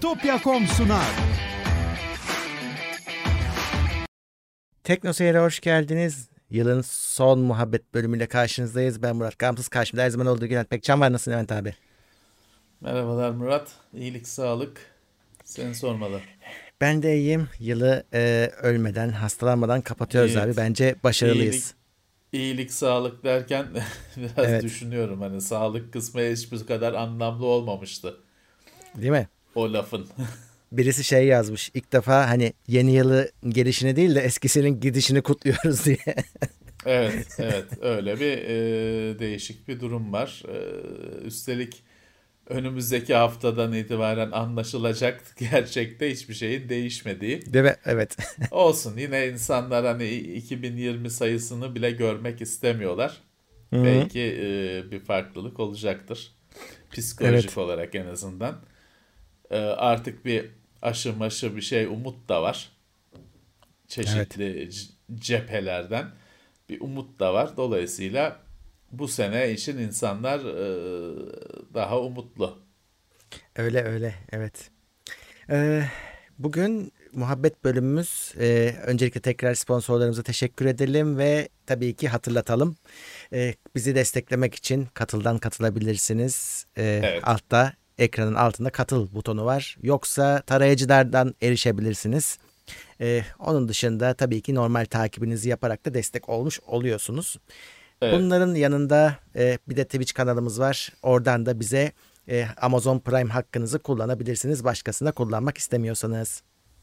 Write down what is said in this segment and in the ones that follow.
Bitopya.com sunar. Teknoseyir'e hoş geldiniz. Yılın son muhabbet bölümüyle karşınızdayız. Ben Murat Gamsız. Karşımda her zaman olduğu gibi Levent Pekcan var. Nasılsın Levent abi? Merhabalar Murat. İyilik, sağlık. Seni sormalı. Ben de iyiyim. Yılı ölmeden, hastalanmadan kapatıyoruz Evet. abi. Bence başarılıyız. İyilik, sağlık derken biraz Evet. düşünüyorum. Hani sağlık kısmı hiçbir kadar anlamlı olmamıştı Değil mi? o lafın. Birisi şey yazmış. İlk defa hani yeni yılı gelişini değil de eskisinin gidişini kutluyoruz diye. Evet, öyle bir değişik bir durum var. Üstelik önümüzdeki haftadan itibaren anlaşılacak gerçekte hiçbir şeyin değişmediği. Değil mi? Evet. Olsun, yine insanlar hani 2020 sayısını bile görmek istemiyorlar. Hı-hı. Belki bir farklılık olacaktır. Psikolojik Evet. olarak en azından. Artık bir aşı maşı bir şey, umut da var. Çeşitli cephelerden bir umut da var. Dolayısıyla bu sene için insanlar daha umutlu. Öyle. Evet. Bugün muhabbet bölümümüz. Öncelikle tekrar sponsorlarımıza teşekkür edelim ve tabii ki hatırlatalım. Bizi desteklemek için Katıl'dan katılabilirsiniz. Evet. Altta, ekranın altında katıl butonu var. Yoksa tarayıcılardan erişebilirsiniz. Onun dışında tabii ki normal takibinizi yaparak da destek olmuş oluyorsunuz. Evet. Bunların yanında bir de Twitch kanalımız var. Oradan da bize Amazon Prime hakkınızı kullanabilirsiniz. Başkasına kullanmak istemiyorsanız.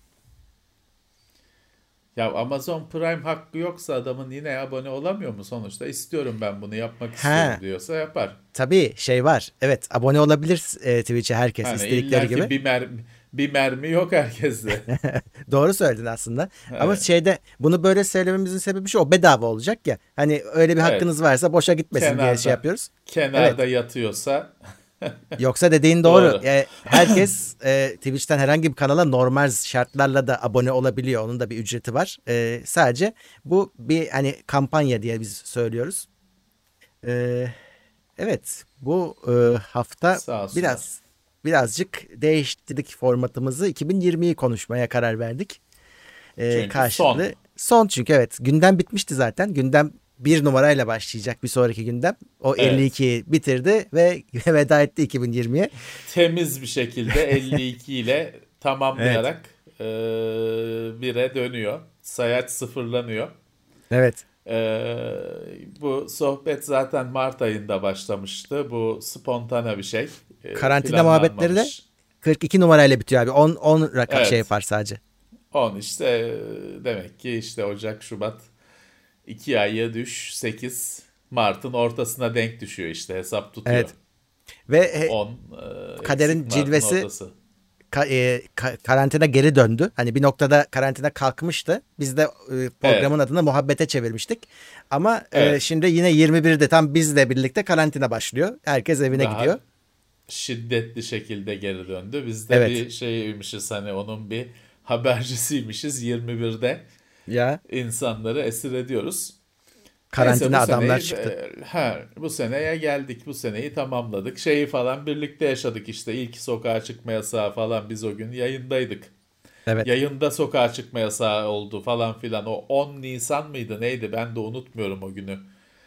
Ya Amazon Prime hakkı yoksa adamın yine abone olamıyor mu sonuçta? İstiyorum, ben bunu yapmak istiyorum diyorsa yapar. Tabii şey var. Evet, abone olabilir Twitch'e herkes Hani istedikleri illaki gibi. bir mermi yok herkeste. Doğru söyledin aslında. Ama Evet. bunu böyle söylememizin sebebi şu, o bedava olacak ya. Hani öyle bir Evet. hakkınız varsa boşa gitmesin diye şey yapıyoruz. Evet. Kenarda yatıyorsa Yoksa dediğin doğru. doğru. Herkes Twitch'ten herhangi bir kanala normal şartlarla da abone olabiliyor. Onun da bir ücreti var. Sadece bu bir hani kampanya diye biz söylüyoruz. E, evet, bu hafta Sağ olsunlar. birazcık değiştirdik formatımızı. 2020'yi konuşmaya karar verdik. Çünkü Karşılıklı. Son çünkü evet. Gündem bitmişti zaten. Gündem bir numarayla başlayacak bir sonraki gündem. O Evet. 52'yi bitirdi ve veda etti 2020'ye. Temiz bir şekilde 52 ile Evet. tamamlayarak 1'e dönüyor. Sayaç sıfırlanıyor. Evet. Bu sohbet zaten Mart ayında başlamıştı. Bu spontane bir şey. Karantina muhabbetleri de Planlanmamış. 42 numarayla bitiyor abi. 10 şey Evet. yapar sadece. 10 işte, demek ki işte Ocak, Şubat 2 aya düş, 8 Mart'ın ortasına denk düşüyor, işte hesap tutuyor. Evet. Ve 10 eksik kaderin Mart'ın cilvesi ortası. karantina geri döndü. Hani bir noktada karantina kalkmıştı. Biz de programın Evet, adını muhabbete çevirmiştik. Ama evet. şimdi yine 21'de tam bizle birlikte karantina başlıyor. Herkes evine Daha gidiyor. şiddetli şekilde geri döndü. Biz de Evet. bir şeymişiz, hani onun bir habercisiymişiz, 21'de Ya insanları esir ediyoruz. Neyse, karantina adamlar çıktı. bu seneye geldik. Bu seneyi tamamladık. Şeyi falan birlikte yaşadık işte. İlk sokağa çıkma yasağı falan, biz o gün yayındaydık. Evet. Yayında sokağa çıkma yasağı oldu falan filan. O 10 Nisan mıydı neydi? Ben de unutmuyorum o günü.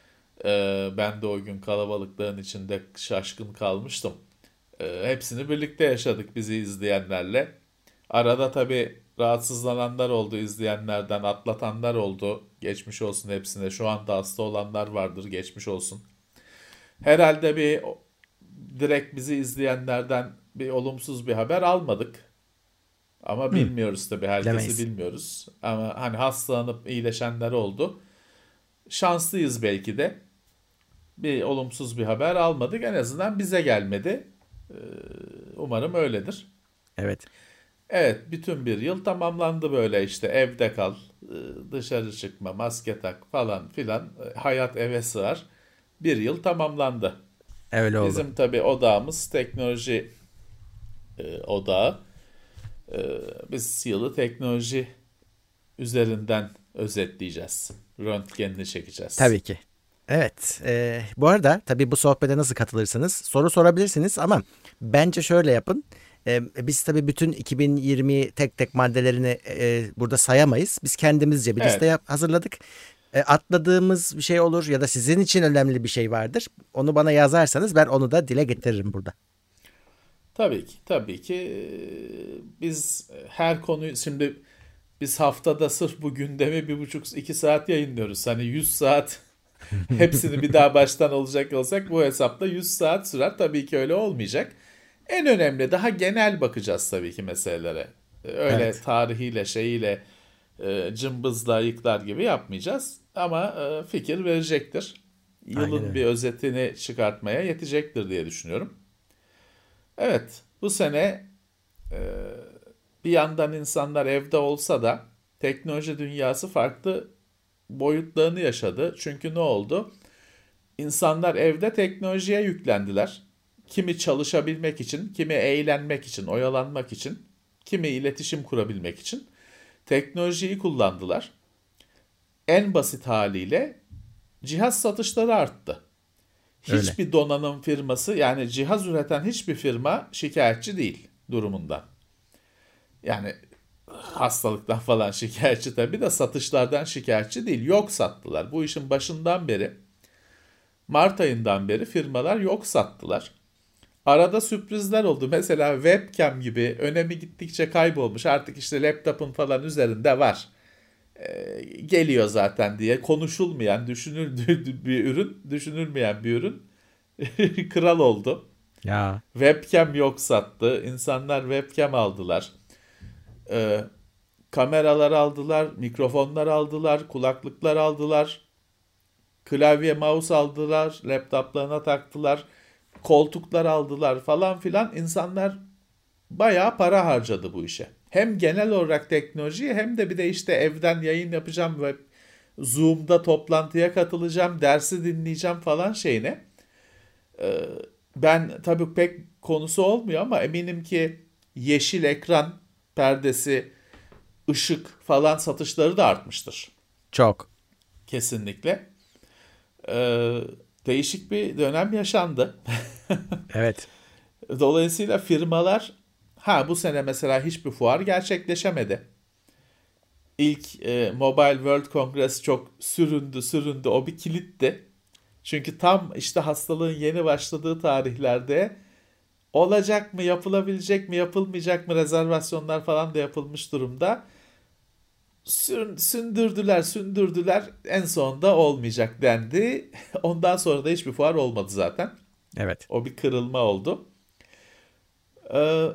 Ben de o gün kalabalıkların içinde şaşkın kalmıştım. Hepsini birlikte yaşadık bizi izleyenlerle. Arada tabii rahatsızlananlar oldu, izleyenlerden atlatanlar oldu. Geçmiş olsun hepsine. Şu anda hasta olanlar vardır, geçmiş olsun. Herhalde direkt bizi izleyenlerden bir olumsuz bir haber almadık. Ama Hı, bilmiyoruz tabii, herkesi bilemeyiz. bilmiyoruz. Ama hani hastalanıp iyileşenler oldu. Şanslıyız belki de. Bir olumsuz bir haber almadık. En azından bize gelmedi. Ee, Umarım öyledir. Evet. Evet, bütün bir yıl tamamlandı böyle, işte evde kal, dışarı çıkma, maske tak falan filan. Hayat eve sığar. Bir yıl tamamlandı. Öyle oldu. Bizim tabii odağımız teknoloji odağı. Biz yılı teknoloji üzerinden özetleyeceğiz. Röntgenini çekeceğiz. Tabii ki. Evet. Bu arada tabii bu sohbete nasıl katılırsınız? Soru sorabilirsiniz ama bence şöyle yapın. Biz tabii bütün 2020 tek tek maddelerini burada sayamayız. Biz kendimizce bir liste Evet. hazırladık. Atladığımız bir şey olur ya da sizin için önemli bir şey vardır. Onu bana yazarsanız ben onu da dile getiririm burada. Tabii ki, tabii ki. Biz her konuyu şimdi biz haftada sırf bu gündemi 1,5-2 saat yayınlıyoruz. Hani 100 saat hepsini bir daha baştan olacak olsak bu hesapta 100 saat sürer. Tabii ki öyle olmayacak. En önemli daha genel bakacağız tabii ki meselelere. Öyle Evet. tarihiyle şeyiyle cımbızla yıklar gibi yapmayacağız. Ama fikir verecektir. Aynen Yılın bir öyle. özetini çıkartmaya yetecektir diye düşünüyorum. Evet, bu sene e, bir yandan insanlar evde olsa da teknoloji dünyası farklı boyutlarını yaşadı. Çünkü ne oldu? İnsanlar evde teknolojiye yüklendiler. Kimi çalışabilmek için, kimi eğlenmek için, oyalanmak için, kimi iletişim kurabilmek için teknolojiyi kullandılar. En basit haliyle cihaz satışları arttı. Öyle. Hiçbir donanım firması yani cihaz üreten hiçbir firma şikayetçi değil durumundan. Yani hastalıktan falan şikayetçi tabii de satışlardan şikayetçi değil. Yok sattılar. Bu işin başından beri Mart ayından beri firmalar yok sattılar. Arada sürprizler oldu. Mesela webcam gibi önemi gittikçe kaybolmuş. Artık işte laptopun falan üzerinde var. Geliyor zaten diye konuşulmayan, düşünüldüğü bir ürün, düşünülmeyen bir ürün kral oldu. Ya. Webcam yok sattı. İnsanlar webcam aldılar. Ee, Kameralar aldılar, mikrofonlar aldılar, kulaklıklar aldılar, klavye, mouse aldılar, laptoplarına taktılar, koltuklar aldılar falan filan. İnsanlar bayağı para harcadı bu işe. Hem genel olarak teknolojiye hem de bir de işte evden yayın yapacağım ve Zoom'da toplantıya katılacağım, dersi dinleyeceğim falan şeyine. Ee, Ben tabii pek konusu olmuyor ama eminim ki yeşil ekran perdesi, ışık falan satışları da artmıştır. Çok. Kesinlikle. Ee, Değişik bir dönem yaşandı. Evet. Dolayısıyla firmalar bu sene mesela hiçbir fuar gerçekleşemedi. İlk Mobile World Congress çok süründü. O bir kilitti. Çünkü tam işte hastalığın yeni başladığı tarihlerde olacak mı, yapılabilecek mi, yapılmayacak mı rezervasyonlar falan da yapılmış durumda. Sündürdüler. En sonunda olmayacak dendi. Ondan sonra da hiçbir fuar olmadı zaten. Evet. O bir kırılma oldu. Ee,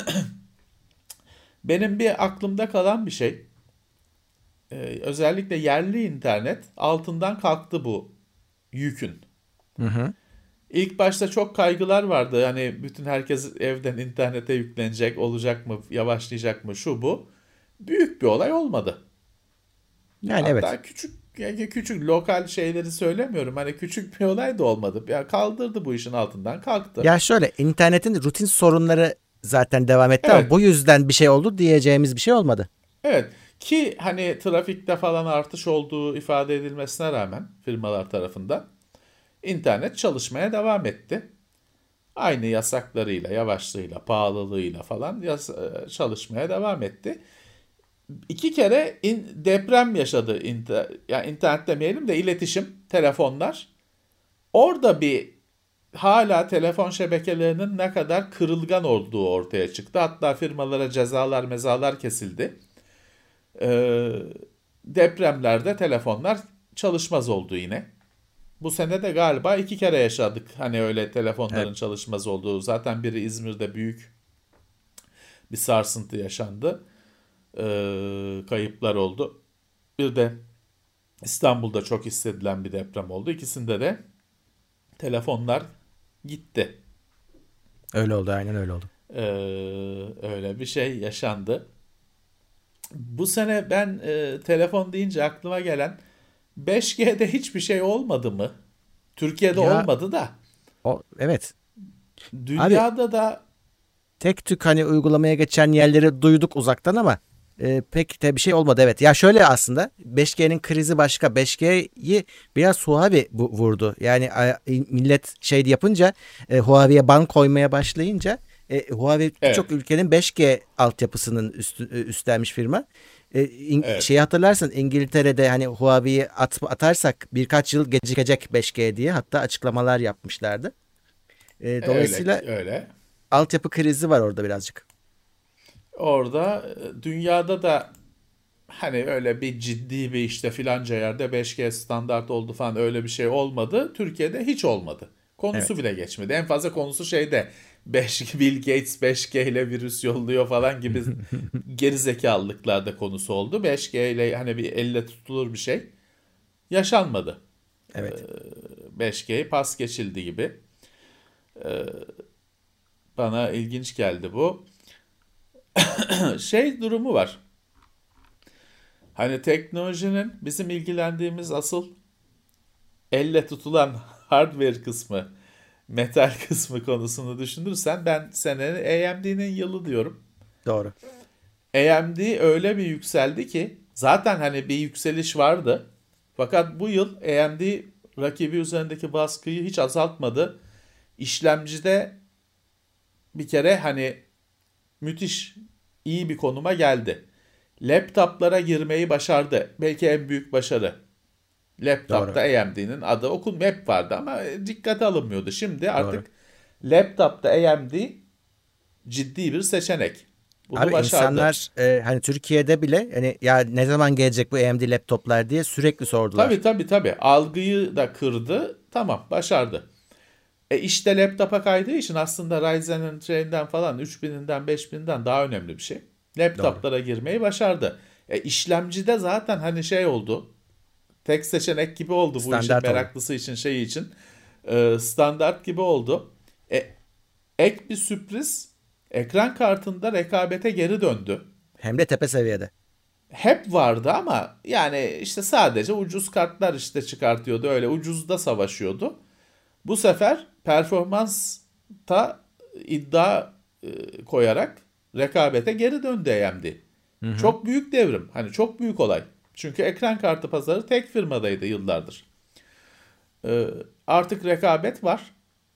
Benim bir aklımda kalan bir şey. Özellikle yerli internet altından kalktı bu yükün. Hı hı. İlk başta çok kaygılar vardı. Hani bütün herkes evden internete yüklenecek, olacak mı, yavaşlayacak mı, şu bu. Büyük bir olay olmadı. Yani evet. Hatta küçük lokal şeyleri söylemiyorum. Hani küçük bir olay da olmadı. Ya kaldırdı bu işin altından kalktı. Ya şöyle, internetin rutin sorunları zaten devam etti ama Evet. bu yüzden bir şey oldu diyeceğimiz bir şey olmadı. Evet. Ki hani trafikte falan artış olduğu ifade edilmesine rağmen firmalar tarafından internet çalışmaya devam etti. Aynı yasaklarıyla, yavaşlığıyla, pahalılığıyla falan çalışmaya devam etti. İki kere deprem yaşadı. Yani internet demeyelim de iletişim, telefonlar. Orada bir hala telefon şebekelerinin ne kadar kırılgan olduğu ortaya çıktı. Hatta firmalara cezalar, mezalar kesildi. Ee, Depremlerde telefonlar çalışmaz oldu yine. Bu sene de galiba iki kere yaşadık. Hani öyle Evet. telefonların çalışmaz olduğu. Zaten biri İzmir'de büyük bir sarsıntı yaşandı. Kayıplar oldu. Bir de İstanbul'da çok hissedilen bir deprem oldu. İkisinde de telefonlar gitti. Öyle oldu, aynen öyle oldu. Ee, Öyle bir şey yaşandı. Bu sene ben telefon deyince aklıma gelen 5G'de hiçbir şey olmadı mı? Türkiye'de Ya olmadı da evet. Abi dünyada da tek tük hani uygulamaya geçen yerleri duyduk uzaktan ama pek de bir şey olmadı, evet. Ya şöyle, aslında 5G'nin krizi başka. 5G'yi biraz Huawei vurdu. Yani millet şey yapınca, Huawei'ye ban koymaya başlayınca Huawei birçok Evet. ülkenin 5G altyapısının üstlenmiş firma. Evet. Şeyi hatırlarsın, İngiltere'de hani Huawei'yi atarsak birkaç yıl gecikecek 5G diye hatta açıklamalar yapmışlardı. Öyle Dolayısıyla öyle. altyapı krizi var orada birazcık. Orada dünyada da hani öyle bir ciddi bir işte filanca yerde 5G standart oldu falan öyle bir şey olmadı. Türkiye'de hiç olmadı. Konusu Evet. bile geçmedi. En fazla konusu şeyde 5 Bill Gates 5G ile virüs yolluyor falan gibi gerizekalılıklarda konusu oldu. 5G ile hani bir elle tutulur bir şey yaşanmadı. Evet. 5G'yi pas geçildi gibi. Bana ilginç geldi bu. Şey durumu var. Hani teknolojinin bizim ilgilendiğimiz asıl elle tutulan hardware kısmı, metal kısmı konusunu düşünürsen ben senenin AMD'nin yılı diyorum. Doğru. AMD öyle bir yükseldi ki zaten hani bir yükseliş vardı. Fakat bu yıl AMD rakibi üzerindeki baskıyı hiç azaltmadı. İşlemcide bir kere hani müthiş iyi bir konuma geldi. Laptoplara girmeyi başardı. Belki en büyük başarı. Doğru. Laptop'ta AMD'nin adı hep vardı ama dikkate alınmıyordu. Şimdi Doğru. artık laptop'ta AMD ciddi bir seçenek. Bunu Abi başardı. insanlar hani Türkiye'de bile hani ya ne zaman gelecek bu AMD laptoplar diye sürekli sordular. Tabii. Algıyı da kırdı. Tamam, başardı. İşte laptop'a kaydığı için aslında Ryzen'in şeyinden falan 3000'inden 5000'den daha önemli bir şey. Doğru. Laptoplara girmeyi başardı. İşlemcide zaten hani şey oldu. Tek seçenek gibi oldu bu işin Standart oldu. meraklısı için şey için. Standart gibi oldu. E, Ek bir sürpriz ekran kartında rekabete geri döndü. Hem de tepe seviyede. Hep vardı ama yani işte sadece ucuz kartlar işte çıkartıyordu. Öyle ucuzda savaşıyordu. Bu sefer performansta iddia koyarak rekabete geri döndü AMD. Hı hı. Çok büyük devrim. Hani çok büyük olay. Çünkü ekran kartı pazarı tek firmadaydı yıllardır. Ee, Artık rekabet var.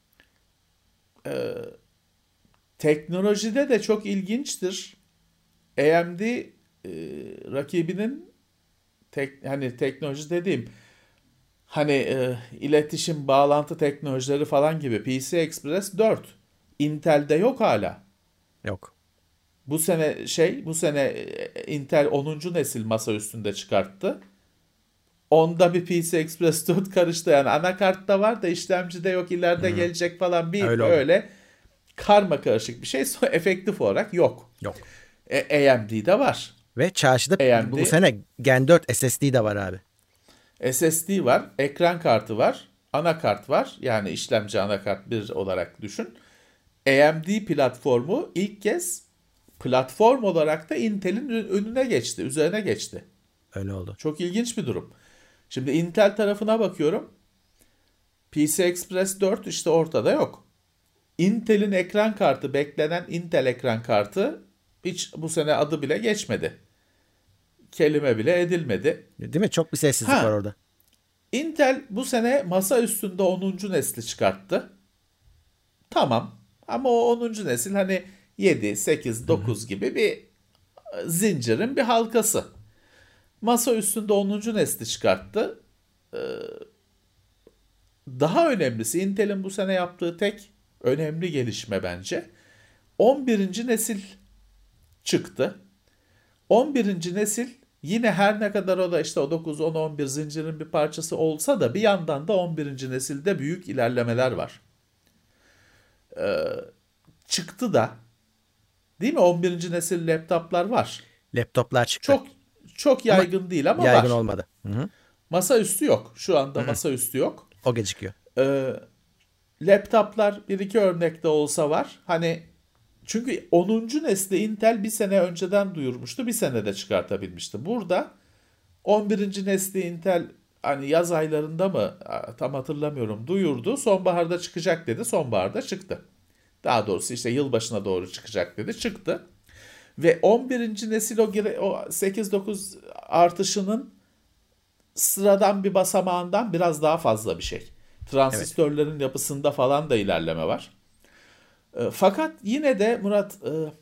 Teknolojide de çok ilginçtir. AMD rakibinin hani teknoloji dediğim hani iletişim bağlantı teknolojileri falan gibi PCI Express 4 Intel'de yok hala. Yok. Bu sene Intel 10. nesil masa üstünde çıkarttı. Onda bir PCI Express 4 karıştı yani anakartta var da işlemcide yok Hı ileride hı. gelecek falan bir Öyle oldu. öyle karma karışık bir şey efektif olarak yok. Yok. AMD'de var. Ve çarşıda bu AMD sene Gen 4 SSD de var abi. SSD var, ekran kartı var, anakart var. Yani işlemci anakart bir olarak düşün. AMD platformu ilk kez platform olarak da Intel'in önüne geçti, üzerine geçti. Öyle oldu. Çok ilginç bir durum. Şimdi Intel tarafına bakıyorum. PCI Express 4 işte ortada yok. Intel'in ekran kartı, beklenen Intel ekran kartı hiç bu sene adı bile geçmedi. Kelime bile edilmedi. Değil mi? Çok bir sessizlik var Ha, orada. Intel bu sene masa üstünde 10. nesli çıkarttı. Tamam. Ama o 10. nesil hani 7, 8, Hı hı. 9 gibi bir zincirin bir halkası. Masa üstünde 10. nesli çıkarttı. Daha önemlisi Intel'in bu sene yaptığı tek önemli gelişme bence. 11. nesil çıktı. 11. nesil yine her ne kadar o da işte o 9, 10, 11 zincirin bir parçası olsa da bir yandan da 11. nesilde büyük ilerlemeler var. Çıktı da değil mi? 11. nesil laptoplar var. Laptoplar çıktı. Çok çok Ama yaygın değil ama yaygın var. olmadı. Hı hı. Masaüstü yok. Şu Hı anda hı. masaüstü yok. O gecikiyor. Ee, Laptoplar bir iki örnekte olsa var. Hani çünkü 10. nesli Intel bir sene önceden duyurmuştu. Bir senede çıkartabilmişti. Burada 11. nesli Intel hani yaz aylarında mı tam hatırlamıyorum duyurdu. Sonbaharda çıkacak dedi. Sonbaharda çıktı. Daha doğrusu işte yılbaşına doğru çıkacak dedi. Çıktı. Ve 11. nesil o 8-9 artışının sıradan bir basamağından biraz daha fazla bir şey. Evet. Transistörlerin yapısında falan da ilerleme var. Fakat yine de Murat,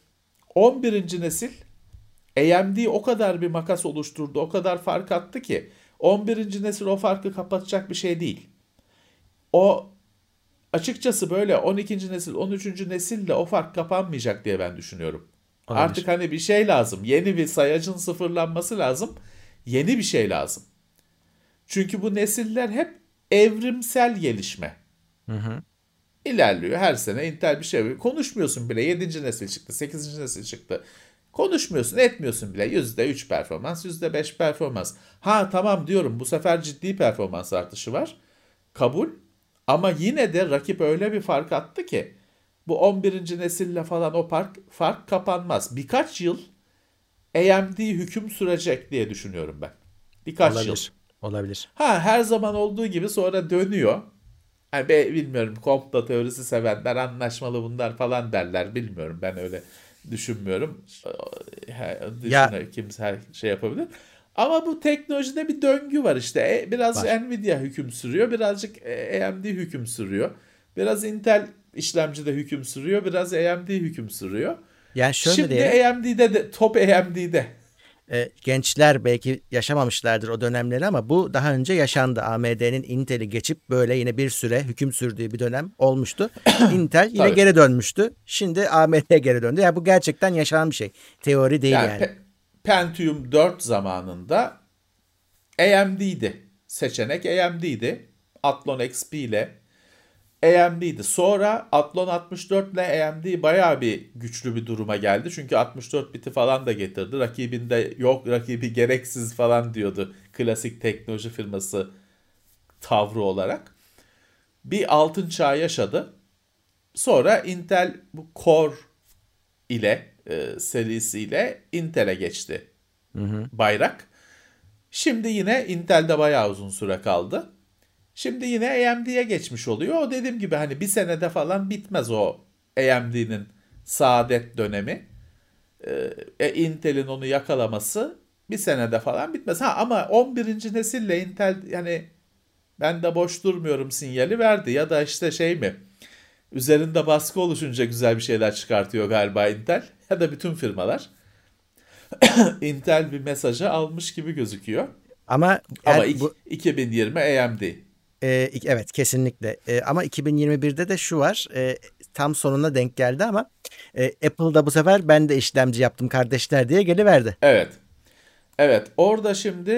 11. nesil AMD o kadar bir makas oluşturdu, o kadar fark attı ki 11. nesil o farkı kapatacak bir şey değil. O açıkçası böyle 12. nesil, 13. nesille o fark kapanmayacak diye ben düşünüyorum. Artık Olabilir. hani bir şey lazım. Yeni bir sayacın sıfırlanması lazım. Yeni bir şey lazım. Çünkü bu nesiller hep evrimsel gelişme. Hı hı. İlerliyor. Her sene Intel bir şey. Konuşmuyorsun bile. 7. nesil çıktı. 8. nesil çıktı. Konuşmuyorsun, etmiyorsun bile. %3 performans, %5 performans. Ha tamam diyorum, bu sefer ciddi performans artışı var. Kabul. Ama yine de rakip öyle bir fark attı ki bu 11. nesille falan o fark kapanmaz. Birkaç yıl AMD hüküm sürecek diye düşünüyorum ben. Birkaç yıl. Olabilir. Olabilir. Ha, her zaman olduğu gibi sonra dönüyor. Yani bilmiyorum, komplo teorisi sevenler anlaşmalı bunlar falan derler. Bilmiyorum, ben öyle düşünmüyorum. Ya Kimse her şey yapabilir. Ama bu teknolojide bir döngü var işte. Birazcık var. Nvidia hüküm sürüyor. Birazcık AMD hüküm sürüyor. Biraz Intel işlemcide hüküm sürüyor. Biraz AMD hüküm sürüyor. Yani şöyle Şimdi diyelim. AMD'de de top AMD'de. Gençler belki yaşamamışlardır o dönemleri ama bu daha önce yaşandı. AMD'nin Intel'i geçip böyle yine bir süre hüküm sürdüğü bir dönem olmuştu. Intel yine Tabii. geri dönmüştü. Şimdi AMD geri döndü. Yani bu gerçekten yaşanan bir şey. Teori değil Yani yani. Pentium 4 zamanında AMD'ydi. Seçenek AMD'ydi. Athlon XP ile AMD'ydi. Sonra Athlon 64 ile AMD bayağı bir güçlü bir duruma geldi. Çünkü 64 biti falan da getirdi. Rakibinde yok, rakibi gereksiz falan diyordu klasik teknoloji firması tavrı olarak. Bir altın çağ yaşadı. Sonra Intel bu Core ile serisiyle Intel'e geçti Hı hı. bayrak. Şimdi yine Intel'de bayağı uzun süre kaldı. Şimdi yine AMD'ye geçmiş oluyor. O dediğim gibi hani bir senede falan bitmez o AMD'nin saadet dönemi. Intel'in onu yakalaması bir senede falan bitmez. Ha ama 11. nesille Intel yani ben de boş durmuyorum sinyali verdi. Ya da işte şey mi? Üzerinde baskı oluşunca güzel bir şeyler çıkartıyor galiba Intel. Ya da bütün firmalar. Intel bir mesajı almış gibi gözüküyor. Ama Ama yani bu 2020 AMD. evet kesinlikle. Ama 2021'de de şu var. Tam sonuna denk geldi ama Apple'da bu sefer ben de işlemci yaptım kardeşler diye geliverdi. Evet. Evet. Orada şimdi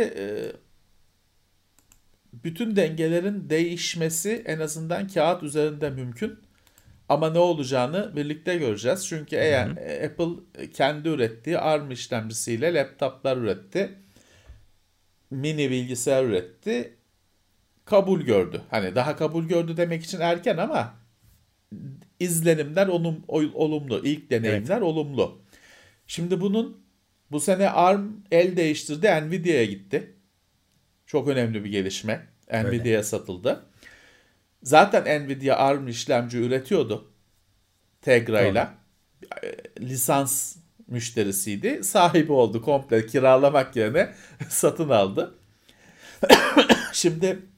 bütün dengelerin değişmesi en azından kağıt üzerinde mümkün. Ama ne olacağını birlikte göreceğiz. Çünkü Hı eğer hı. Apple kendi ürettiği ARM işlemcisiyle laptoplar üretti. Mini bilgisayar üretti. Kabul gördü. Hani daha kabul gördü demek için erken ama izlenimler olumlu. İlk Evet, deneyimler olumlu. Şimdi bu sene ARM el değiştirdi. Nvidia'ya gitti. Çok önemli bir gelişme. öyle. Nvidia'ya satıldı. Zaten Nvidia ARM işlemci üretiyordu Doğru. Tegra'yla. Lisans müşterisiydi. Sahibi oldu, komple kiralamak yerine satın aldı. Şimdi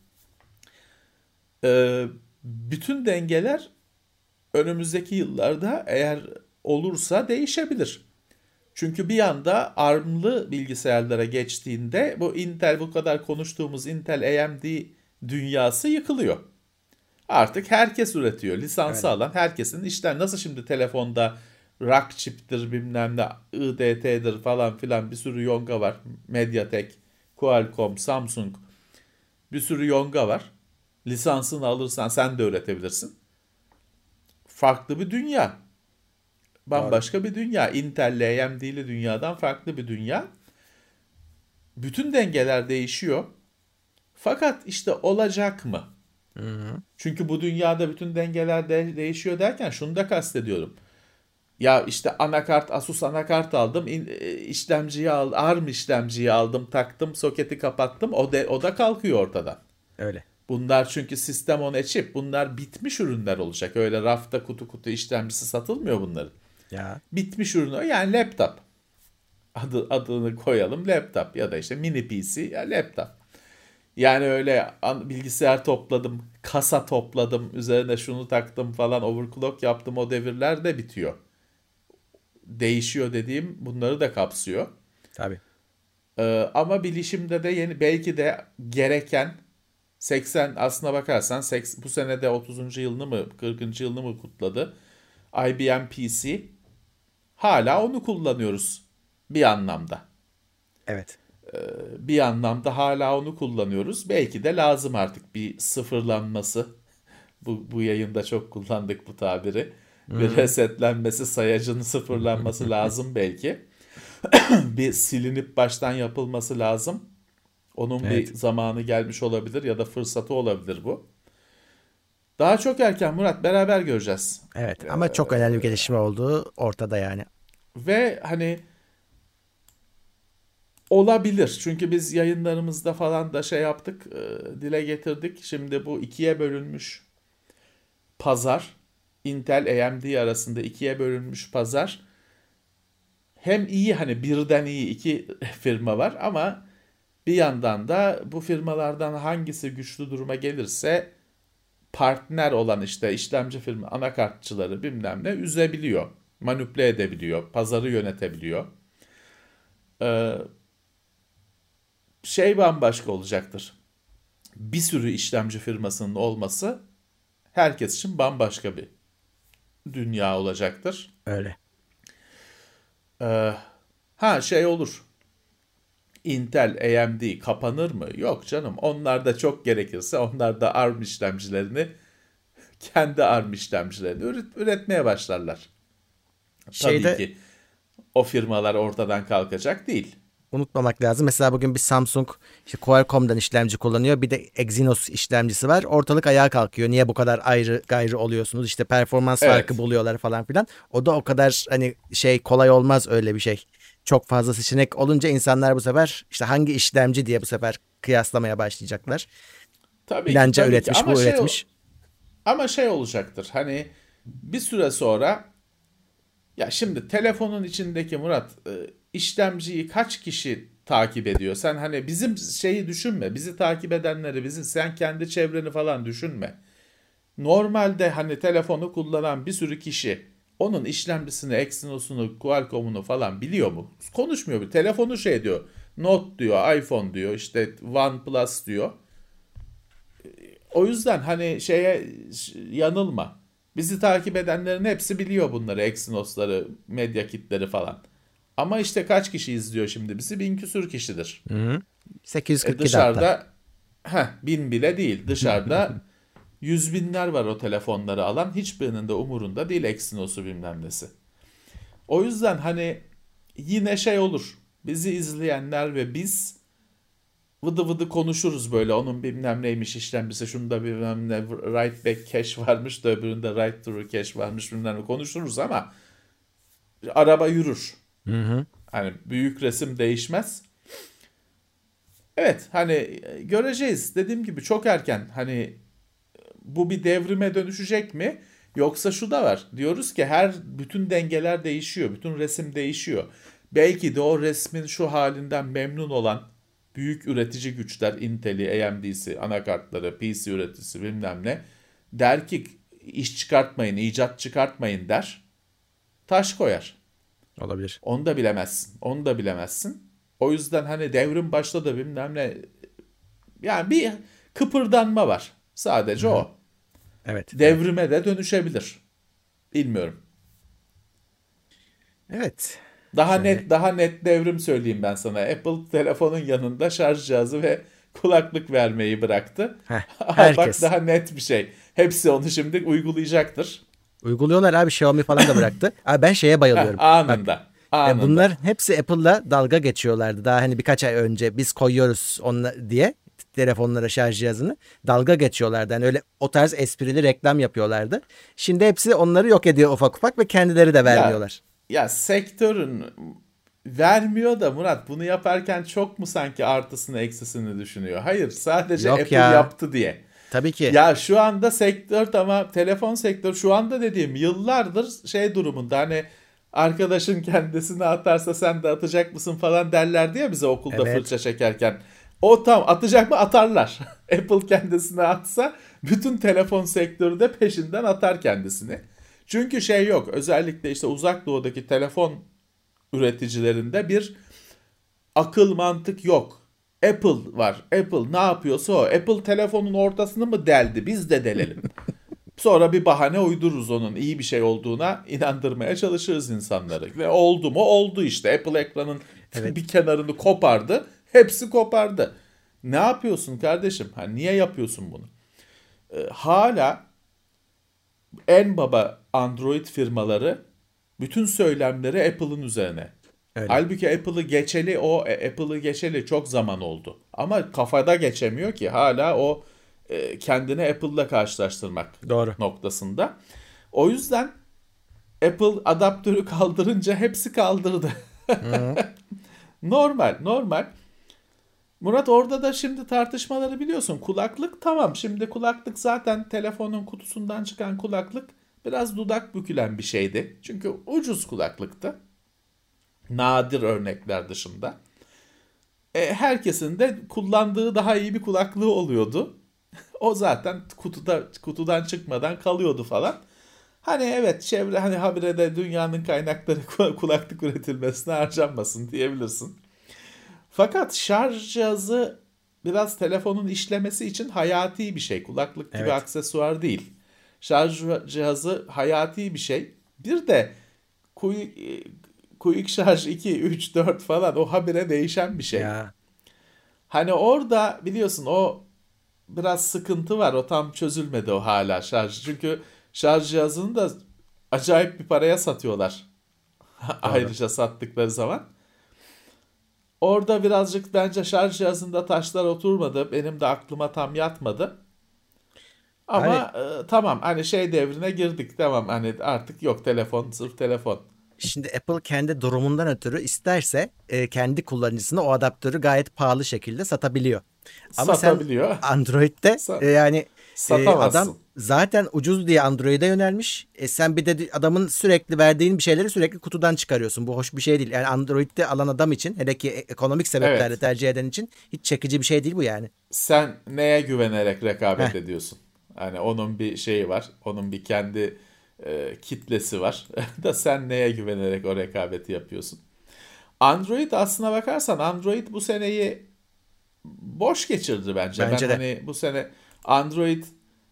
e, bütün dengeler önümüzdeki yıllarda eğer olursa değişebilir. Çünkü bir anda ARM'lı bilgisayarlara geçtiğinde bu Intel, bu kadar konuştuğumuz Intel AMD dünyası yıkılıyor. Artık herkes üretiyor. Lisansı Öyle. alan herkesin işler. Nasıl şimdi telefonda Rockchip'tir bilmem ne IDT'dir falan filan bir sürü yonga var. MediaTek, Qualcomm, Samsung, bir sürü yonga var. Lisansını alırsan sen de üretebilirsin. Farklı bir dünya. Doğru. Bambaşka bir dünya. Intel'li AMD'li dünyadan farklı bir dünya. Bütün dengeler değişiyor. Fakat işte olacak mı? Hı hı. Çünkü bu dünyada bütün dengeler değişiyor derken şunu da kastediyorum. Ya işte anakart, Asus anakart aldım, işlemciyi aldım, ARM işlemciyi aldım, taktım, soketi kapattım. O da kalkıyor ortadan. Öyle. Bunlar çünkü sistem on a chip. Bunlar bitmiş ürünler olacak. Öyle rafta kutu kutu işlemcisi satılmıyor bunların. Ya. Bitmiş ürünü yani adını koyalım laptop ya da işte mini PC ya laptop. Yani öyle bilgisayar topladım, kasa topladım, üzerine şunu taktım falan, overclock yaptım, o devirler de bitiyor. Değişiyor dediğim bunları da kapsıyor. Tabii. Ama bilişimde de yeni, belki de gereken 80, aslına bakarsan bu sene de 30. yılını mı 40. yılını mı kutladı. IBM PC, hala onu kullanıyoruz bir anlamda. Evet. Bir anlamda hala onu kullanıyoruz. Belki de lazım artık bir sıfırlanması. Bu yayında çok kullandık bu tabiri. Bir Hı. resetlenmesi, sayacının sıfırlanması lazım belki. Bir silinip baştan yapılması lazım. Onun bir Evet. zamanı gelmiş olabilir ya da fırsatı olabilir bu. Daha çok erken Murat, beraber göreceğiz. Evet. Ama çok önemli bir gelişme olduğu ortada yani. Ve hani olabilir. Çünkü biz yayınlarımızda falan da şey yaptık, dile getirdik. Şimdi bu ikiye bölünmüş pazar, Intel AMD arasında ikiye bölünmüş pazar. Hem iyi, hani birden iyi iki firma var ama bir yandan da bu firmalardan hangisi güçlü duruma gelirse partner olan işte işlemci firma, anakartçıları bilmem ne üzebiliyor, manipüle edebiliyor, pazarı yönetebiliyor. Ee, Şey bambaşka olacaktır. Bir sürü işlemci firmasının olması herkes için bambaşka bir dünya olacaktır. Öyle. Ha şey olur. Intel, AMD kapanır mı? Yok canım. Onlar da çok gerekirse onlar da ARM işlemcilerini, kendi ARM işlemcilerini üretmeye başlarlar. Tabii Şeyde ki o firmalar ortadan kalkacak değil. unutmamak lazım. Mesela bugün bir Samsung işte Qualcomm'dan işlemci kullanıyor. Bir de Exynos işlemcisi var. Ortalık ayağa kalkıyor. Niye bu kadar ayrı gayrı oluyorsunuz? İşte performans farkı Evet. buluyorlar falan filan. O da o kadar hani şey kolay olmaz öyle bir şey. Çok fazla seçenek olunca insanlar bu sefer işte hangi işlemci diye bu sefer kıyaslamaya başlayacaklar. Tabii ki, Filanca tabii ki, üretmiş, bu üretmiş. ama şey olacaktır. Hani bir süre sonra, ya şimdi telefonun içindeki Murat, işlemciyi kaç kişi takip ediyor? Sen hani bizim şeyi düşünme. Bizi takip edenleri, sen kendi çevreni falan düşünme. Normalde hani telefonu kullanan bir sürü kişi onun işlemcisini, Exynos'unu, Qualcomm'unu falan biliyor mu? Konuşmuyor. Bir telefonu şey diyor. Note diyor, iPhone diyor, işte OnePlus diyor. O yüzden hani yanılma. Bizi takip edenlerin hepsi biliyor bunları, Exynos'ları, Media Kit'leri falan. Ama işte kaç kişi izliyor şimdi bizi? 1000 küsur kişidir. Hı-hı. 847 hatta. Dışarıda 1000 bile değil. Dışarıda yüz binler var o telefonları alan. Hiçbirinin de umurunda değil Exynos'u bilmem nesi. O yüzden hani yine şey olur. Bizi izleyenler ve biz vıdı vıdı konuşuruz böyle, onun bilmem neymiş işlemcisi, şunda bilmem ne write back cache varmış da öbüründe write through cache varmış bilmem ne konuşuruz ama araba yürür. Hı-hı. Hani büyük resim değişmez. Evet, hani göreceğiz. Dediğim gibi çok erken. Hani bu bir devrime dönüşecek mi? Yoksa şu da var. Diyoruz ki bütün dengeler değişiyor. Bütün resim değişiyor. Belki de o resmin şu halinden memnun olan büyük üretici güçler, Intel'i, AMD'si, anakartları, PC üreticisi bilmem ne, der ki iş çıkartmayın, icat çıkartmayın der. Taş koyar. Olabilir. Onu da bilemezsin. Onu da bilemezsin. O yüzden hani devrim başladı bilmem ne. Yani bir kıpırdanma var. Sadece Hı-hı. o. Evet, evet. Devrime de dönüşebilir. Bilmiyorum. Evet. Daha Şöyle. net, daha net devrim söyleyeyim ben sana. Apple telefonun yanında şarj cihazı ve kulaklık vermeyi bıraktı. Heh, Al bak, herkes. daha net bir şey. Hepsi onu şimdi uygulayacaktır. Uyguluyorlar abi, Xiaomi falan da bıraktı. Abi ben şeye bayılıyorum. Bak, Anında. bunlar Anında. hepsi Apple'la dalga geçiyorlardı. Daha hani birkaç ay önce biz koyuyoruz onunla diye telefonlara şarj cihazını dalga geçiyorlardı. Yani öyle o tarz esprili reklam yapıyorlardı. Şimdi hepsi onları yok ediyor ufak ufak ve kendileri de Ya vermiyorlar. ya sektörün vermiyor da Murat, bunu yaparken çok mu sanki artısını eksisini düşünüyor? Hayır, sadece Yok Apple ya. yaptı diye. Tabii ki. Ya şu anda sektör, tamam, telefon sektörü şu anda dediğim yıllardır şey durumunda, hani arkadaşın kendisine atarsa sen de atacak mısın falan derlerdi ya bize okulda Evet. fırça çekerken. O tam atacak mı? Atarlar. Apple kendisine atsa bütün telefon sektörü de peşinden atar kendisini. Çünkü şey yok. Özellikle işte uzak doğudaki telefon üreticilerinde bir akıl mantık yok. Apple var. Apple ne yapıyorsa o. Apple telefonun ortasını mı deldi? Biz de delelim. Sonra bir bahane uydururuz onun iyi bir şey olduğuna inandırmaya çalışırız insanları. Ve oldu mu? Oldu işte. Apple ekranın Evet. bir kenarını kopardı. Hepsi kopardı. Ne yapıyorsun kardeşim? Ha, niye yapıyorsun bunu? Hala en baba Android firmaları bütün söylemleri Apple'ın üzerine. Öyle. Halbuki Apple'ı geçeli çok zaman oldu. Ama kafada geçemiyor ki hala o kendini Apple'la karşılaştırmak Doğru. noktasında. O yüzden Apple adaptörü kaldırınca hepsi kaldırdı. Hı. Normal, normal. Murat orada da şimdi tartışmaları biliyorsun. Kulaklık tamam. Şimdi kulaklık zaten telefonun kutusundan çıkan kulaklık biraz dudak bükülen bir şeydi. Çünkü ucuz kulaklıktı. Nadir örnekler dışında. Herkesin de kullandığı daha iyi bir kulaklığı oluyordu. O zaten kutudan çıkmadan kalıyordu falan. Hani evet çevre hani habire de dünyanın kaynakları kulaklık üretilmesine harcanmasın diyebilirsin. Fakat şarj cihazı biraz telefonun işlemesi için hayati bir şey. Kulaklık gibi Evet. aksesuar değil. Şarj cihazı hayati bir şey. Bir de Quick şarj 2, 3, 4 falan o habire değişen bir şey. Ya. Hani orada biliyorsun o biraz sıkıntı var. O tam çözülmedi o hala şarj. Çünkü şarj cihazını da acayip bir paraya satıyorlar. Doğru. Ayrıca sattıkları zaman. Orada birazcık bence şarj cihazında taşlar oturmadı. Benim de aklıma tam yatmadı. Abi Ama tamam hani şey devrine girdik. Tamam hani artık yok telefon sırf telefon. şimdi Apple kendi durumundan ötürü isterse kendi kullanıcısına o adaptörü gayet pahalı şekilde satabiliyor. Ama sen Satabiliyor. Android'de Sa- yani adam satamazsın. zaten ucuz diye Android'e yönelmiş. Sen bir de adamın sürekli verdiğin bir şeyleri sürekli kutudan çıkarıyorsun. Bu hoş bir şey değil. Yani Android'de alan adam için hele ki ekonomik sebeplerle Evet. tercih eden için hiç çekici bir şey değil bu yani. Sen neye güvenerek Heh, rekabet ediyorsun? Hani onun bir şeyi var. Onun bir kendi kitlesi var. Da sen neye güvenerek o rekabeti yapıyorsun? Android aslına bakarsan Android bu seneyi boş geçirdi bence. Ben bence de. hani bu sene Android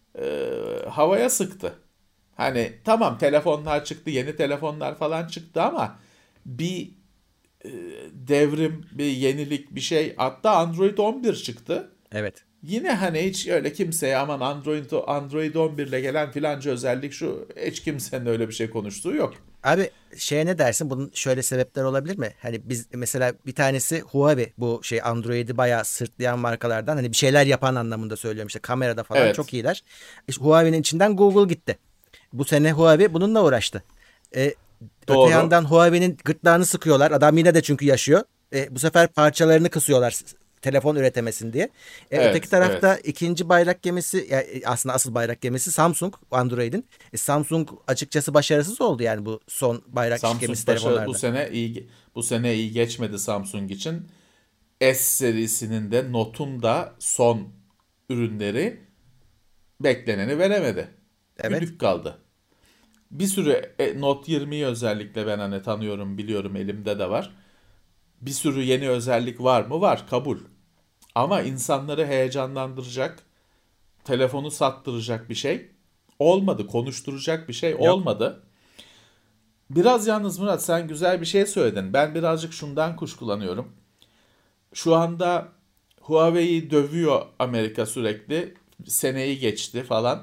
havaya sıktı. Hani tamam telefonlar çıktı, yeni telefonlar falan çıktı ama bir e, devrim, bir yenilik, bir şey. Hatta Android 11 çıktı. Evet. Yine hani hiç öyle kimseye aman Android 11 ile gelen filanca özellik şu hiç kimsenin öyle bir şey konuştuğu yok. Abi şeye ne dersin? Bunun şöyle sebepler olabilir mi? Hani biz mesela bir tanesi Huawei, bu şey Android'i bayağı sırtlayan markalardan, hani bir şeyler yapan anlamında söylüyorum, işte kamerada falan çok Evet, iyiler. İşte Huawei'nin içinden Google gitti. Bu sene Huawei bununla uğraştı. E, Öte doğru. yandan Huawei'nin gırtlağını sıkıyorlar. Adam yine de çünkü yaşıyor. Bu sefer parçalarını kısıyorlar telefon üretemesin diye. Öteki Evet, tarafta evet. ikinci bayrak gemisi, aslında asıl bayrak gemisi Samsung, Android'in. Samsung açıkçası başarısız oldu yani bu son bayrak gemisi Samsung başa telefonlarda. bu sene iyi geçmedi Samsung için. S serisinin de Note'un da son ürünleri bekleneni veremedi. Evet. Güdük kaldı. Bir sürü Note 20'yi özellikle ben hani tanıyorum, biliyorum elimde de var. Bir sürü yeni özellik var mı? Var, kabul. Ama insanları heyecanlandıracak, telefonu sattıracak bir şey olmadı. Konuşturacak bir şey Yok. olmadı. Biraz yalnız Murat sen güzel bir şey söyledin. Ben birazcık şundan kuşkulanıyorum. Şu anda Huawei'yi dövüyor Amerika sürekli. Seneyi geçti falan.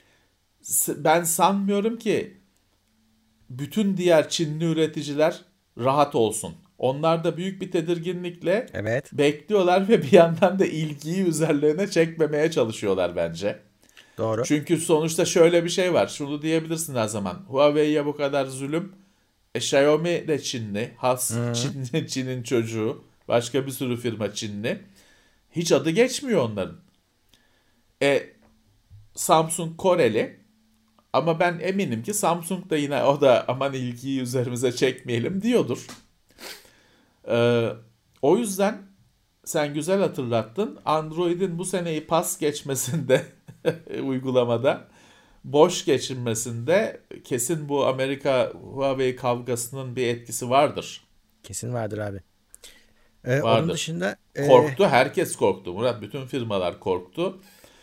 Ben sanmıyorum ki bütün diğer Çinli üreticiler rahat olsun. Onlar da büyük bir tedirginlikle Evet. bekliyorlar ve bir yandan da ilgiyi üzerlerine çekmemeye çalışıyorlar bence. Doğru. Çünkü sonuçta şöyle bir şey var. Şunu diyebilirsin her zaman. Huawei'ye bu kadar zulüm. Xiaomi de Çinli. Has Hı, Çin'in çocuğu. Başka bir sürü firma Çinli. Hiç adı geçmiyor onların. E, Samsung Koreli. Ama ben eminim ki Samsung da yine o da aman ilgiyi üzerimize çekmeyelim diyordur. E, O yüzden sen güzel hatırlattın. Android'in bu seneyi pas geçmesinde uygulamada boş geçirmesinde kesin bu Amerika Huawei kavgasının bir etkisi vardır. Kesin vardır abi. Onun Vardır. dışında Korktu, herkes korktu. Murat, bütün firmalar korktu.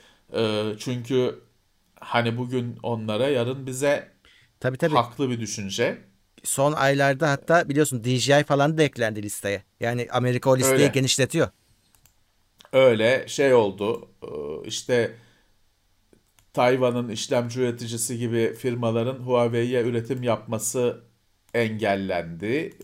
Çünkü hani bugün onlara, yarın bize, tabii tabii, haklı bir düşünce. son aylarda hatta biliyorsun DJI falan da eklendi listeye. Yani Amerika o listeyi Öyle. genişletiyor. Öyle şey oldu. İşte Tayvan'ın işlemci üreticisi gibi firmaların Huawei'ye üretim yapması engellendi.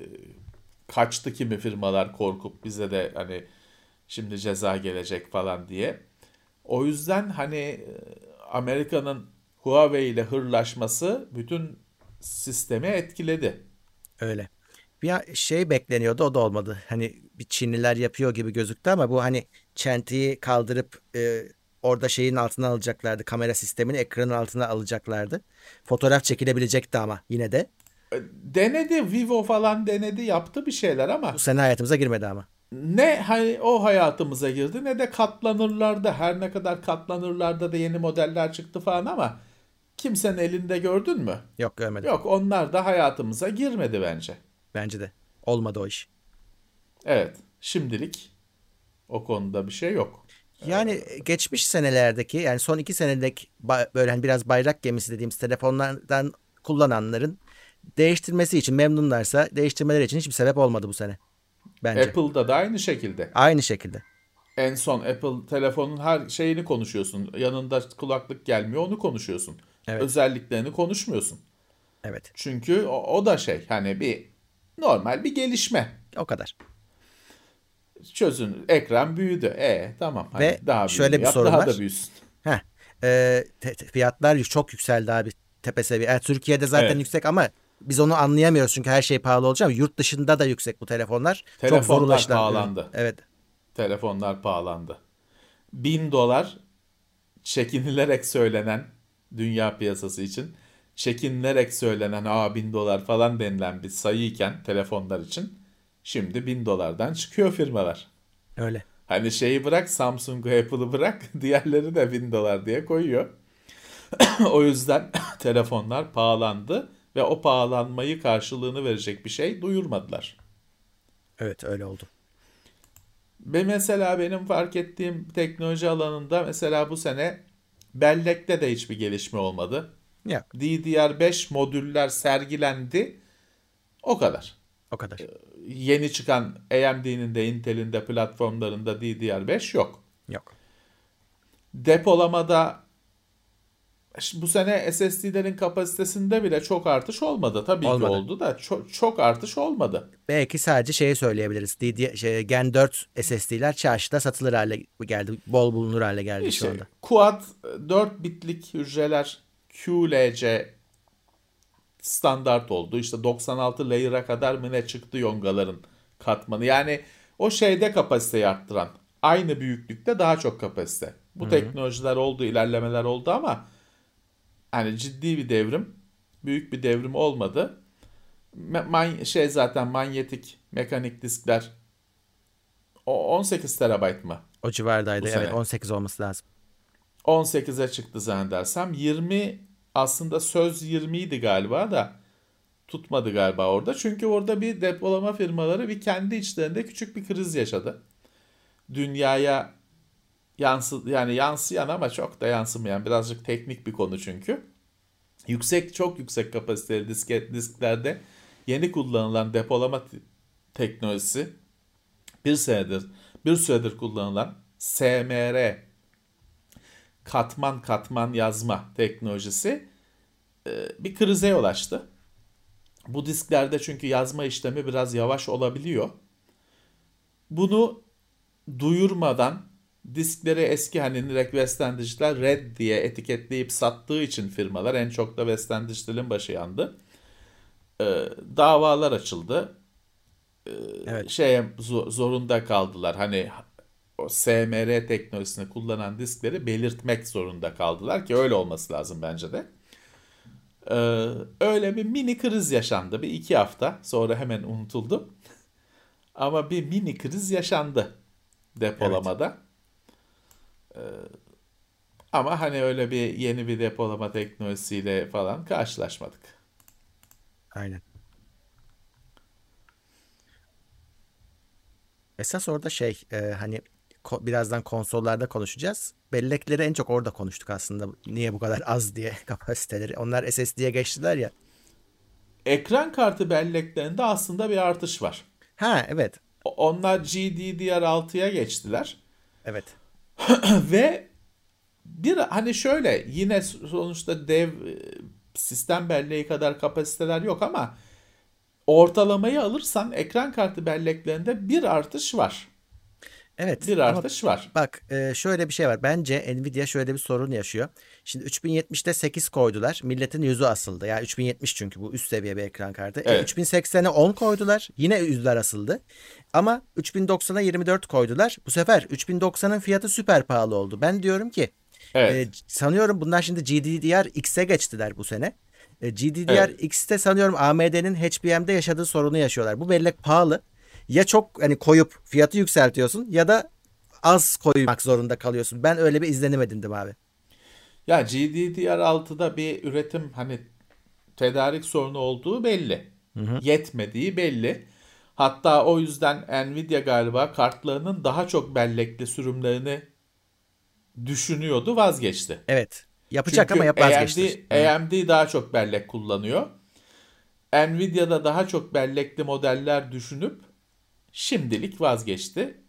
Kaçtı kimi firmalar korkup bize de hani şimdi ceza gelecek falan diye. O yüzden hani Amerika'nın Huawei ile hırlaşması bütün sistemi etkiledi. Öyle. Bir şey bekleniyordu, o da olmadı. Hani bir Çinliler yapıyor gibi gözüktü ama bu hani çentiyi kaldırıp orada şeyin altına alacaklardı. Kamera sistemini ekranın altına alacaklardı. Fotoğraf çekilebilecekti ama yine de. Denedi, Vivo falan denedi, yaptı bir şeyler Bu ama sene hayatımıza girmedi ama. ne hani o hayatımıza girdi ne de katlanırlarda, her ne kadar katlanırlarda da yeni modeller çıktı falan ama kimsenin elinde gördün mü? Yok, görmedim. Yok, onlar da hayatımıza girmedi bence. Bence de. Olmadı o iş. Evet, şimdilik o konuda bir şey yok. Yani geçmiş senelerdeki, yani son 2 senedeki böyle hani biraz bayrak gemisi dediğimiz telefonlardan kullananların değiştirmesi için, memnunlarsa değiştirmeleri için hiçbir sebep olmadı bu sene bence. Apple'da da aynı şekilde. Aynı şekilde. En son Apple telefonun her şeyini konuşuyorsun. Yanında kulaklık gelmiyor, onu konuşuyorsun. Evet. Özelliklerini konuşmuyorsun. Evet. Çünkü o da şey, hani bir normal bir gelişme. O kadar. Çözün, ekran büyüdü. Tamam, hani Ve daha büyüğünü şöyle bir yap, sorun daha da var. büyüsün. Heh, fiyatlar çok yükseldi abi. Tepe seviye. Türkiye'de zaten Evet. yüksek ama biz onu anlayamıyoruz çünkü her şey pahalı olacak. Ama yurt dışında da yüksek bu telefonlar. Çok zor Telefonlar ulaşılan ürün. pahalandı. Evet. Telefonlar pahalandı. $1.000 çekinilerek söylenen, dünya piyasası için çekinilerek söylenen, $1.000 falan denilen bir sayıyken telefonlar için şimdi $1.000'dan çıkıyor firmalar. Öyle. Hani şeyi bırak, Samsung'u, Apple'ı bırak, diğerleri de $1.000 diye koyuyor. O yüzden telefonlar pahalandı ve o pahalanmayı karşılığını verecek bir şey duyurmadılar. Evet, öyle oldu. Ve mesela benim fark ettiğim teknoloji alanında mesela bu sene bellekte de hiçbir gelişme olmadı. Yok. DDR5 modüller sergilendi. O kadar. O kadar. Yeni çıkan AMD'nin de Intel'in de platformlarında DDR5 yok. Yok. Depolamada bu sene SSD'lerin kapasitesinde bile çok artış olmadı. Tabii ki Olmadı. oldu da çok artış olmadı. Belki sadece şeyi söyleyebiliriz. Gen 4 SSD'ler çarşıda satılır hale geldi. Bol bulunur hale geldi şu İşte anda. Quad 4 bitlik hücreler QLC standart oldu. İşte 96 layer'a kadar mı ne çıktı yongaların katmanı. Yani o şeyde kapasiteyi arttıran. Aynı büyüklükte daha çok kapasite. Hı Bu hı. teknolojiler oldu, ilerlemeler oldu ama hani ciddi bir devrim, büyük bir devrim olmadı. Zaten manyetik, mekanik diskler o 18 terabayt mı O bu civardaydı. Evet, sene? 18 olması lazım. 18'e çıktı zannedersem. 20, aslında söz 20 idi galiba da tutmadı galiba orada. Çünkü orada bir depolama firmaları bir kendi içlerinde küçük bir kriz yaşadı. Dünyaya yani yansıyan ama çok da yansımayan, birazcık teknik bir konu çünkü. Çok yüksek kapasiteli disklerde yeni kullanılan depolama teknolojisi, bir süredir kullanılan SMR, katman katman yazma teknolojisi bir krize yol açtı. Bu disklerde çünkü yazma işlemi biraz yavaş olabiliyor. Bunu duyurmadan diskleri, eski hani direkt Western Digital Red diye etiketleyip sattığı için firmalar, en çok da Western Digital'in başı yandı. Davalar açıldı. Evet. Zorunda kaldılar. Hani o SMR teknolojisini kullanan diskleri belirtmek zorunda kaldılar ki öyle olması lazım bence de. Öyle bir mini kriz yaşandı. Bir 2 hafta sonra hemen unutuldu. Ama bir mini kriz yaşandı. Evet. depolamada. Ama hani öyle bir yeni bir depolama teknolojisiyle falan karşılaşmadık. Aynen. Esas orada hani birazdan konsollarda konuşacağız. Bellekleri en çok orada konuştuk aslında. Niye bu kadar az diye kapasiteleri. Onlar SSD'ye geçtiler ya. Ekran kartı belleklerinde aslında bir artış var. Ha evet. Onlar GDDR6'ya geçtiler. Evet. Ve bir hani şöyle yine sonuçta dev sistem belleği kadar kapasiteler yok ama ortalamayı alırsan ekran kartı belleklerinde bir artış var. Evet Bir ama artış var. bak şöyle bir şey var. Bence Nvidia şöyle bir sorun yaşıyor. Şimdi 3070'te 8 koydular. Milletin yüzü asıldı. Ya 3070 çünkü bu üst seviye bir ekran kartı. Evet. 3080'e 10 koydular. Yine yüzler asıldı. Ama 3090'a 24 koydular. Bu sefer 3090'ın fiyatı süper pahalı oldu. Ben diyorum ki Evet. sanıyorum bunlar şimdi GDDR-X'e geçtiler bu sene. Evet. GDDR-X'te sanıyorum AMD'nin HBM'de yaşadığı sorunu yaşıyorlar. Bu bellek pahalı. Ya çok hani koyup fiyatı yükseltiyorsun ya da az koymak zorunda kalıyorsun. Ben öyle bir izlenim edindim abi. Ya GDDR6'da bir üretim hani tedarik sorunu olduğu belli. Hı hı. Yetmediği belli. Hatta o yüzden Nvidia galiba kartlarının daha çok bellekli sürümlerini düşünüyordu, vazgeçti. Evet. Yapacak ama Çünkü yap vazgeçtir. Hı. AMD daha çok bellek kullanıyor. Nvidia'da daha çok bellekli modeller düşünüp şimdilik vazgeçti.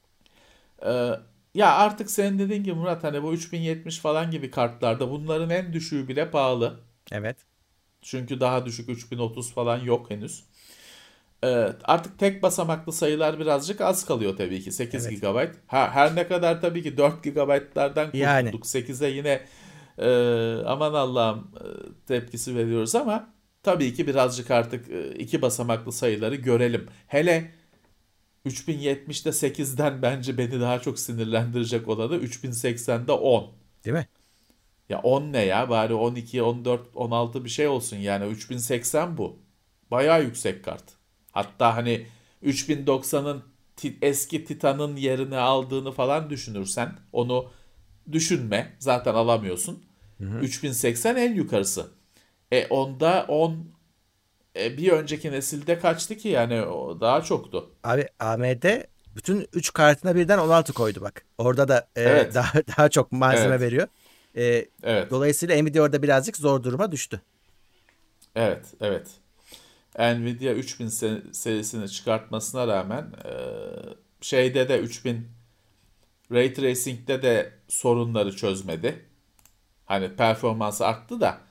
Ee, Ya artık senin dediğin gibi Murat hani bu 3070 falan gibi kartlarda bunların en düşüğü bile pahalı. Evet. Çünkü daha düşük 3030 falan yok henüz. Artık tek basamaklı sayılar birazcık az kalıyor tabii ki 8 Evet. GB. Her ne kadar tabii ki 4 GB'lardan Yani kurtulduk. 8'e yine aman Allah'ım tepkisi veriyoruz ama tabii ki birazcık artık iki basamaklı sayıları görelim. Hele 3070'te 8'den bence beni daha çok sinirlendirecek olanı 3080'de 10. değil mi? Ya 10 ne ya? Bari 12, 14, 16 bir şey olsun yani 3080 bu. Bayağı yüksek kart. Hatta hani 3090'ın eski Titan'ın yerini aldığını falan düşünürsen onu düşünme. Zaten alamıyorsun. Hı hı. 3080 en yukarısı. Onda 10 bir önceki nesilde kaçtı ki yani o daha çoktu. Abi AMD bütün 3 kartına birden 16 koydu bak. Orada da Evet. daha çok malzeme Evet. veriyor. E, Evet. Dolayısıyla Nvidia orada birazcık zor duruma düştü. Evet. Evet. Nvidia 3000 serisini çıkartmasına rağmen şeyde de 3000 Ray Tracing'de de sorunları çözmedi. Hani performansı arttı da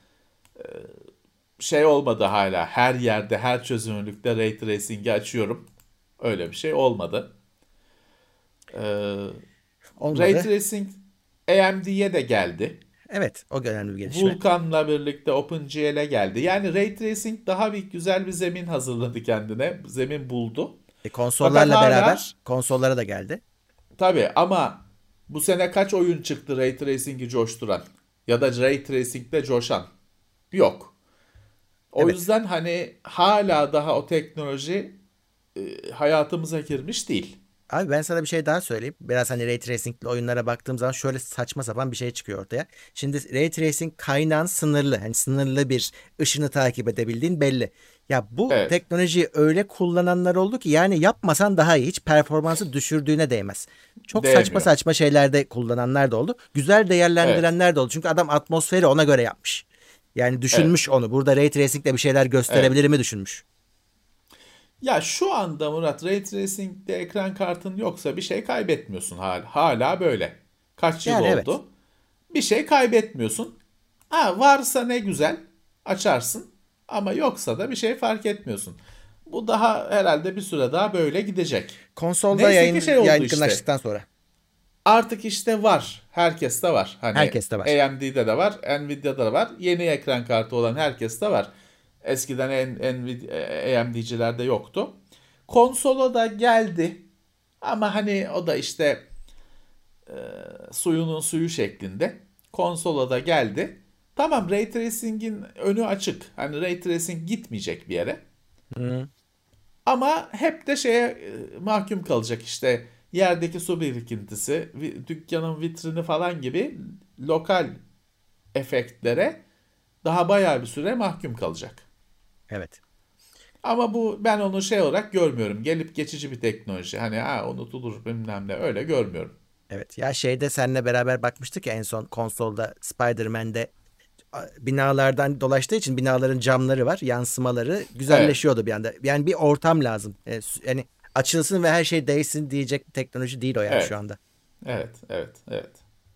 şey olmadı hala. Her yerde, her çözünürlükte Ray Tracing'i açıyorum. Öyle bir şey olmadı. Ee, Ray Olmadı. Tracing AMD'ye de geldi. Evet, o önemli bir gelişme. Vulkan'la birlikte OpenGL'e geldi. Yani Ray Tracing daha bir güzel bir zemin hazırladı kendine. Zemin buldu. Fakat Konsollarla hala beraber konsollara da geldi. tabii ama bu sene kaç oyun çıktı Ray Tracing'i coşturan ya da Ray Tracing'de coşan? Yok. O Evet. yüzden hani hala daha o teknoloji hayatımıza girmiş değil. Abi ben sana bir şey daha söyleyeyim. Biraz hani Ray Tracing'li oyunlara baktığım zaman şöyle saçma sapan bir şey çıkıyor ortaya. Şimdi Ray Tracing kaynağın sınırlı. Hani sınırlı bir ışını takip edebildiğin belli. Ya bu Evet, teknolojiyi öyle kullananlar oldu ki yani yapmasan daha iyi. Hiç performansı düşürdüğüne değmez. Çok saçma değmiyor. saçma şeylerde kullananlar da oldu. Güzel Evet, değerlendirenler de oldu. Çünkü adam atmosferi ona göre yapmış. Yani evet, düşünmüş onu. Burada Ray Tracing'le bir şeyler evet. gösterebilir mi düşünmüş. Ya şu anda Murat Ray Tracing'de ekran kartın yoksa bir şey kaybetmiyorsun hala. Hala böyle. Kaç yıl Yani evet. oldu? Bir şey kaybetmiyorsun. Ha, varsa ne güzel açarsın ama yoksa da bir şey fark etmiyorsun. Bu daha herhalde bir süre daha böyle gidecek. Konsolda Neyse ki şey oldu işte. yaygınlaştıktan sonra. Artık işte var. Herkeste var. Hani Herkeste var. AMD'de de var, Nvidia'da da var. Yeni ekran kartı olan herkeste var. Eskiden AMD'cilerde yoktu. Konsola da geldi. Ama hani o da işte suyunun suyu şeklinde. Konsola da geldi. Tamam Ray Tracing'in önü açık. Hani Ray Tracing gitmeyecek bir yere. Hı. Ama hep de şeye mahkum kalacak işte yerdeki su birikintisi, dükkanın vitrini falan gibi lokal efektlere daha bayağı bir süre mahkum kalacak. Evet. Ama ben onu şey olarak görmüyorum. Gelip geçici bir teknoloji. Hani unutulur bilmem ne, öyle görmüyorum. Evet. Ya şeyde seninle beraber bakmıştık ya en son konsolda Spider-Man'de binalardan dolaştığı için binaların camları var. Yansımaları Evet, güzelleşiyordu bir anda. Yani bir ortam lazım. Yani açılsın ve her şey değişsin diyecek bir teknoloji değil o yani şu evet, anda. evet, evet, evet.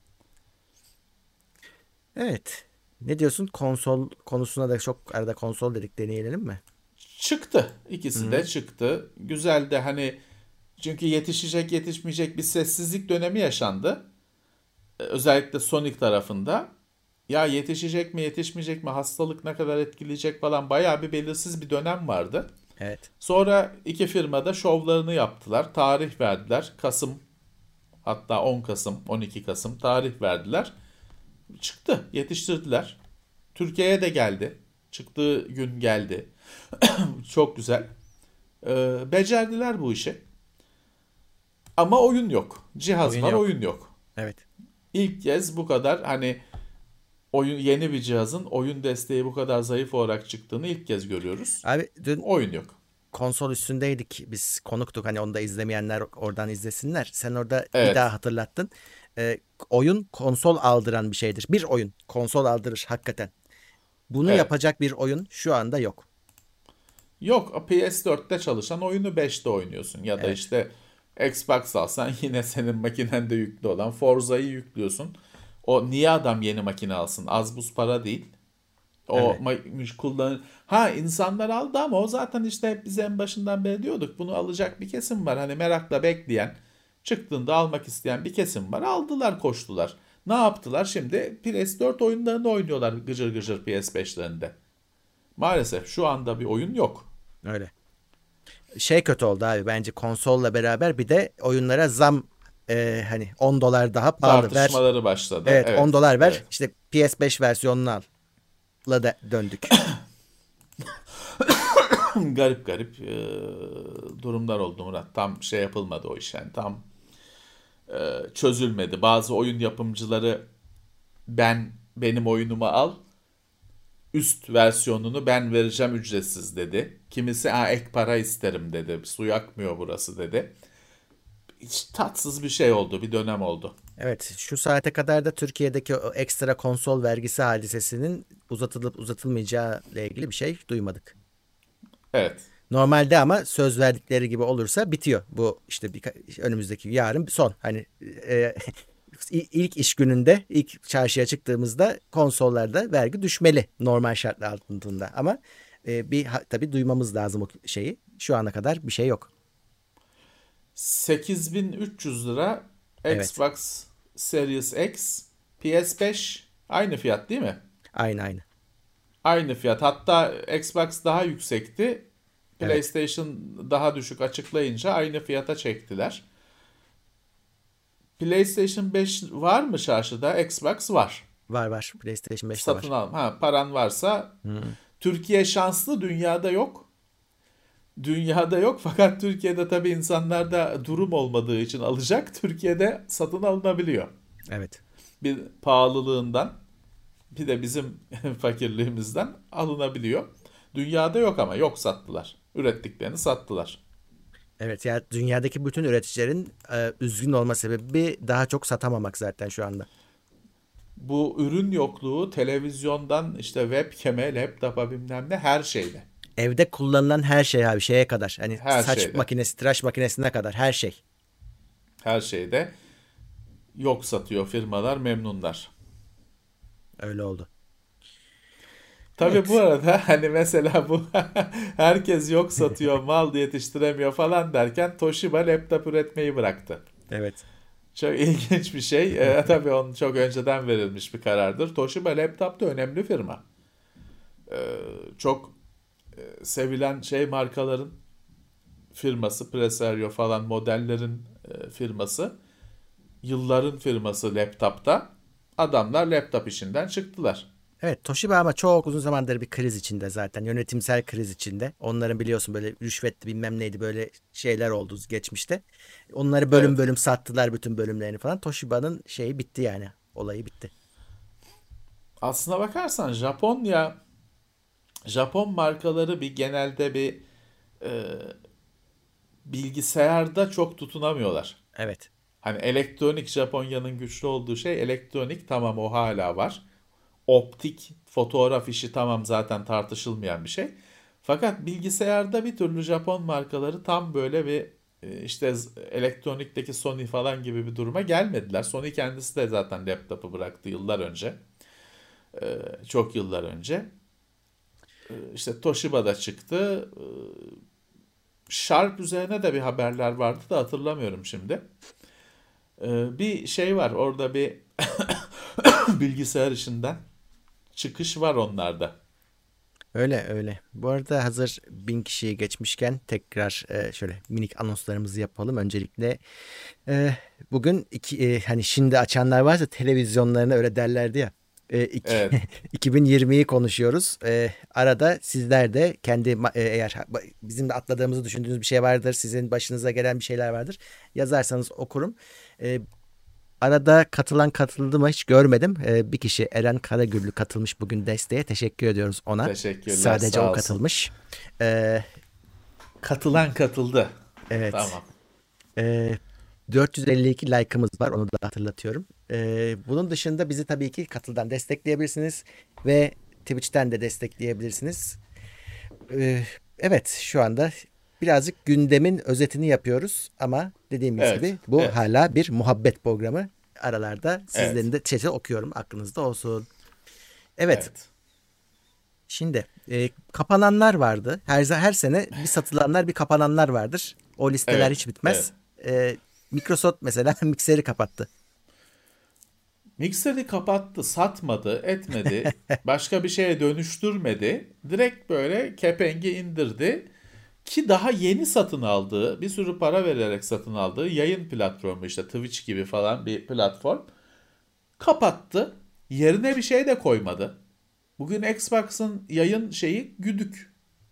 Evet. Ne diyorsun? Konsol konusuna da çok arada konsol dedik deneyelim mi? Çıktı. Hı İkisi de hı. çıktı. Güzel de hani, çünkü yetişecek yetişmeyecek bir sessizlik dönemi yaşandı. Özellikle Sonic tarafında. Ya yetişecek mi yetişmeyecek mi, hastalık ne kadar etkileyecek falan, bayağı bir belirsiz bir dönem vardı. Evet. Sonra iki firma da şovlarını yaptılar. Tarih verdiler. Kasım, hatta 10 Kasım, 12 Kasım tarih verdiler. Çıktı, yetiştirdiler. Türkiye'ye de geldi. Çıktığı gün geldi. Çok güzel. Becerdiler bu işi. Ama oyun yok. Cihaz Oyun var, yok. oyun yok. Evet. İlk kez bu kadar hani yeni bir cihazın oyun desteği bu kadar zayıf olarak çıktığını ilk kez görüyoruz. Abi dün Oyun yok. konsol üstündeydik. Biz konuktuk. Hani onu da izlemeyenler oradan izlesinler. Sen orada bir daha Evet. hatırlattın. Ee, Oyun konsol aldıran bir şeydir. Bir oyun konsol aldırır hakikaten. Bunu Evet. yapacak bir oyun şu anda yok. Yok, PS4'te çalışan oyunu 5'te oynuyorsun. Ya da Evet. işte Xbox alsan yine senin makinende yüklü olan Forza'yı yüklüyorsun. O niye adam yeni makine alsın? Az buz para değil. O Öyle. kullanır. Ha, insanlar aldı ama o zaten işte hep biz en başından beri diyorduk. Bunu alacak bir kesim var. Hani merakla bekleyen, çıktığında almak isteyen bir kesim var. Aldılar, koştular. Ne yaptılar? Şimdi PS4 oyunlarını oynuyorlar gıcır gıcır PS5'lerinde. Maalesef şu anda bir oyun yok. Öyle. Şey kötü oldu abi bence konsolla beraber bir de oyunlara zam hani 10 dolar daha pahalı ver. Tartışmaları başladı. Evet 10 Evet, dolar ver evet. işte PS5 versiyonunu al. La da döndük. Garip garip durumlar oldu Murat. Tam şey yapılmadı o iş, yani tam çözülmedi. Bazı oyun yapımcıları benim oyunumu al, üst versiyonunu ben vereceğim ücretsiz dedi. Kimisi ek para isterim dedi. Su yakmıyor burası dedi. Hiç tatsız bir şey oldu, bir dönem oldu. Evet şu saate kadar da Türkiye'deki o ekstra konsol vergisi hadisesinin uzatılıp uzatılmayacağı ile ilgili bir şey duymadık. Evet. Normalde ama söz verdikleri gibi olursa bitiyor. Bu işte önümüzdeki yarın son. Hani ilk iş gününde ilk çarşıya çıktığımızda konsollarda vergi düşmeli normal şartlar altında. Ama tabii duymamız lazım o şeyi. Şu ana kadar bir şey yok. 8.300 lira Evet. Xbox Series X, PS5 aynı fiyat değil mi? Aynı aynı. Aynı fiyat. Hatta Xbox daha yüksekti. Evet. PlayStation daha düşük açıklayınca aynı fiyata çektiler. PlayStation 5 var mı çarşıda? Xbox var. Var var. PlayStation 5 de Satın var. al. Ha, paran varsa. Hı. Türkiye şanslı, dünyada yok. Dünyada yok, fakat Türkiye'de tabii insanlarda durum olmadığı için alacak. Türkiye'de satın alınabiliyor. Evet. Bir pahalılığından, bir de bizim fakirliğimizden alınabiliyor. Dünyada yok, ama yok, sattılar. Ürettiklerini sattılar. Evet ya dünyadaki bütün üreticilerin üzgün olma sebebi daha çok satamamak zaten şu anda. Bu ürün yokluğu televizyondan işte webcam'e, laptopa, bilmem ne, her şeyde. Evde kullanılan her şey abi şeye kadar. Hani Her saç şeyde. makinesi, tıraş makinesine kadar her şey. Her şeyde yok satıyor firmalar, memnunlar. Öyle oldu. Tabii bu Evet. arada hani mesela bu herkes yok satıyor, mal yetiştiremiyor falan derken Toshiba laptop üretmeyi bıraktı. Evet. Çok ilginç bir şey. Tabii onun çok önceden verilmiş bir karardır. Toshiba laptop da önemli firma. Çok sevilen şey markaların firması, Presario falan modellerin firması, yılların firması laptopta. Adamlar laptop işinden çıktılar. Evet, Toshiba ama çok uzun zamandır bir kriz içinde zaten. Yönetimsel kriz içinde. Onların biliyorsun böyle rüşvetli bilmem neydi böyle şeyler oldu geçmişte. Onları bölüm Evet. bölüm sattılar bütün bölümlerini falan. Toshiba'nın şeyi bitti yani. Olayı bitti. Aslına bakarsan Japon markaları bir genelde bir e, bilgisayarda çok tutunamıyorlar. Evet. Hani elektronik, Japonya'nın güçlü olduğu şey elektronik, tamam, o hala var. Optik fotoğraf işi tamam, zaten tartışılmayan bir şey. Fakat bilgisayarda bir türlü Japon markaları tam böyle bir işte elektronikteki Sony falan gibi bir duruma gelmediler. Sony kendisi de zaten laptopu bıraktı yıllar önce. Çok yıllar önce. İşte Toshiba da çıktı. Sharp üzerine de bir haberler vardı da hatırlamıyorum şimdi. Bir şey var orada, bir bilgisayar işinden çıkış var onlarda. Öyle öyle. Bu arada hazır 1000 kişiyi geçmişken tekrar şöyle minik anonslarımızı yapalım. Öncelikle e, bugün hani şimdi açanlar varsa televizyonlarına öyle derlerdi ya. Evet, 2020'yi konuşuyoruz. Arada sizler de kendi eğer bizim de atladığımızı düşündüğünüz bir şey vardır, sizin başınıza gelen bir şeyler vardır. Yazarsanız okurum. E, Arada katılan katıldı mı hiç görmedim. Bir kişi Eren Karagüllü katılmış bugün desteğe. Teşekkür ediyoruz ona. teşekkürler, Sadece o sağ olsun. katılmış. Ee, Katılan katıldı. evet. Tamam. 452 like'ımız var. Onu da hatırlatıyorum. Bunun dışında bizi tabii ki Katıl'dan destekleyebilirsiniz. Ve Twitch'ten de destekleyebilirsiniz. Ee, evet, şu anda birazcık gündemin özetini yapıyoruz. Ama dediğimiz Evet, gibi bu evet, hala bir muhabbet programı. Aralarda evet, sizlerin de chat'i okuyorum. Aklınızda olsun. Evet. evet, Şimdi kapananlar vardı. Her sene bir satılanlar bir kapananlar vardır. O listeler evet, hiç evet. bitmez. Microsoft mesela mikseri kapattı. Mikser'i kapattı, satmadı, etmedi, başka bir şeye dönüştürmedi. Direkt böyle kepengi indirdi. Ki daha yeni satın aldığı, bir sürü para vererek satın aldığı yayın platformu, işte Twitch gibi falan bir platform kapattı. Yerine bir şey de koymadı. Bugün Xbox'ın yayın şeyi güdük,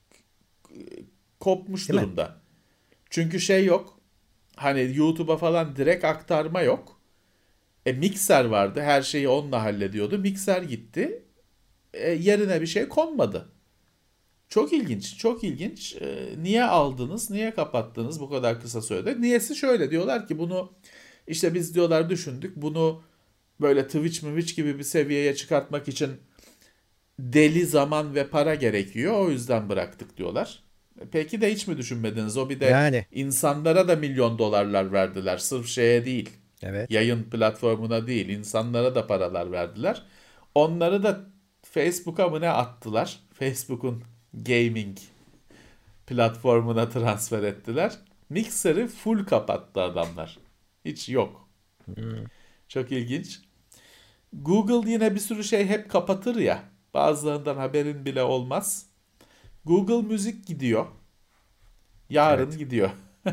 kopmuş Değil mi? durumda. Çünkü şey yok. Hani YouTube'a falan direkt aktarma yok. Mixer vardı. Her şeyi onunla hallediyordu. Mixer gitti. Yerine bir şey konmadı. Çok ilginç, çok ilginç. Niye aldınız, niye kapattınız bu kadar kısa sürede? Niyesi şöyle, diyorlar ki bunu işte biz diyorlar düşündük. Bunu böyle Twitch gibi bir seviyeye çıkartmak için deli zaman ve para gerekiyor. O yüzden bıraktık diyorlar. Peki de hiç mi düşünmediniz? O bir de Yani. insanlara da milyon dolarlar verdiler. Sırf şeye değil. Evet. Yayın platformuna değil. İnsanlara da paralar verdiler. Onları da Facebook'a mı ne attılar? Facebook'un gaming platformuna transfer ettiler. Mixer'ı full kapattı adamlar. Hiç yok. Hmm. Çok ilginç. Google yine bir sürü şey hep kapatır ya. Bazılarından haberin bile olmaz. Google Müzik gidiyor. Yarın Evet. gidiyor.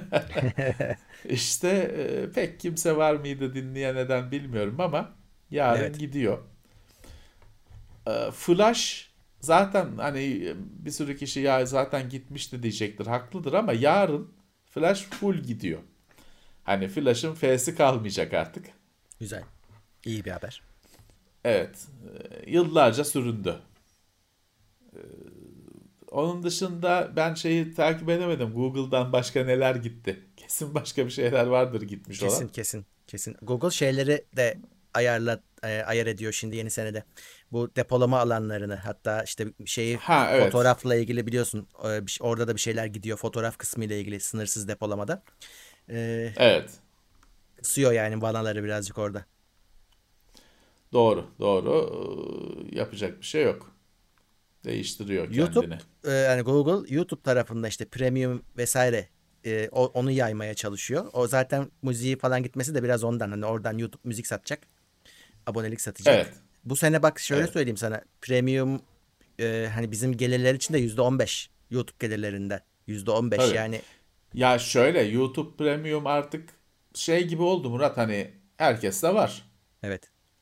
İşte pek kimse var mıydı dinleyen, neden bilmiyorum ama yarın Evet. gidiyor. Flash zaten hani bir sürü kişi ya zaten gitmişti diyecektir. Haklıdır ama yarın Flash full gidiyor. Hani Flash'ın F'si kalmayacak artık. Güzel. İyi bir haber. Evet. Yıllarca süründü. Onun dışında ben şeyi takip edemedim. Google'dan başka neler gitti. Kesin başka bir şeyler vardır gitmiş Kesin olan. kesin kesin. Google şeyleri de ayar ediyor şimdi yeni senede. Bu depolama alanlarını, hatta işte şeyi Ha, evet. fotoğrafla ilgili biliyorsun, orada da bir şeyler gidiyor fotoğraf kısmı ile ilgili sınırsız depolamada. E, Evet. Kısıyor yani vanaları birazcık orada. Doğru. Doğru. Yapacak bir şey yok. Değiştiriyor YouTube, kendini. yani Google YouTube tarafında işte premium vesaire, onu yaymaya çalışıyor. O zaten müziği falan gitmesi de biraz ondan. Hani oradan YouTube müzik satacak. Abonelik satacak. Evet. Bu sene bak şöyle Evet. söyleyeyim sana. Premium, hani bizim gelirler için de %15. YouTube gelirlerinde. %15 Tabii. yani. Ya şöyle, YouTube Premium artık şey gibi oldu Murat, hani herkeste var. Evet.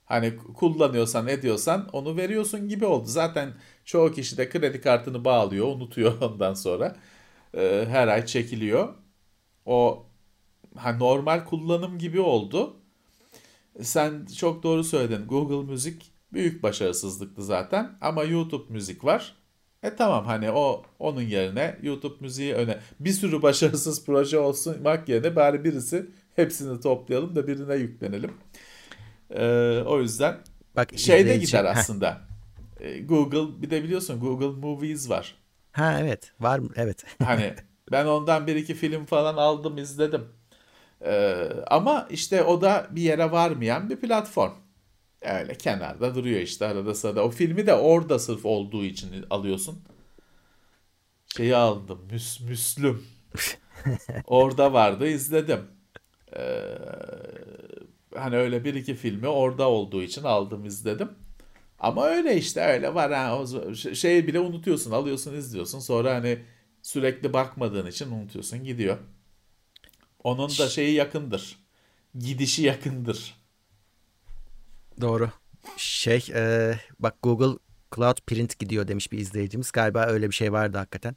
Hani kullanıyorsan ediyorsan onu veriyorsun gibi oldu. Zaten çoğu kişi de kredi kartını bağlıyor, unutuyor ondan sonra. Her ay çekiliyor. O normal kullanım gibi oldu. Sen çok doğru söyledin. Google Müzik büyük başarısızlıktı zaten. Ama YouTube Müzik var. Tamam hani onun yerine YouTube Müziği bir sürü başarısız proje olsun yerine bari birisi hepsini toplayalım da birine yüklenelim. O yüzden Bak şeyde izleyici. gider aslında. Google bir de biliyorsun Google Movies var. Ha evet var mı? Evet. Hani ben ondan bir iki film falan aldım izledim. Ama işte o da bir yere varmayan bir platform. Öyle kenarda duruyor işte arada sırada. O filmi de orada sırf olduğu için alıyorsun. Şeyi aldım. Müslüm. Orada vardı izledim. Ee, Hani öyle bir iki filmi orada olduğu için aldım izledim. Ama öyle işte öyle var ha. Şeyi bile unutuyorsun. Alıyorsun izliyorsun. Sonra hani sürekli bakmadığın için unutuyorsun gidiyor. Onun da şeyi yakındır. Gidişi yakındır. Doğru. Bak Google Cloud Print gidiyor demiş bir izleyicimiz. Galiba öyle bir şey vardı hakikaten.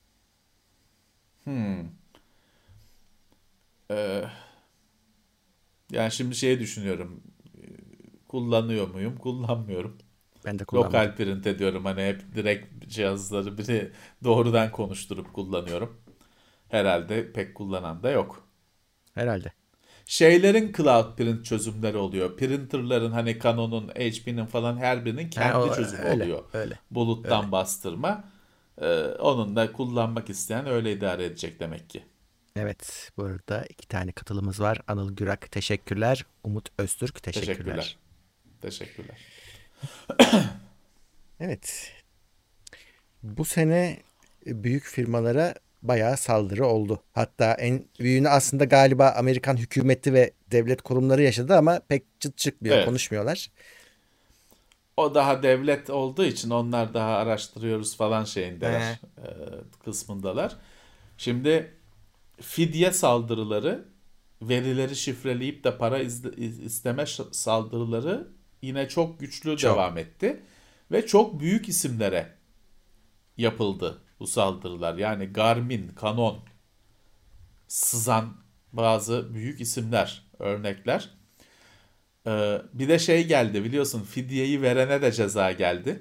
Hmm. Ee, Yani şimdi şeyi düşünüyorum. Kullanıyor muyum? Kullanmıyorum. Ben de kullanmadım. Lokal print ediyorum. Hani hep direkt cihazları biri doğrudan konuşturup kullanıyorum. Herhalde pek kullanan da yok. Herhalde. Şeylerin cloud print çözümleri oluyor. Printerların hani Canon'un, HP'nin falan her birinin Ha, kendi çözümü öyle. oluyor. Öyle. Öyle. Buluttan bastırma. Onun da kullanmak isteyen öyle idare edecek demek ki. Evet. Burada iki tane katılımız var. Anıl Gürak teşekkürler. Umut Öztürk teşekkürler. Teşekkürler. Teşekkürler. Evet. Bu sene büyük firmalara bayağı saldırı oldu. Hatta en büyüğünü aslında galiba Amerikan hükümeti ve devlet kurumları yaşadı ama pek çıt çıkmıyor, Evet. konuşmuyorlar. O daha devlet olduğu için onlar daha araştırıyoruz falan He. şeyindeler, kısmındalar. Şimdi fidye saldırıları, verileri şifreleyip de para isteme saldırıları yine çok güçlü Çok. devam etti. Ve çok büyük isimlere yapıldı bu saldırılar. Yani Garmin, Canon, sızan bazı büyük isimler, örnekler. Bir de şey geldi biliyorsun fidyeyi verene de ceza geldi.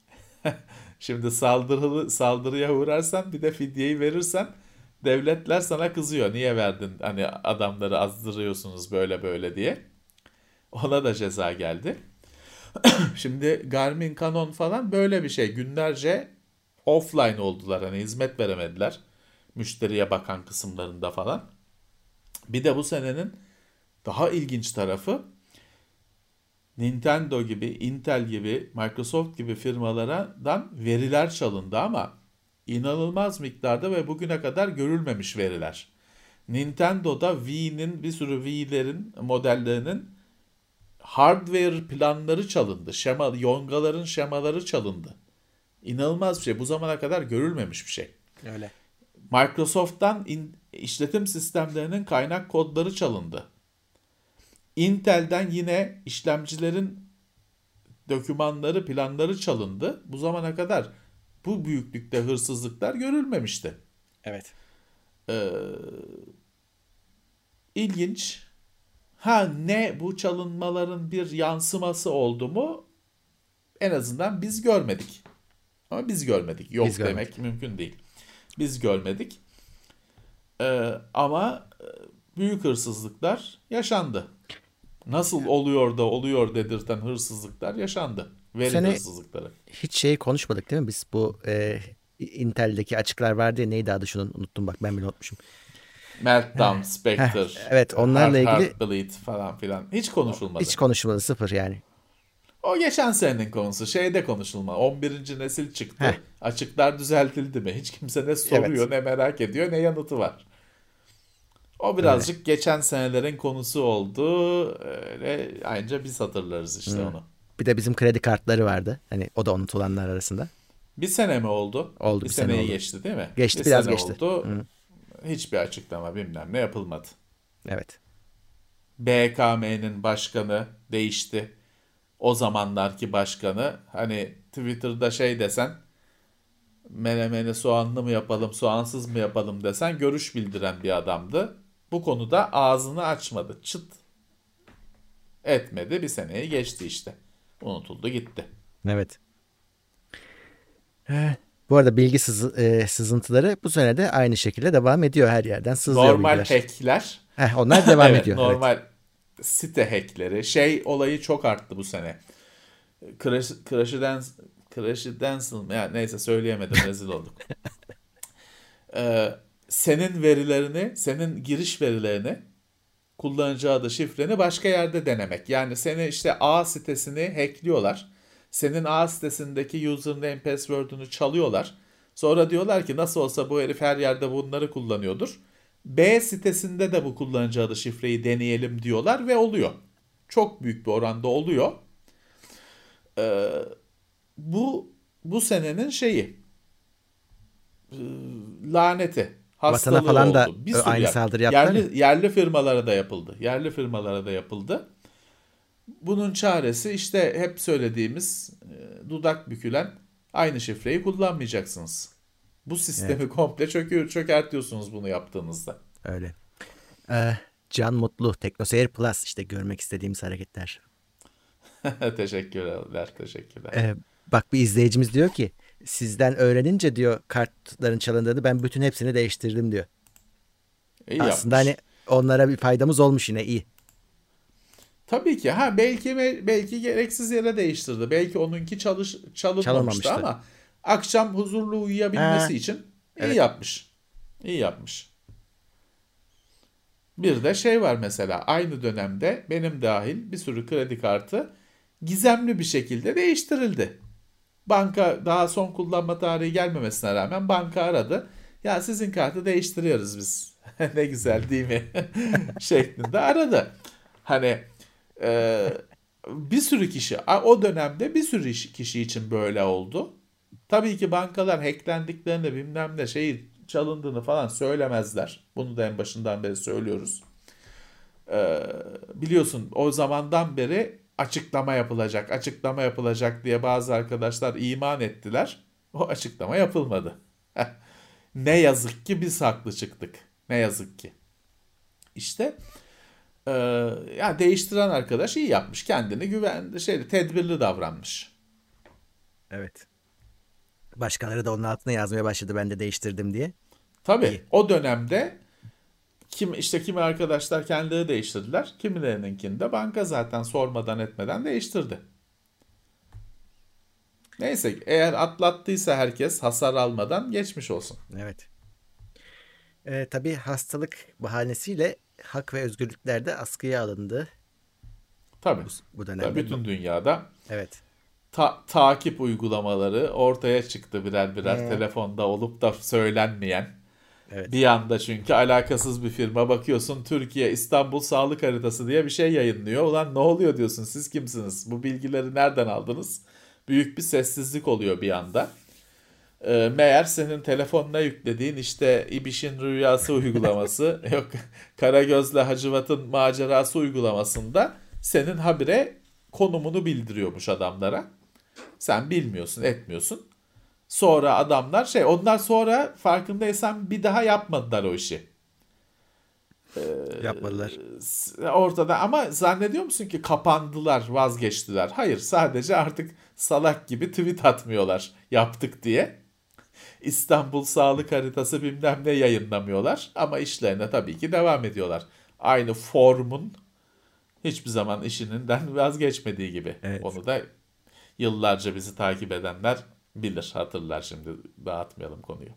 Şimdi saldırıya uğrarsan bir de fidyeyi verirsen devletler sana kızıyor. Niye verdin hani adamları azdırıyorsunuz böyle böyle diye. Ona da ceza geldi. Şimdi Garmin, Canon falan böyle bir şey. Günlerce offline oldular. Hani hizmet veremediler. Müşteriye bakan kısımlarında falan. Bir de bu senenin daha ilginç tarafı Nintendo gibi, Intel gibi, Microsoft gibi firmalardan veriler çalındı ama inanılmaz miktarda ve bugüne kadar görülmemiş veriler. Nintendo'da Wii'nin bir sürü Wii'lerin modellerinin hardware planları çalındı. Yongaların şemaları çalındı. İnanılmaz bir şey. Bu zamana kadar görülmemiş bir şey. Öyle. Microsoft'tan işletim sistemlerinin kaynak kodları çalındı. Intel'den yine işlemcilerin dokümanları, planları çalındı. Bu zamana kadar bu büyüklükte hırsızlıklar görülmemişti. Evet. Ee, ilginç. Ha ne bu çalınmaların bir yansıması oldu mu? En azından biz görmedik. Ama biz görmedik. Biz Yok görmedik. demek mümkün değil. Biz görmedik. Ama büyük hırsızlıklar yaşandı. Nasıl oluyor da oluyor dedirten hırsızlıklar yaşandı. Bu Veri sene hırsızlıkları. hiç şey konuşmadık değil mi? Biz bu Intel'deki açıklar vardı ya, neydi adı şunun, unuttum bak, ben bile unutmuşum. Meltdown, Heh, Spectre, evet, onlarla ilgili Heartbleed falan filan. Hiç hiç konuşulmadı. konuşmadı, sıfır yani. O geçen senenin konusu. Şeyde konuşulma. 11. nesil Heh, çıktı. Açıklar düzeltildi mi? Hiç kimse ne evet, soruyor, ne merak ediyor, ne yanıtı var. O öyle. birazcık geçen senelerin konusu oldu. Öyle anca biz hatırlarız işte Hmm. onu. Bir de bizim kredi kartları vardı. Hani o da unutulanlar arasında. Bir sene mi oldu? Oldu, Bir bir sene seneyi oldu. geçti değil mi? Bir Geçti, biraz sene geçti. oldu. Hı, Hiçbir açıklama bilmem ne yapılmadı. evet. BKM'nin başkanı değişti. O zamanlarki başkanı, hani Twitter'da şey desen, menemeni soğanlı mı yapalım, soğansız mı yapalım desen görüş bildiren bir adamdı. Bu konuda ağzını açmadı. Çıt etmedi. Bir seneyi geçti işte. Unutuldu gitti. Evet. Bu arada bilgi sızıntıları bu sene de aynı şekilde devam ediyor. Her yerden sızıyor Normal bilgiler. hackler, Onlar devam evet, ediyor. Evet. normal site hackleri, şey olayı çok arttı bu sene. Crash'ı Dance mı? Ya neyse söyleyemedim, rezil olduk. Ee, Senin verilerini, senin giriş verilerini, kullanıcı adı, şifreni başka yerde denemek. Yani seni işte A sitesini hackliyorlar. Senin A sitesindeki username password'ünü çalıyorlar. Sonra diyorlar ki nasıl olsa bu herif her yerde bunları kullanıyordur. B sitesinde de bu kullanıcı adı, şifreyi deneyelim diyorlar ve oluyor. Çok büyük bir oranda oluyor. Ee, bu senenin şeyi, e, laneti, Vatana hastalığı falan da oldu. Bir sürü aynı saldırı yaptılar ya. yerli firmalara da yapıldı. Yerli firmalara da yapıldı. Bunun çaresi işte hep söylediğimiz, dudak bükülen, aynı şifreyi kullanmayacaksınız. Bu Evet, sistemi komple çökertiyorsunuz bunu yaptığınızda. öyle. Ee, Can Mutlu, TeknoSeyir Plus, işte görmek istediğimiz hareketler. Teşekkürler, teşekkürler. Bak, bir izleyicimiz diyor ki sizden öğrenince diyor kartların çalındığını, ben bütün hepsini değiştirdim diyor. İyi Aslında hani yapmış. onlara bir faydamız olmuş, yine iyi. Tabii ki. Belki gereksiz yere değiştirdi. Belki onunki çalınmamıştı Çalınmamıştı. ama akşam huzurlu Ha, uyuyabilmesi için iyi evet. yapmış. İyi yapmış. Bir de şey var mesela, aynı dönemde benim dahil bir sürü kredi kartı gizemli bir şekilde değiştirildi. Banka, daha son kullanma tarihi gelmemesine rağmen, banka aradı. Ya sizin kartı değiştiriyoruz biz. Ne güzel değil mi? Şeklinde aradı. Hani e, bir sürü kişi, o dönemde bir sürü kişi için böyle oldu. Tabii ki bankalar hacklendiklerini, bilmem ne şeyi çalındığını falan söylemezler. Bunu da en başından beri söylüyoruz. Biliyorsun o zamandan beri açıklama yapılacak, açıklama yapılacak diye bazı arkadaşlar iman ettiler. O açıklama yapılmadı. Ne yazık ki biz haklı çıktık. Ne yazık ki. İşte e, ya değiştiren arkadaş iyi yapmış. Kendini tedbirli davranmış. Evet. Başkaları da onun altına yazmaya başladı, ben de değiştirdim diye. Tabii İyi. o dönemde kimi arkadaşlar kendileri değiştirdiler. Kimilerininkini de banka zaten sormadan etmeden değiştirdi. Neyse, eğer atlattıysa herkes hasar almadan, geçmiş olsun. Evet. Tabii hastalık bahanesiyle hak ve özgürlükler de askıya alındı Tabii. bu Tabii dönemde. bütün dünyada Evet. takip uygulamaları ortaya çıktı birer birer, Hmm, telefonda olup da söylenmeyen. evet. Bir anda çünkü alakasız bir firma, bakıyorsun Türkiye İstanbul sağlık haritası diye bir şey yayınlıyor. Ulan ne oluyor diyorsun, siz kimsiniz? Bu bilgileri nereden aldınız? Büyük bir sessizlik oluyor bir anda. Meğer senin telefonuna yüklediğin işte İbiş'in Rüyası uygulaması, yok Karagöz'le Hacivat'ın Macerası uygulamasında senin habire konumunu bildiriyormuş adamlara. Sen bilmiyorsun, etmiyorsun. Sonra adamlar onlar sonra farkındaysan bir daha yapmadılar o işi. Yapmadılar. Ortada, ama zannediyor musun ki kapandılar, vazgeçtiler? Hayır, sadece artık salak gibi tweet atmıyorlar yaptık diye. İstanbul sağlık haritası bilmem ne yayınlamıyorlar ama işlerine tabii ki devam ediyorlar. Aynı formun hiçbir zaman işinden vazgeçmediği gibi. Evet. Onu da yıllarca bizi takip edenler bilir, hatırlar, şimdi dağıtmayalım konuyu.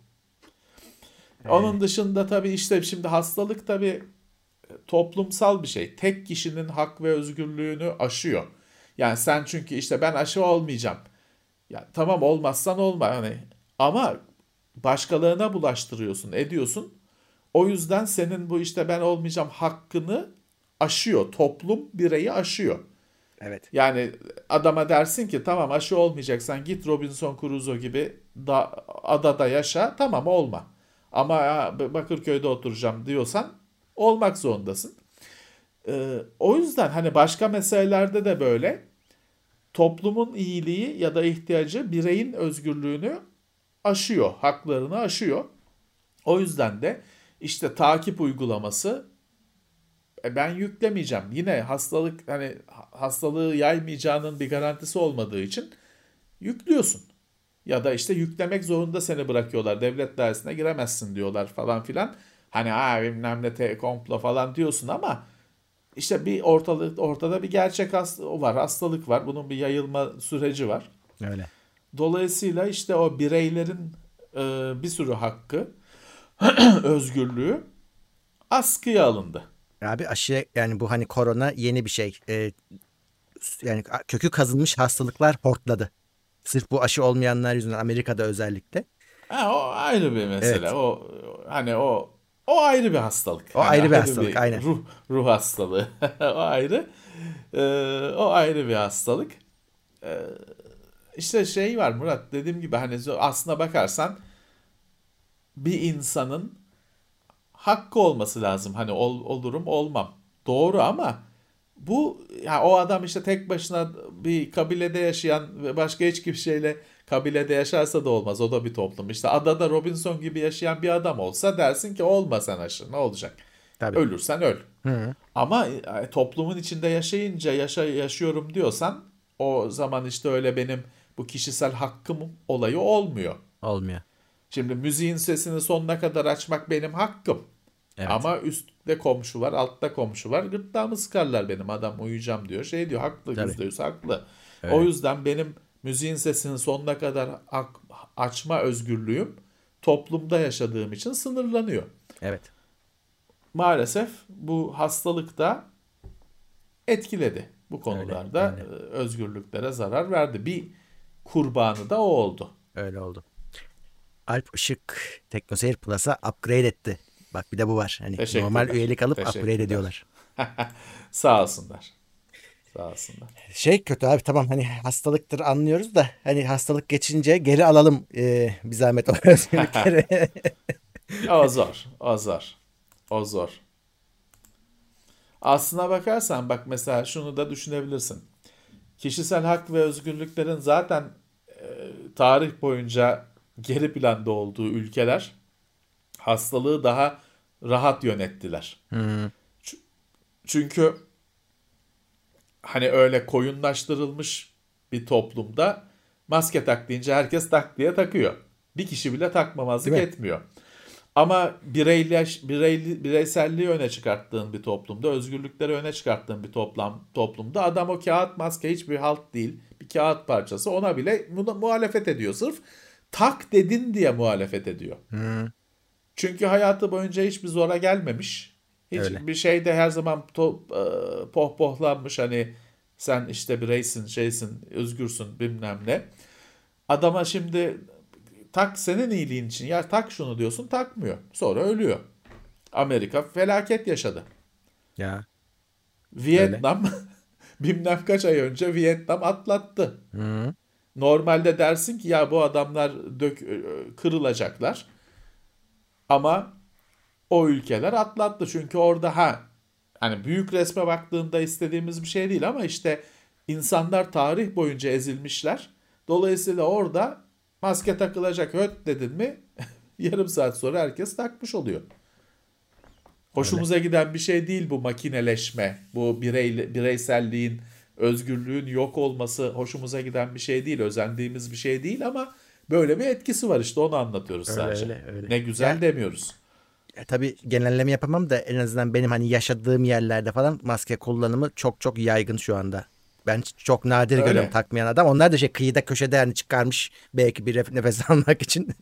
Ee, Onun dışında tabii işte şimdi hastalık tabii toplumsal bir şey. Tek kişinin hak ve özgürlüğünü aşıyor. Yani sen çünkü işte ben aşı olmayacağım. Ya tamam, olmazsan olma hani, ama başkalarına bulaştırıyorsun, ediyorsun. O yüzden senin bu işte ben olmayacağım hakkını aşıyor. Toplum bireyi aşıyor. evet. Yani adama dersin ki tamam, aşı olmayacaksan git Robinson Crusoe gibi adada yaşa, tamam olma. Ama ya, Bakırköy'de oturacağım diyorsan olmak zorundasın. O yüzden hani başka meselelerde de böyle. toplumun iyiliği ya da ihtiyacı bireyin özgürlüğünü aşıyor, haklarını aşıyor. O yüzden de işte takip uygulaması ben yüklemeyeceğim. Yine hastalık hani hastalığı yaymayacağının bir garantisi olmadığı için yüklüyorsun. Ya da işte yüklemek zorunda seni bırakıyorlar. Devlet dairesine giremezsin diyorlar falan filan. Hani bilmem ne komplo falan diyorsun ama işte bir ortada bir gerçek var, hastalık var. Bunun bir yayılma süreci var. Öyle. Dolayısıyla işte o bireylerin bir sürü hakkı, özgürlüğü askıya alındı. Abi aşı yani bu hani korona yeni bir şey. Yani kökü kazınmış hastalıklar hortladı. Sırf bu aşı olmayanlar yüzünden Amerika'da özellikle. Ha, o ayrı bir mesele. Evet. O ayrı bir hastalık. O Hani ayrı bir ayrı hastalık, bir aynen. ruh hastalığı. O ayrı. O ayrı bir hastalık. İşte şey var Murat, dediğim gibi hani aslına bakarsan bir insanın hakkı olması lazım. Hani olurum olmam. Doğru ama bu ya o adam işte tek başına bir kabilede yaşayan ve başka hiç kimseyle kabilede yaşarsa da olmaz. O da bir toplum. İşte adada Robinson gibi yaşayan bir adam olsa dersin ki olma sen aşı. Ne olacak? Tabii. Ölürsen öl. Hı, Ama toplumun içinde yaşayınca yaşıyorum diyorsan o zaman işte öyle benim bu kişisel hakkım olayı olmuyor. olmuyor. Şimdi müziğin sesini sonuna kadar açmak benim hakkım. Evet. Ama üstte komşu var, altta komşu var. Gırtlağımı sıkarlar benim adam uyuyacağım diyor. Şey diyor haklı, Tabii. %100 haklı. O Öyle. yüzden benim müziğin sesini sonuna kadar açma özgürlüğüm toplumda yaşadığım için sınırlanıyor. Evet. Maalesef bu hastalık da etkiledi. Bu Öyle. konularda Öyle. özgürlüklere zarar verdi. Bir kurbanı da o oldu. Öyle oldu. Alp Işık TeknoSeyir Plus'a upgrade etti. Bak bir de bu var. Hani normal Teşekkürler. üyelik alıp upgrade Teşekkürler. ediyorlar. Sağ olsunlar. Sağ olsunlar. Şey kötü abi, tamam hani hastalıktır anlıyoruz da hani hastalık geçince geri alalım bir zahmet o özgürlükleri. O zor. O zor. O zor. Aslına bakarsan bak mesela şunu da düşünebilirsin. Kişisel hak ve özgürlüklerin zaten tarih boyunca geri planda olduğu ülkeler hastalığı daha rahat yönettiler. Hmm, Çünkü hani öyle koyunlaştırılmış bir toplumda maske tak deyince herkes tak diye takıyor. Bir kişi bile değil takmamazlık mi? etmiyor. Ama bireyselliği öne çıkarttığın bir toplumda, özgürlükleri öne çıkarttığın bir toplumda adam o kağıt maske hiçbir halt değil. Bir kağıt parçası ona bile muhalefet ediyor. Sırf tak dedin diye muhalefet ediyor. Hmm, Çünkü hayatı boyunca hiçbir zora gelmemiş. öyle. Hiçbir şeyde her zaman pohpohlanmış hani sen işte bireysin, şeysin, özgürsün bilmem ne. Adama şimdi tak senin iyiliğin için ya tak şunu diyorsun takmıyor. Sonra ölüyor. Amerika felaket yaşadı. Ya öyle. Vietnam bilmem kaç ay önce Vietnam atlattı. Hmm, Normalde dersin ki ya bu adamlar kırılacaklar. Ama o ülkeler atlattı. Çünkü orada hani büyük resme baktığında istediğimiz bir şey değil ama işte insanlar tarih boyunca ezilmişler. Dolayısıyla orada maske takılacak höt dedin mi yarım saat sonra herkes takmış oluyor. öyle. Hoşumuza giden bir şey değil bu makineleşme, bu bireyselliğin, özgürlüğün yok olması hoşumuza giden bir şey değil, özendiğimiz bir şey değil ama böyle bir etkisi var işte onu anlatıyoruz Öyle sadece. öyle öyle. Ne Ya güzel demiyoruz. tabii genelleme yapamam da en azından benim hani yaşadığım yerlerde falan maske kullanımı çok çok yaygın şu anda. Ben çok nadir görüyorum Öyle. takmayan adam. Onlar da şey kıyıda köşede yani çıkarmış belki bir nefes almak için.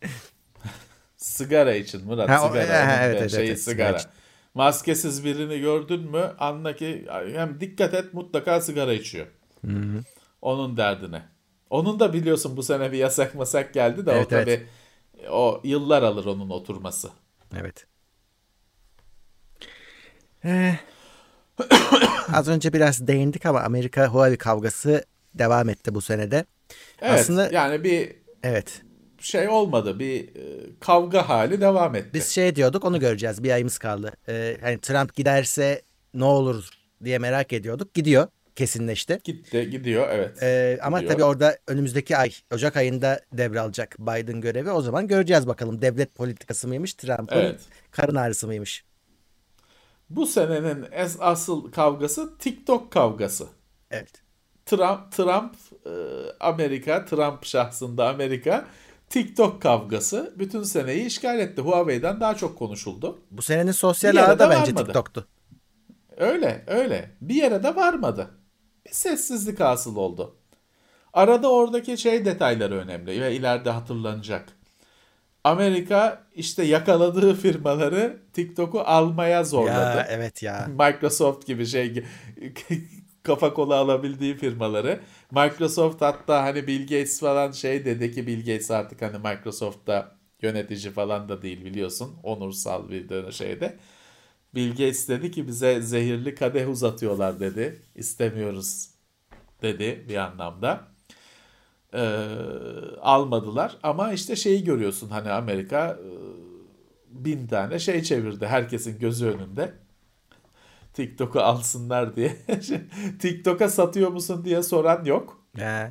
Sigara için Murat, Ha, sigara. Onun evet, da evet, evet, şeyi evet, sigara için. sigara. Maskesiz birini gördün mü anla ki hem dikkat et mutlaka sigara içiyor. Hı-hı. Onun derdine. Onun da biliyorsun bu sene bir yasak masak geldi de o Evet, evet. tabii o yıllar alır onun oturması. Evet. Eh, az önce biraz değindik ama Amerika-Huawei kavgası devam etti bu senede. Evet Aslında yani bir evet. şey olmadı bir kavga hali devam Biz etti. şey diyorduk, onu göreceğiz. Bir ayımız kaldı. Hani Trump giderse ne olur diye merak ediyorduk. Gidiyor. kesinleşti. Gidiyor, evet. Ama Gidiyor. tabii orada önümüzdeki ay, Ocak ayında devralacak Biden görevi. O zaman göreceğiz bakalım devlet politikası mıymış, Trump'ın Evet. karın ağrısı mıymış? Bu senenin asıl kavgası TikTok kavgası. Evet. Trump Amerika, Trump şahsında Amerika, TikTok kavgası bütün seneyi işgal etti. Huawei'den daha çok konuşuldu. Bu senenin Bir sosyal ağı yere da de bence varmadı. TikTok'tu. Öyle, öyle. Bir yere de varmadı. Bir sessizlik hasıl oldu. Arada oradaki şey detayları önemli ve ileride hatırlanacak. Amerika işte yakaladığı firmaları TikTok'u almaya Ya zorladı. evet ya. Microsoft gibi şey kafa kola alabildiği firmaları. Microsoft hatta hani Bill Gates falan şey dedi ki Bill Gates artık hani Microsoft'ta yönetici falan da değil biliyorsun. Onursal bir şeyde. Bill Gates dedi ki bize zehirli kadeh uzatıyorlar dedi. İstemiyoruz dedi bir anlamda. Ee, Almadılar ama işte şeyi görüyorsun hani Amerika 1000 tane şey çevirdi herkesin gözü önünde. TikTok'u alsınlar diye. TikTok'a satıyor musun diye soran yok. He.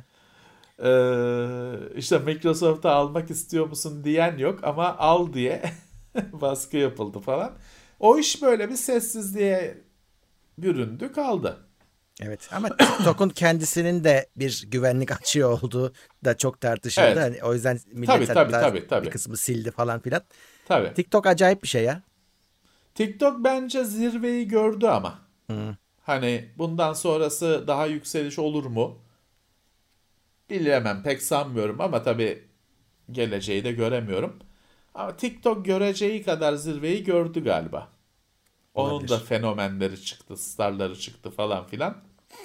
İşte Microsoft'a almak istiyor musun diyen yok ama al diye baskı yapıldı falan. O iş böyle bir sessizliğe büründü kaldı. Evet ama TikTok'un kendisinin de bir güvenlik açığı olduğu da çok tartışıldı. Evet. Hani o yüzden millet Tabii tabii hatta tabii bir tabii. kısmı sildi falan filan. Tabii. TikTok acayip bir şey ya. TikTok bence zirveyi gördü ama. Hı. Hani bundan sonrası daha yükseliş olur mu? Bilemem, pek sanmıyorum ama tabii geleceği de göremiyorum. Ama TikTok göreceği kadar zirveyi gördü galiba. Onun da Olabilir. fenomenleri çıktı, starları çıktı falan filan.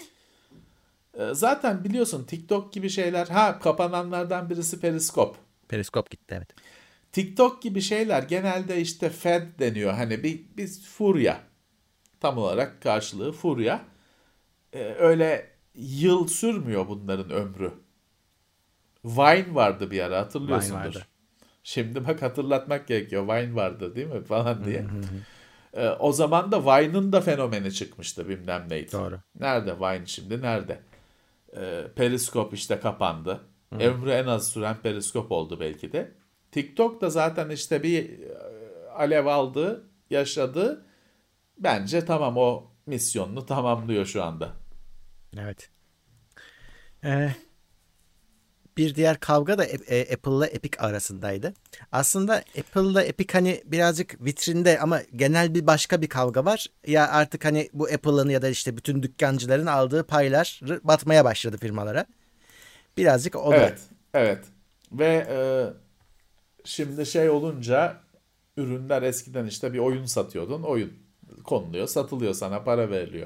Zaten biliyorsun TikTok gibi şeyler, ha kapananlardan birisi Periskop. Periskop gitti evet. TikTok gibi şeyler genelde işte fad deniyor. Hani bir furya. Tam olarak karşılığı furya. Öyle yıl sürmüyor bunların ömrü. Vine vardı bir ara Vine vardı. hatırlıyorsundur. Şimdi bak hatırlatmak gerekiyor. Vine vardı değil mi falan Hı diye. hı hı. O zaman da Vine'ın da fenomeni çıkmıştı bilmem neydi. Doğru. Nerede Vine şimdi nerede? Periskop işte kapandı. Hı. Ömrü en az süren Periskop oldu belki de. TikTok da zaten işte bir alev aldı, yaşadı. Bence tamam o misyonunu tamamlıyor şu anda. Evet. Ee, Bir diğer kavga da Apple'la Epic arasındaydı. Aslında Apple'la Epic hani birazcık vitrinde ama genel bir başka bir kavga var. Ya artık hani bu Apple'ın ya da işte bütün dükkancıların aldığı paylar batmaya başladı firmalara. Birazcık o da. Evet, evet. Ve şimdi şey olunca ürünler eskiden işte bir oyun satıyordun. Oyun konuluyor, satılıyor sana, para veriliyor.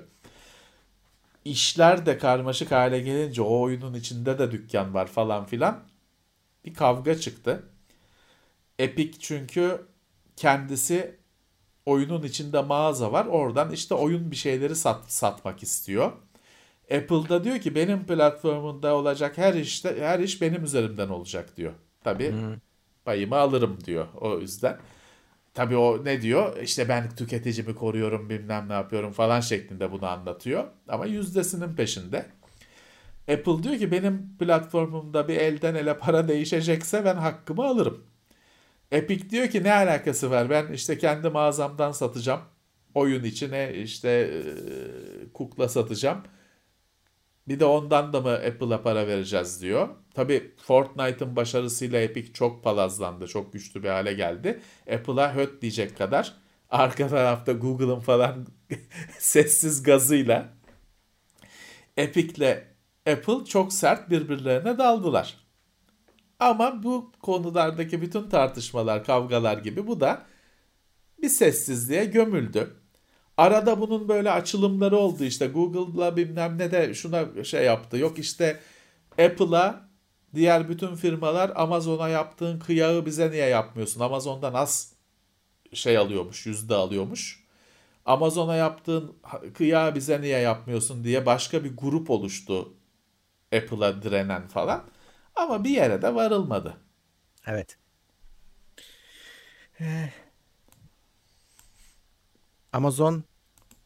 İşler de karmaşık hale gelince o oyunun içinde de dükkan var falan filan. Bir kavga çıktı. Epic çünkü kendisi oyunun içinde mağaza var. Oradan işte oyun bir şeyleri satmak istiyor. Apple'da diyor ki benim platformumda olacak her iş benim üzerimden olacak diyor. Tabii Hı, payımı alırım diyor o yüzden. Tabii o ne diyor? İşte ben tüketicimi koruyorum bilmem ne yapıyorum falan şeklinde bunu anlatıyor. Ama yüzdesinin peşinde. Apple diyor ki benim platformumda bir elden ele para değişecekse ben hakkımı alırım. Epic diyor ki ne alakası var? Ben işte kendi mağazamdan satacağım. Oyun içine işte kukla satacağım. Bir de ondan da mı Apple'a para vereceğiz diyor. Tabii Fortnite'ın başarısıyla Epic çok palazlandı. Çok güçlü bir hale geldi. Apple'a höt diyecek kadar. Arka tarafta Google'ın falan sessiz gazıyla Epic'le Apple çok sert birbirlerine daldılar. Ama bu konulardaki bütün tartışmalar, kavgalar gibi bu da bir sessizliğe gömüldü. Arada bunun böyle açılımları oldu işte Google'la bilmem ne de şuna şey yaptı. Yok işte Apple'a diğer bütün firmalar Amazon'a yaptığın kıyağı bize niye yapmıyorsun? Amazon'dan az şey alıyormuş, yüzde alıyormuş. Amazon'a yaptığın kıyağı bize niye yapmıyorsun diye başka bir grup oluştu Apple'a direnen falan. Ama bir yere de varılmadı. evet. Amazon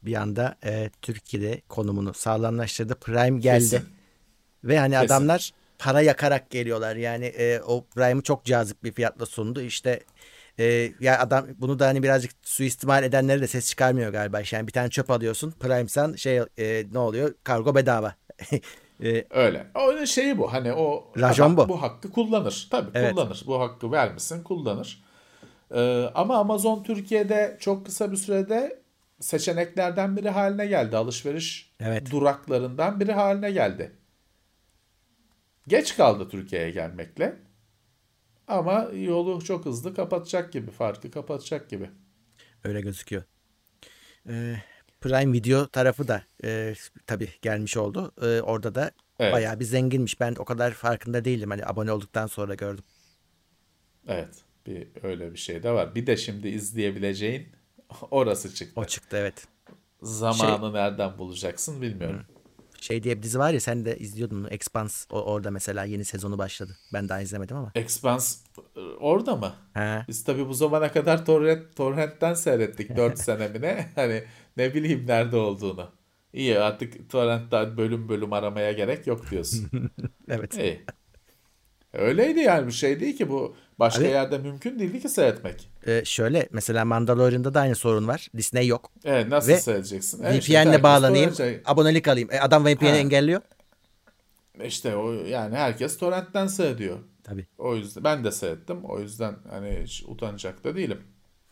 bir anda Türkiye'de konumunu sağlamlaştırdı. Prime geldi Kesin. ve hani Kesin. adamlar para yakarak geliyorlar. Yani o Prime'ı çok cazip bir fiyatla sundu. İşte ya adam bunu da hani birazcık suistimal edenlere de ses çıkarmıyor galiba. Yani bir tane çöp alıyorsun. Prime'san ne oluyor? Kargo bedava. E, Öyle. O şeyi bu. Hani o Rajon adam bu. bu hakkı kullanır. Tabii Evet. kullanır. Bu hakkı vermişsin kullanır. Ama Amazon Türkiye'de çok kısa bir sürede seçeneklerden biri haline geldi. Alışveriş Evet. duraklarından biri haline geldi. Geç kaldı Türkiye'ye gelmekle. Ama yolu çok hızlı kapatacak gibi. Farkı kapatacak gibi. Öyle gözüküyor. E, Prime Video tarafı da tabii gelmiş oldu. Orada da Evet. bayağı bir zenginmiş. Ben o kadar farkında değildim. Hani abone olduktan sonra gördüm. Evet. Öyle bir şey de var. Bir de şimdi izleyebileceğin orası O çıktı. çıktı, evet. Şey Zamanı nereden bulacaksın bilmiyorum. hı. Şey diye bir dizi var ya, sen de izliyordun mu? Expanse. Orada mesela yeni sezonu başladı. Ben daha izlemedim ama. Expanse orada mı? Ha. Biz tabii bu zamana kadar torrentten seyrettik 4 senemine. Hani ne bileyim nerede olduğunu. İyi artık torrentten bölüm bölüm aramaya gerek yok diyorsun. Evet. İyi. Öyleydi yani bir şey değil ki bu başka Abi yerde mümkün değildi ki seyretmek. şöyle mesela Mandalorian'da da aynı sorun var. Disney yok. Evet nasıl Ve seyredeceksin? Evet işte VPN'le herkes bağlanayım, torrent. abonelik alayım. Adam VPN'i Ha engelliyor. işte o yani herkes torrentten seyrediyor. Tabii. O yüzden ben de seyrettim. O yüzden hani hiç utanacak da değilim.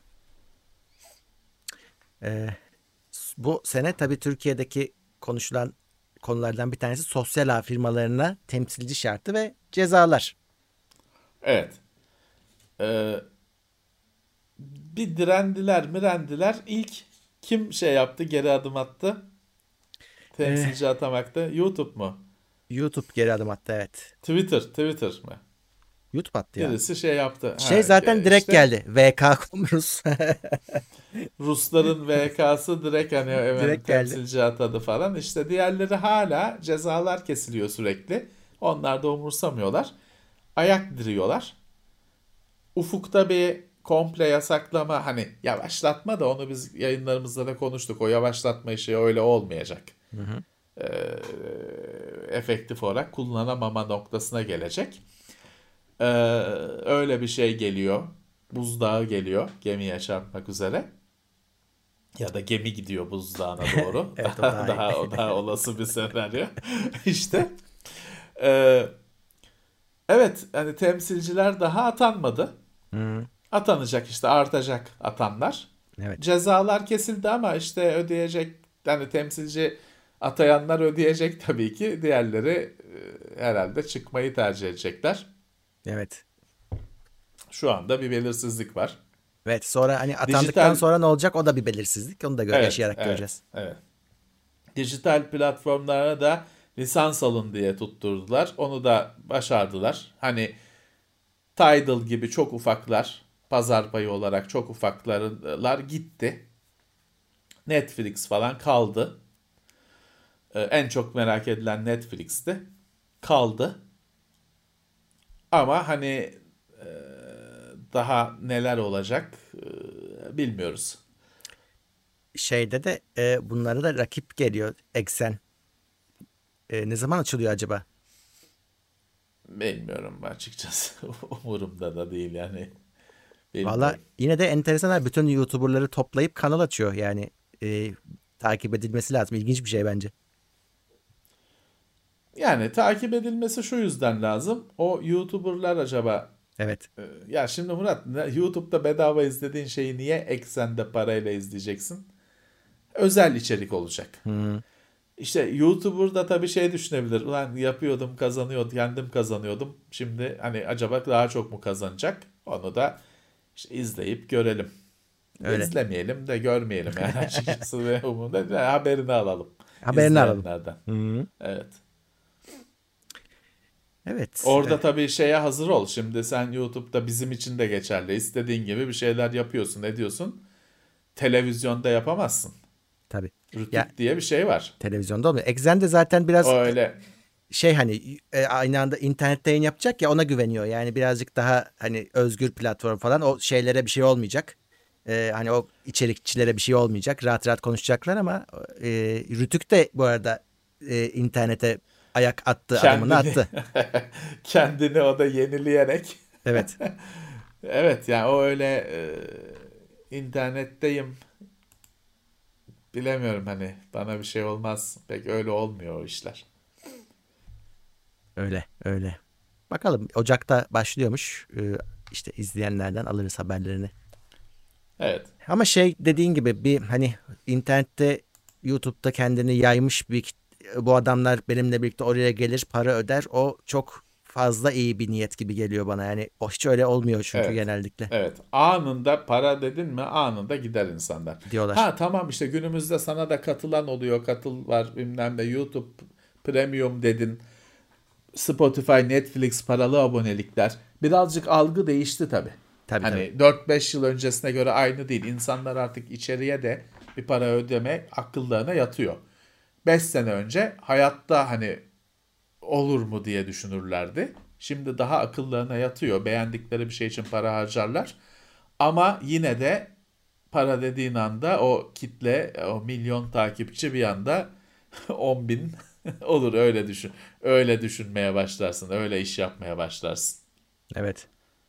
E, Bu sene tabii Türkiye'deki konuşulan konulardan bir tanesi sosyal ağ firmalarına temsilci şartı ve cezalar. Evet. Ee, Bir direndiler mirendiler. İlk kim şey yaptı geri adım attı? E, Temsilci atamakta. YouTube mu? YouTube geri adım attı, evet. Twitter mı? YouTube attı ya. Birisi şey yaptı. Şey zaten direkt İşte geldi. VK.com Rus. Rusların VK'sı direkt hani hemen Direkt geldi. temsilci atadı falan. İşte diğerleri hala cezalar kesiliyor sürekli. Onlar da umursamıyorlar. Ayak diriyorlar. Ufukta bir komple yasaklama hani yavaşlatma da onu biz yayınlarımızda da konuştuk. O yavaşlatma işi öyle olmayacak. Hı hı. Ee, Efektif olarak kullanamama noktasına gelecek. Ee, Öyle bir şey geliyor. Buzdağı geliyor gemiye çarpmak üzere. Ya da gemi gidiyor buzdağına doğru. Evet, o Daha daha iyi. daha o daha olası bir senaryo. İşte e, evet hani temsilciler daha atanmadı. Hı, Atanacak işte artacak atanlar. evet. Cezalar kesildi ama işte ödeyecek hani temsilci atayanlar ödeyecek tabii ki. Diğerleri herhalde çıkmayı tercih edecekler. Evet. Şu anda bir belirsizlik var. Evet. Sonra hani atandıktan Dijital sonra ne olacak? O da bir belirsizlik. Onu da evet yaşayarak evet göreceğiz. evet. Dijital platformlara da lisans alın diye tutturdular. Onu da başardılar. Hani Tidal gibi çok ufaklar, pazar payı olarak çok ufaklar gitti. Netflix falan kaldı. En çok merak edilen Netflix'ti. Kaldı. Ama hani e, daha neler olacak bilmiyoruz. Şeyde de bunlara da rakip geliyor. Eksen. Ne zaman açılıyor acaba? Bilmiyorum açıkçası. Umurumda da değil yani. Valla Bilmiyorum. yine de enteresan. Bütün YouTuber'ları toplayıp kanal açıyor. Yani takip edilmesi lazım. İlginç bir şey bence. Yani takip edilmesi şu yüzden lazım. O YouTuber'lar acaba Evet. ya şimdi Murat YouTube'da bedava izlediğin şeyi niye eksende parayla izleyeceksin? Özel içerik olacak. Hı, İşte YouTuber'da tabii şey düşünebilir. Ulan yapıyordum kazanıyordum kendim kazanıyordum. Şimdi hani acaba daha çok mu kazanacak? Onu da işte izleyip görelim. öyle. İzlemeyelim de görmeyelim yani açıkçası ve umurumda değil. Haberini alalım Haberini alalım. izleyenlerden. Hı, Evet. evet. Orada tabii şeye hazır ol. Şimdi sen YouTube'da bizim için de geçerli. İstediğin gibi bir şeyler yapıyorsun, ediyorsun. Televizyonda yapamazsın. Tabii. Ya Rütük diye bir şey var. televizyonda olmuyor. Exxen de zaten O biraz öyle. şey hani aynı anda internette yayın yapacak ya, ona güveniyor. Yani birazcık daha hani özgür platform falan, o şeylere bir şey olmayacak. Hani o içerikçilere bir şey olmayacak. Rahat rahat konuşacaklar ama Rütük de bu arada internete ayak attı, adımını Kendini attı. kendini o da yenileyerek. Evet. Evet yani o öyle internetteyim bilemiyorum hani bana bir şey olmaz. Pek öyle olmuyor o işler. Öyle öyle. Bakalım Ocak'ta başlıyormuş. İşte izleyenlerden alırız haberlerini. Evet. Ama şey dediğin gibi bir hani internette YouTube'da kendini yaymış bu adamlar benimle birlikte oraya gelir para öder. O çok fazla iyi bir niyet gibi geliyor bana. Yani o hiç öyle olmuyor çünkü Evet. genellikle Evet. Anında para dedin mi anında gider insanlar. diyorlar. Ha tamam işte günümüzde sana da katılan oluyor. Katıl var bilmem ne YouTube Premium dedin. Spotify, Netflix paralı abonelikler. Birazcık algı değişti tabii. Tabii tabii. Hani 4-5 yıl öncesine göre aynı değil. İnsanlar artık içeriye de bir para ödeme akıllarına yatıyor. 5 sene önce hayatta hani olur mu diye düşünürlerdi. Şimdi daha akıllarına yatıyor. Beğendikleri bir şey için para harcarlar. Ama yine de para dediğin anda o kitle, o milyon takipçi bir anda 10 bin olur öyle düşün. Öyle düşünmeye başlarsın. Öyle iş yapmaya başlarsın. Evet.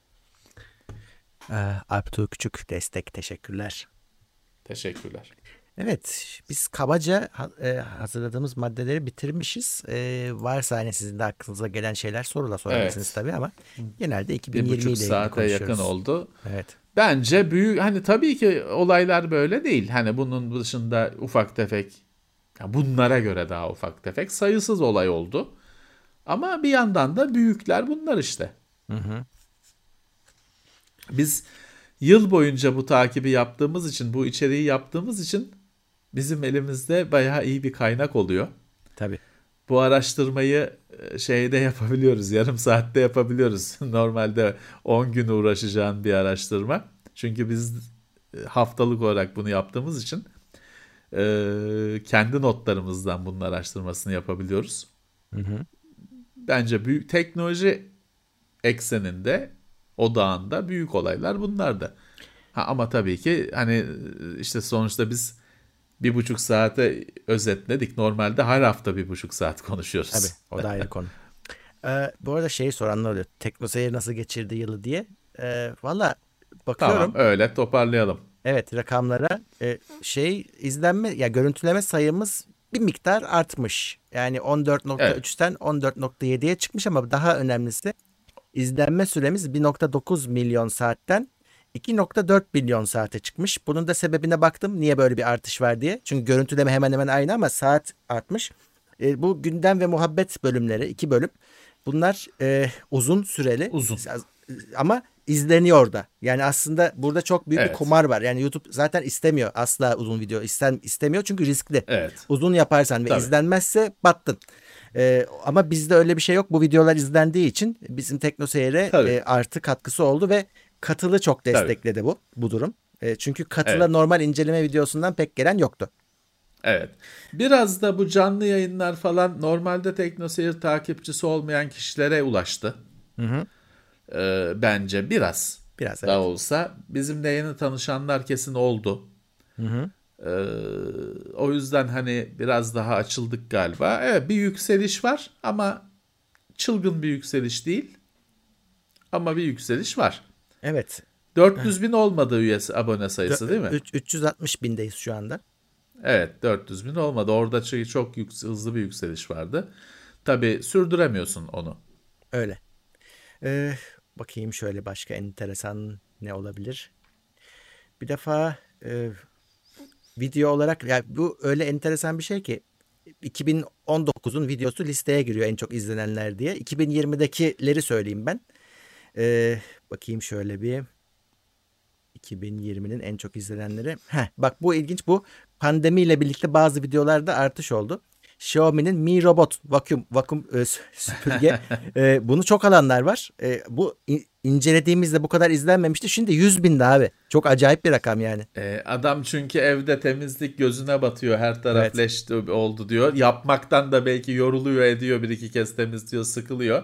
Alptuğ Küçük destek teşekkürler. Teşekkürler. Evet, biz kabaca hazırladığımız maddeleri bitirmişiz. Varsa hani sizin de aklınıza gelen şeyler sorular sorabilirsiniz Evet. tabii ama genelde 2020 1,5 ile ilgili saate yakın konuşuyoruz. oldu. Evet, Bence büyük hani tabii ki olaylar böyle değil. Hani bunun dışında ufak tefek ya bunlara göre daha ufak tefek sayısız olay oldu. Ama bir yandan da büyükler bunlar işte. hı hı, Biz yıl boyunca bu takibi yaptığımız için, bu içeriği yaptığımız için bizim elimizde bayağı iyi bir kaynak oluyor. tabii. Bu araştırmayı şeyde yapabiliyoruz, yarım saatte yapabiliyoruz. Normalde 10 gün uğraşacağın bir araştırma. Çünkü biz haftalık olarak bunu yaptığımız için kendi notlarımızdan bunun araştırmasını yapabiliyoruz. Hı hı. Bence büyük teknoloji ekseninde, odağında büyük olaylar bunlar da. Ha, ama tabii ki hani işte sonuçta biz 1,5 saate özetledik. Normalde her hafta 1,5 saat Tabii, konuşuyoruz. o da ayrı konu. Bu arada şeyi soranlar oluyor. Teknoseyir nasıl geçirdi yılı diye. Valla Tamam bakıyorum. öyle toparlayalım. Evet, rakamlara şey izlenme ya görüntüleme sayımız bir miktar artmış. Yani Evet, 14.3'ten 14.7'ye çıkmış ama daha önemlisi izlenme süremiz 1.9 milyon saatten 2.4 milyon saate çıkmış. Bunun da sebebine baktım niye böyle bir artış var diye. Çünkü görüntüleme hemen hemen aynı ama saat artmış. Bu gündem ve muhabbet bölümleri 2 bölüm. Bunlar uzun süreli uzun. ama izleniyor da. Yani aslında burada çok büyük bir Evet, kumar var. Yani YouTube zaten istemiyor asla uzun video istemiyor çünkü riskli. evet. Uzun yaparsan ve Tabii, izlenmezse battın. Ama bizde öyle bir şey yok. Bu videolar izlendiği için bizim TeknoSeyir'e tabii, artı katkısı oldu ve katılı çok tabii. destekledi bu durum. Çünkü katıla Evet, normal inceleme videosundan pek gelen yoktu. evet. Biraz da bu canlı yayınlar falan normalde TeknoSeyir takipçisi olmayan kişilere ulaştı. Hı hı. Bence biraz Biraz da evet. olsa bizimle yeni tanışanlar kesin oldu. Hı hı. Ee, O yüzden hani biraz daha açıldık galiba. Evet bir yükseliş var ama çılgın bir yükseliş değil. Ama bir yükseliş var. Evet. 400 bin olmadı üyesi abone sayısı değil mi? 360 bindeyiz şu anda. Evet 400 bin olmadı. Orada çok hızlı bir yükseliş vardı. Tabii sürdüremiyorsun onu. Öyle. Ee, Bakayım şöyle başka enteresan ne olabilir? Bir defa video olarak ya bu öyle enteresan bir şey ki 2019'un videosu listeye giriyor en çok izlenenler diye. 2020'dekileri söyleyeyim ben. Bakayım şöyle bir 2020'nin en çok izlenenleri. Bak bu ilginç, bu pandemiyle birlikte bazı videolarda artış oldu. Xiaomi'nin Mi Robot vakum süpürge. Bunu çok alanlar var. Bu incelediğimizde bu kadar izlenmemişti. Şimdi 100 binde abi. Çok acayip bir rakam yani. Adam çünkü evde temizlik gözüne batıyor. Her taraf Evet. leş oldu diyor. Yapmaktan da belki yoruluyor ediyor. Bir iki kez temizliyor sıkılıyor.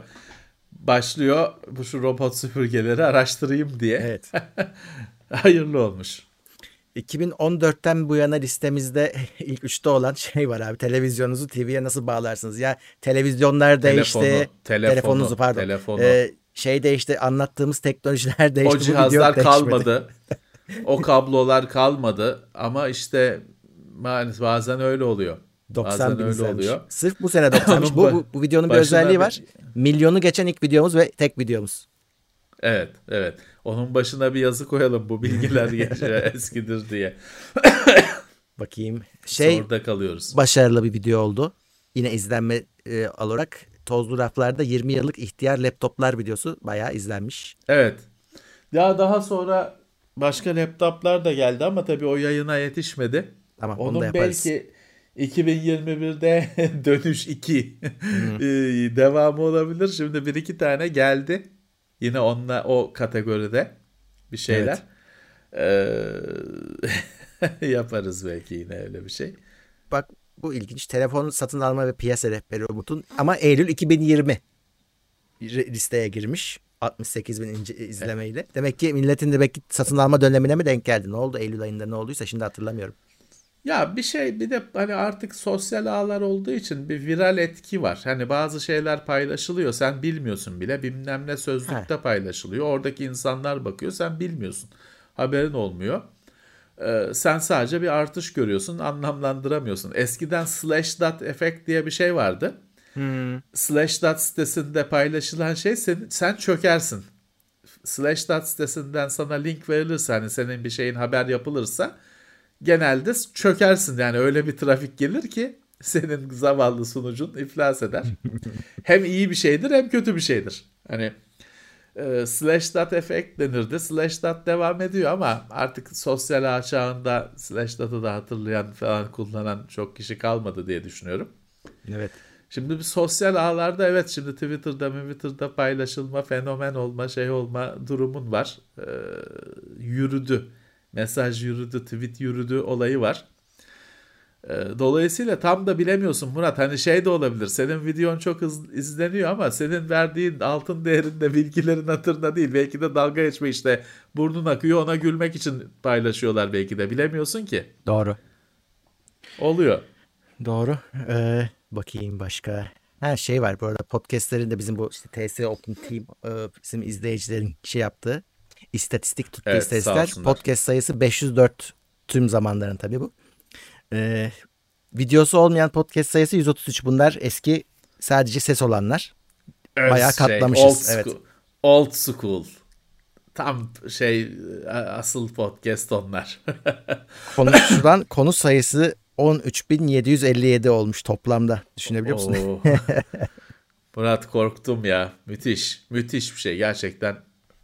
Başlıyor bu şu robot süpürgeleri araştırayım diye. Evet. Hayırlı olmuş. 2014'ten bu yana listemizde ilk üçte olan şey var abi. Televizyonunuzu TV'ye nasıl bağlarsınız? Ya televizyonlar değişti. Telefonunuzu pardon. Telefonu. Şey değişti. Anlattığımız teknolojiler O değişti. Bu video cihazlar değişmedi. kalmadı. O kablolar kalmadı. Ama işte maalesef bazen öyle oluyor. 90 Bazen bin öyle izlenmiş. oluyor. Sırf bu sene 90'mış. Onun Bu videonun bir başına özelliği bir var. Milyonu geçen ilk videomuz ve tek videomuz. evet, evet. Onun başına bir yazı koyalım, bu bilgiler eskidir diye. Bakayım. Sonra kalıyoruz. Başarılı bir video oldu. Yine izlenme olarak Tozlu Raflar'da 20 yıllık ihtiyar laptoplar videosu bayağı izlenmiş. Evet. Ya daha sonra başka laptoplar da geldi ama tabii o yayına yetişmedi. Tamam, onu da Onun yaparız. belki 2021'de Dönüş 2 Hı. devamı olabilir. Şimdi bir iki tane geldi. Yine onunla o kategoride bir şeyler. Yaparız belki yine öyle bir şey. Bak, bu ilginç. Telefon satın alma ve piyasa rehberi Umut'un ama Eylül 2020 listeye girmiş. 68 bin izlemeyle. Demek ki milletin de belki satın alma dönemine mi denk geldi? Ne oldu Eylül ayında, ne olduysa şimdi hatırlamıyorum. Ya bir de hani artık sosyal ağlar olduğu için bir viral etki var. Hani bazı şeyler paylaşılıyor, sen bilmiyorsun bile. Bilmem ne Ha, sözlükte paylaşılıyor. Oradaki insanlar bakıyor, sen bilmiyorsun. Haberin olmuyor. Sen sadece bir artış görüyorsun, anlamlandıramıyorsun. Eskiden Slashdot Effect diye bir şey vardı. Slashdot sitesinde paylaşılan şey sen çökersin. Slashdot sitesinden sana link verilirse, hani senin bir şeyin haber yapılırsa genelde çökersin. Yani öyle bir trafik gelir ki senin zavallı sunucun iflas eder. Hem iyi bir şeydir hem kötü bir şeydir. Hani Slashdot Effect denirdi. Slashdot devam ediyor ama artık sosyal ağ çağında Slashdot'u da hatırlayan falan kullanan çok kişi kalmadı diye düşünüyorum. evet. Şimdi bir sosyal ağlarda, evet, şimdi Twitter'da paylaşılma, fenomen olma, şey olma durumun var. Yürüdü. Mesaj yürüdü, tweet yürüdü olayı var. Dolayısıyla tam da bilemiyorsun Murat. Hani şey de olabilir. Senin videon çok izleniyor ama senin verdiğin altın değerinde bilgilerin hatırına değil. Belki de dalga geçme, işte burnun akıyor, ona gülmek için paylaşıyorlar belki de. Bilemiyorsun ki. Doğru. Oluyor. Doğru. Bakayım başka. Ha, şey var bu arada, podcastlerin de bizim bu işte TS Open Team bizim izleyicilerin şey yaptığı istatistik tuttuğu Evet, sağ istatistikler, olsunlar. podcast sayısı 504, tüm zamanların tabii bu. Ee, Videosu olmayan podcast sayısı 133. Bunlar eski, sadece ses olanlar. Bayağı Old katlamışız. Evet. school. Old school. Tam asıl podcast onlar. Konuşulan konu sayısı 13.757 olmuş toplamda. Düşünebiliyor musun? Oo. Murat, korktum ya. Müthiş. Müthiş bir şey. Gerçekten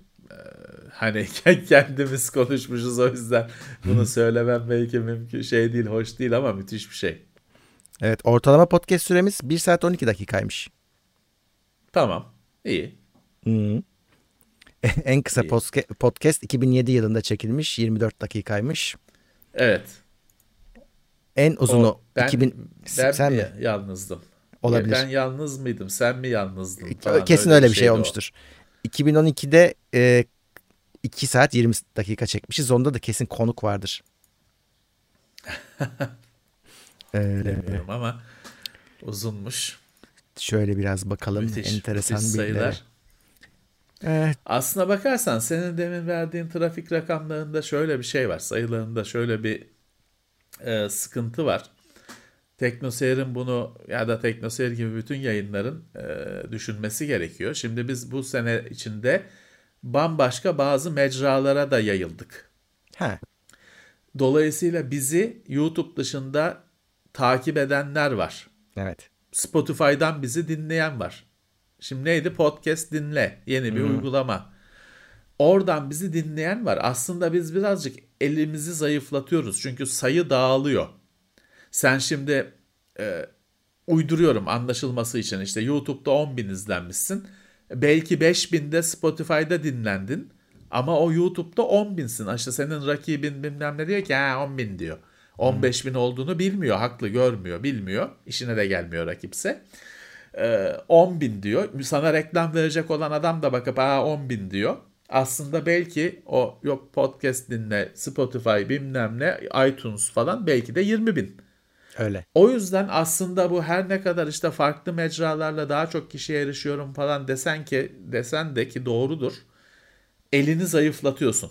hani kendimiz konuşmuşuz, o yüzden bunu söylemem belki mümkün şey değil, hoş değil ama müthiş bir şey. Evet, ortalama podcast süremiz 1 saat 12 dakikaymış. Tamam. İyi. Hı. En kısa İyi. podcast 2007 yılında çekilmiş, 24 dakikaymış. Evet. En uzunu Ben 2000, sen mi? yalnızdım. Ben Olabilir. yalnız mıydım? Sen mi yalnızdın falan, Kesin öyle bir öyle bir şey şeydi o. olmuştur. 2012'de 2 saat 20 dakika çekmişiz. Onda da kesin konuk vardır. Bilemiyorum ama uzunmuş. Şöyle biraz bakalım Müthiş enteresan bilgilere. sayılar. Aslına bakarsan senin demin verdiğin trafik rakamlarında şöyle bir şey var. Sayılarında şöyle bir sıkıntı var. TeknoSeyir'in bunu, ya da TeknoSeyir gibi bütün yayınların düşünmesi gerekiyor. Şimdi biz bu sene içinde bambaşka bazı mecralara da yayıldık. Ha, Dolayısıyla bizi YouTube dışında takip edenler var. evet. Spotify'dan bizi dinleyen var. Şimdi neydi? Podcast dinle. Yeni bir uygulama. Oradan bizi dinleyen var. Aslında biz birazcık elimizi zayıflatıyoruz. Çünkü sayı dağılıyor. Sen şimdi uyduruyorum anlaşılması için, işte YouTube'da 10.000 izlenmişsin. Belki 5.000'de Spotify'da dinlendin. Ama o YouTube'da 10.000'sin. İşte senin rakibin bilmem ne diyor ki 10.000 diyor. 15.000 olduğunu bilmiyor. Haklı, görmüyor, bilmiyor. İşine de gelmiyor rakipse. 10.000 diyor. Sana reklam verecek olan adam da bakıp 10.000 diyor. Aslında belki o yok podcast dinle, Spotify bilmem ne, iTunes falan belki de 20 bin. Öyle. O yüzden aslında bu her ne kadar işte farklı mecralarla daha çok kişiye erişiyorum falan desen de ki doğrudur. Elini zayıflatıyorsun.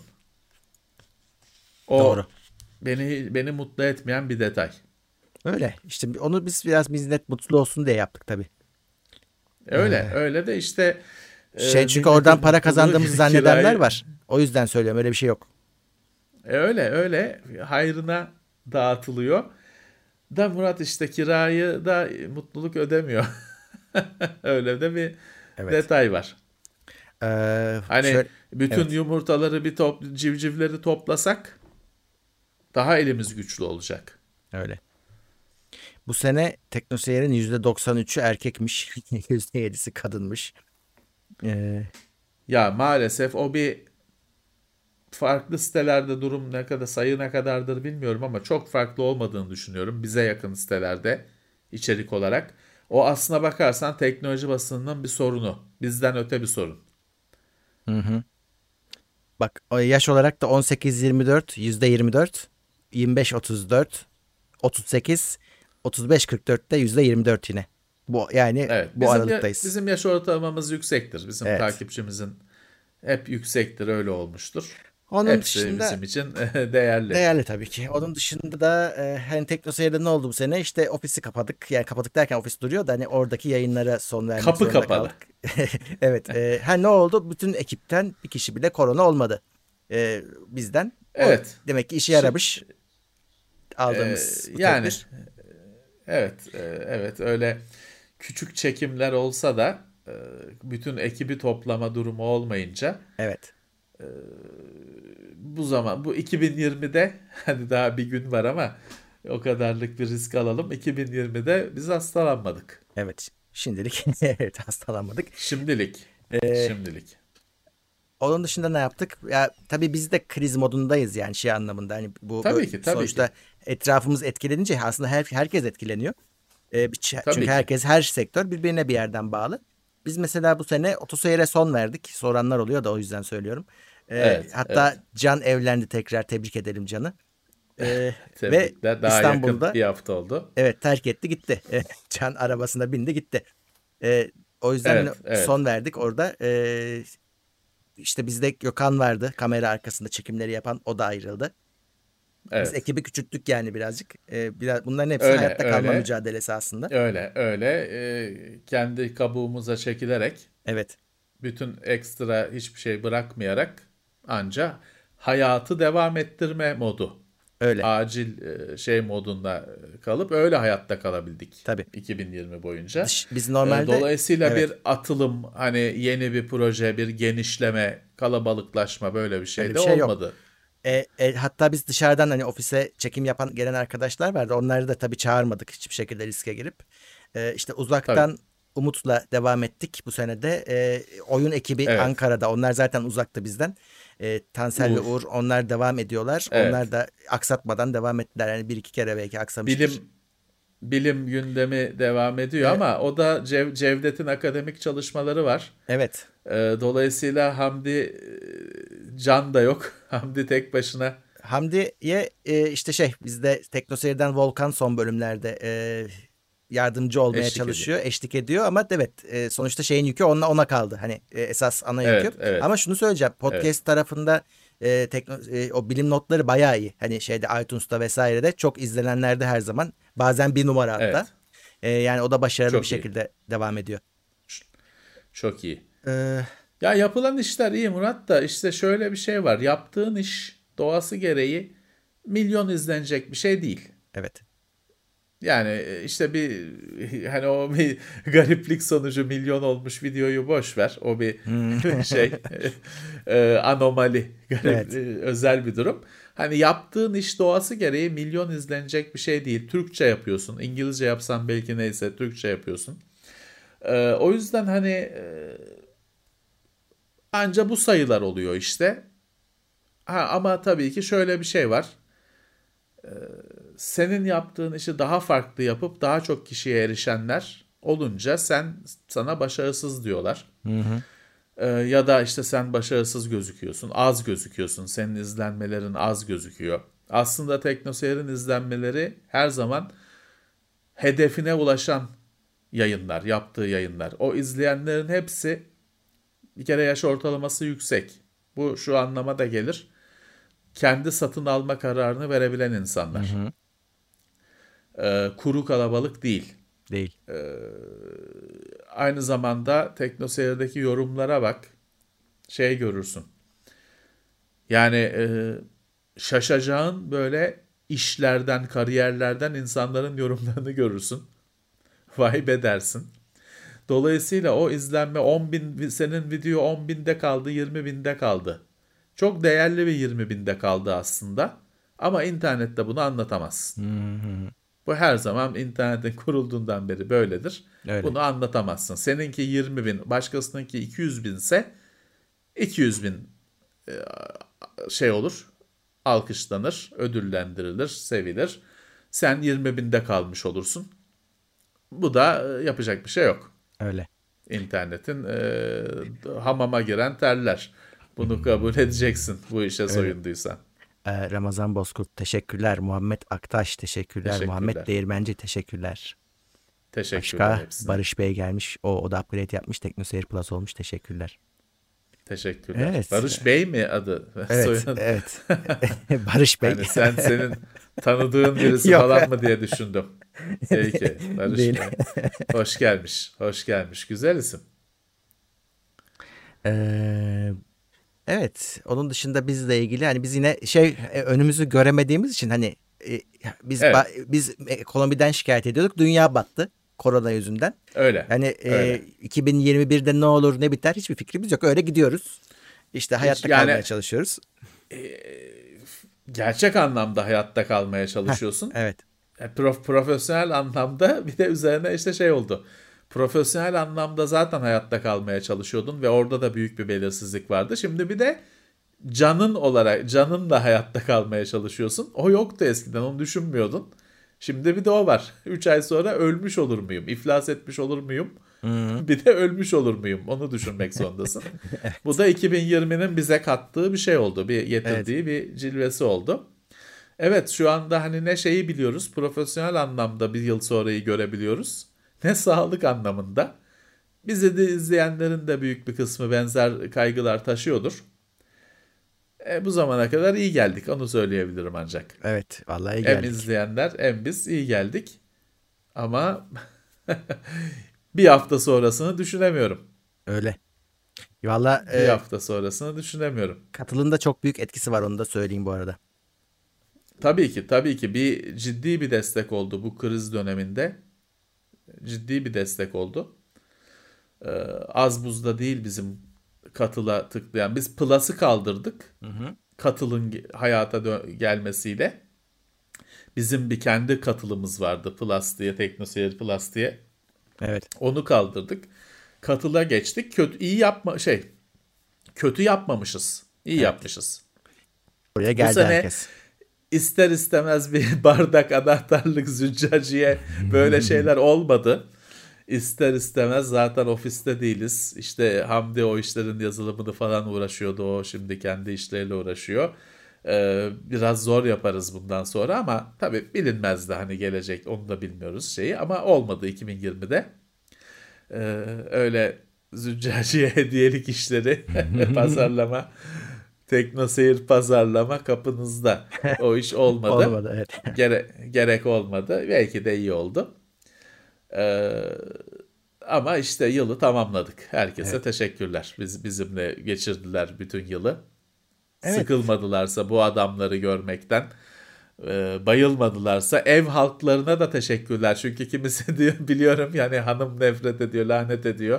Doğru. O beni mutlu etmeyen bir detay. Öyle. İşte onu biz biraz millet mutlu olsun diye yaptık tabii. Öyle, öyle de işte Çünkü oradan milletin para mutluluğu kazandığımızı zannedenler kirayı var. O yüzden söylüyorum, öyle bir şey yok. öyle hayrına dağıtılıyor. Da Murat işte kirayı da mutluluk ödemiyor. Öyle de bir Evet. detay var. Hani Şöyle, bütün evet. yumurtaları civcivleri toplasak daha elimiz güçlü olacak. Öyle. Bu sene teknoseyrin %93'ü erkekmiş. %7'si kadınmış. Ee, Ya maalesef o bir farklı sitelerde durum ne kadar sayı ne kadardır bilmiyorum ama çok farklı olmadığını düşünüyorum bize yakın sitelerde içerik olarak. O aslına bakarsan teknoloji basınının bir sorunu. Bizden öte bir sorun. hı hı. Bak, o yaş olarak da 18-24 %24, 25-34, 38, 35-44'te %24 yine. Bu yani Evet, bu aralıktayız. bizim yaş ortalamamız yüksektir. Bizim Evet. takipçimizin hep yüksektir, öyle olmuştur. Onun Hepsi dışında bizim için değerli. değerli tabii ki. Onun dışında da hani TeknoSeyir'de ne oldu bu sene? İşte ofisi kapadık. Yani kapadık derken ofis duruyor da hani oradaki yayınlara son vermek Kapı zorunda kapalı. kaldık. Evet. Ne oldu? Bütün ekipten bir kişi bile korona olmadı. Bizden. O Evet. demek ki işe Şi- yaramış aldığımız bu Yani tedbir. evet öyle küçük çekimler olsa da bütün ekibi toplama durumu olmayınca Evet. bu 2020'de hani daha bir gün var ama o kadarlık bir risk alalım. 2020'de biz hastalanmadık. Evet. Şimdilik evet, hastalanmadık. Şimdilik. Ee, Şimdilik. Onun dışında ne yaptık? Ya tabii biz de kriz modundayız yani şey anlamında. Hani bu Tabii ki, tabii sonuçta ki. etrafımız etkilenince aslında herkes etkileniyor. Çünkü Tabii ki. her sektör birbirine bir yerden bağlı. Biz mesela bu sene otoseyre son verdik. Soranlar oluyor da o yüzden söylüyorum. Evet, Hatta evet. Can evlendi tekrar. Tebrik edelim Can'ı. Ve Tebrikler. Daha yakın İstanbul'da bir hafta oldu. evet terk etti gitti. Can arabasına bindi gitti. Ee, O yüzden hani Evet, evet. son verdik orada. İşte bizde Gökhan vardı. Kamera arkasında çekimleri yapan. O da ayrıldı. Biz Evet. ekibi küçülttük yani birazcık. Bunların hepsi Öyle, hayatta kalma öyle. mücadelesi aslında. Öyle. Kendi kabuğumuza çekilerek Evet. bütün ekstra hiçbir şey bırakmayarak anca hayatı devam ettirme modu. Öyle. Acil şey modunda kalıp öyle hayatta kalabildik Tabii. 2020 boyunca. Biz normalde Dolayısıyla bir evet atılım, hani yeni bir proje, bir genişleme, kalabalıklaşma böyle bir öyle şey bir de şey yok. olmadı. Hatta biz dışarıdan hani ofise çekim yapan gelen arkadaşlar vardı. Onları da tabii çağırmadık hiçbir şekilde riske girip. İşte Tabii. uzaktan Umut'la devam ettik bu sene de. Oyun ekibi Evet. Ankara'da. Onlar zaten uzakta bizden. Tansel ve Uğur. Uğur onlar devam ediyorlar. Onlar Evet. da aksatmadan devam ettiler. Yani bir iki kere belki aksamıştır. Bilim bilim gündemi devam ediyor Ee, ama o da Cevdet'in akademik çalışmaları var. evet. Dolayısıyla Can da yok. Hamdi tek başına. Hamdi'ye işte bizde TeknoSeyir'den Volkan son bölümlerde yardımcı olmaya Eşlik ediyor. çalışıyor, eşlik ediyor ama evet sonuçta şeyin yükü ona kaldı. Hani esas ana yükü. Evet, evet, Ama şunu söyleyeceğim. evet. Podcast tarafında o bilim notları bayağı iyi. Hani iTunes'ta vesairede çok izlenenlerde her zaman. Bazen bir numara hatta. Evet. Yani o da başarılı bir Çok iyi. şekilde devam ediyor. Çok iyi. Ee, Ya yapılan işler iyi Murat, da işte şöyle bir şey var. Yaptığın iş doğası gereği milyon izlenecek bir şey değil. evet. Yani işte hani o bir gariplik sonucu milyon olmuş videoyu boş ver. O bir Hmm. şey anomali, garip, Evet. özel bir durum. Hani yaptığın iş doğası gereği milyon izlenecek bir şey değil. Türkçe yapıyorsun. İngilizce yapsan belki neyse, Türkçe yapıyorsun. O yüzden hani anca bu sayılar oluyor işte. Ama tabii ki şöyle bir şey var. Senin yaptığın işi daha farklı yapıp daha çok kişiye erişenler olunca sana başarısız diyorlar. Hı hı. Ya da işte sen başarısız gözüküyorsun, az gözüküyorsun, senin izlenmelerin az gözüküyor. Aslında TeknoSeyir'in izlenmeleri her zaman hedefine ulaşan yayınlar, yaptığı yayınlar. O izleyenlerin hepsi bir kere yaş ortalaması yüksek. Bu şu anlama da gelir. Kendi satın alma kararını verebilen Hı insanlar. hı. Kuru kalabalık değil. Değil. Aynı zamanda TeknoSeyir'deki yorumlara bak. Şey görürsün. Yani şaşacağın böyle işlerden, kariyerlerden insanların yorumlarını görürsün. Vay be dersin. Dolayısıyla o izlenme 10 bin, senin video 10 binde kaldı, 20 binde kaldı. Çok değerli bir 20 binde kaldı aslında. Ama internette bunu anlatamazsın. Hı hı. Bu her zaman internetin kurulduğundan beri böyledir. Öyle. Bunu anlatamazsın. Seninki 20 bin, başkasınınki 200 binse 200 bin şey olur, alkışlanır, ödüllendirilir, sevilir. Sen 20 binde kalmış olursun. Bu da yapacak bir şey yok. Öyle. İnternetin hamama giren terler. Bunu kabul edeceksin bu işe Öyle. soyunduysan. Ramazan Bozkurt teşekkürler. Muhammed Aktaş teşekkürler. Muhammed Teşekkürler. Değirmenci teşekkürler. Teşekkürler Başka hepsine. Barış Bey gelmiş. O da upgrade yapmış. TeknoSeyir Plus olmuş. Teşekkürler. Teşekkürler. Evet. Barış Bey mi adı? Evet. Soyadı. Evet. Barış Bey. Hani senin tanıdığın birisi Yok. falan mı diye düşündüm. Peki. Barış Değil. Bey. Hoş gelmiş. Hoş gelmiş. Güzel isim. Ee, evet. Onun dışında bizle ilgili hani biz yine önümüzü göremediğimiz için hani Evet. biz ekonomiden şikayet ediyorduk. Dünya battı korona yüzünden. Öyle. Yani Öyle. 2021'de ne olur ne biter hiçbir fikrimiz yok. Öyle gidiyoruz. İşte Hiç, hayatta yani kalmaya çalışıyoruz. gerçek anlamda hayatta kalmaya Heh, çalışıyorsun. evet. Profesyonel anlamda bir de üzerine işte şey oldu. Profesyonel anlamda zaten hayatta kalmaya çalışıyordun ve orada da büyük bir belirsizlik vardı. Şimdi bir de canınla hayatta kalmaya çalışıyorsun. O yoktu eskiden, onu düşünmüyordun. Şimdi bir de o var. 3 ay sonra ölmüş olur muyum? İflas etmiş olur muyum? Hı-hı. Bir de ölmüş olur muyum? Onu düşünmek zorundasın. Bu da 2020'nin bize kattığı bir şey oldu. Bir Evet. getirdiği bir cilvesi oldu. Evet, şu anda hani ne şeyi biliyoruz, profesyonel anlamda bir yıl sonrayı görebiliyoruz. Ne sağlık anlamında. Bizi de izleyenlerin de büyük bir kısmı benzer kaygılar taşıyordur. Bu zamana kadar iyi geldik, onu söyleyebilirim ancak. Evet. Vallahi Hem geldik. izleyenler hem biz iyi geldik. Ama bir hafta sonrasını düşünemiyorum. Öyle. Vallahi Bir hafta sonrasını düşünemiyorum. katılımda çok büyük etkisi var onu da söyleyeyim bu arada. Tabii ki bir ciddi bir destek oldu bu kriz döneminde. Ciddi bir destek oldu. Az buzda değil bizim katıla tıklayan. Biz Plus'ı kaldırdık. Hı hı. Katılın hayata gelmesiyle. Bizim bir kendi katılımız vardı Plus diye, TeknoSeyir Plus diye. Evet. Onu kaldırdık. Katıla geçtik. Kötü yapmamışız. İyi Evet. yapmışız. Buraya Bu geldi sene herkes. ister istemez bir bardak anahtarlık züccaciye böyle şeyler olmadı. İster istemez zaten ofiste değiliz. İşte Hamdi o işlerin yazılımını falan uğraşıyordu. O şimdi kendi işleriyle uğraşıyor. Biraz zor yaparız bundan sonra ama tabii bilinmezdi hani gelecek, onu da bilmiyoruz şeyi, ama olmadı 2020'de. Ee, Öyle züccaciye hediyelik işleri pazarlama, TeknoSeyir pazarlama kapınızda. O iş olmadı. Olmadı evet. Gerek olmadı. Belki de iyi oldu. Ee, Ama işte yılı tamamladık. Herkese Evet. teşekkürler. Bizimle geçirdiler bütün yılı. Evet. Sıkılmadılarsa bu adamları görmekten, bayılmadılarsa ev halklarına da teşekkürler. Çünkü kimisi diyor, biliyorum yani, hanım nefret ediyor, lanet ediyor.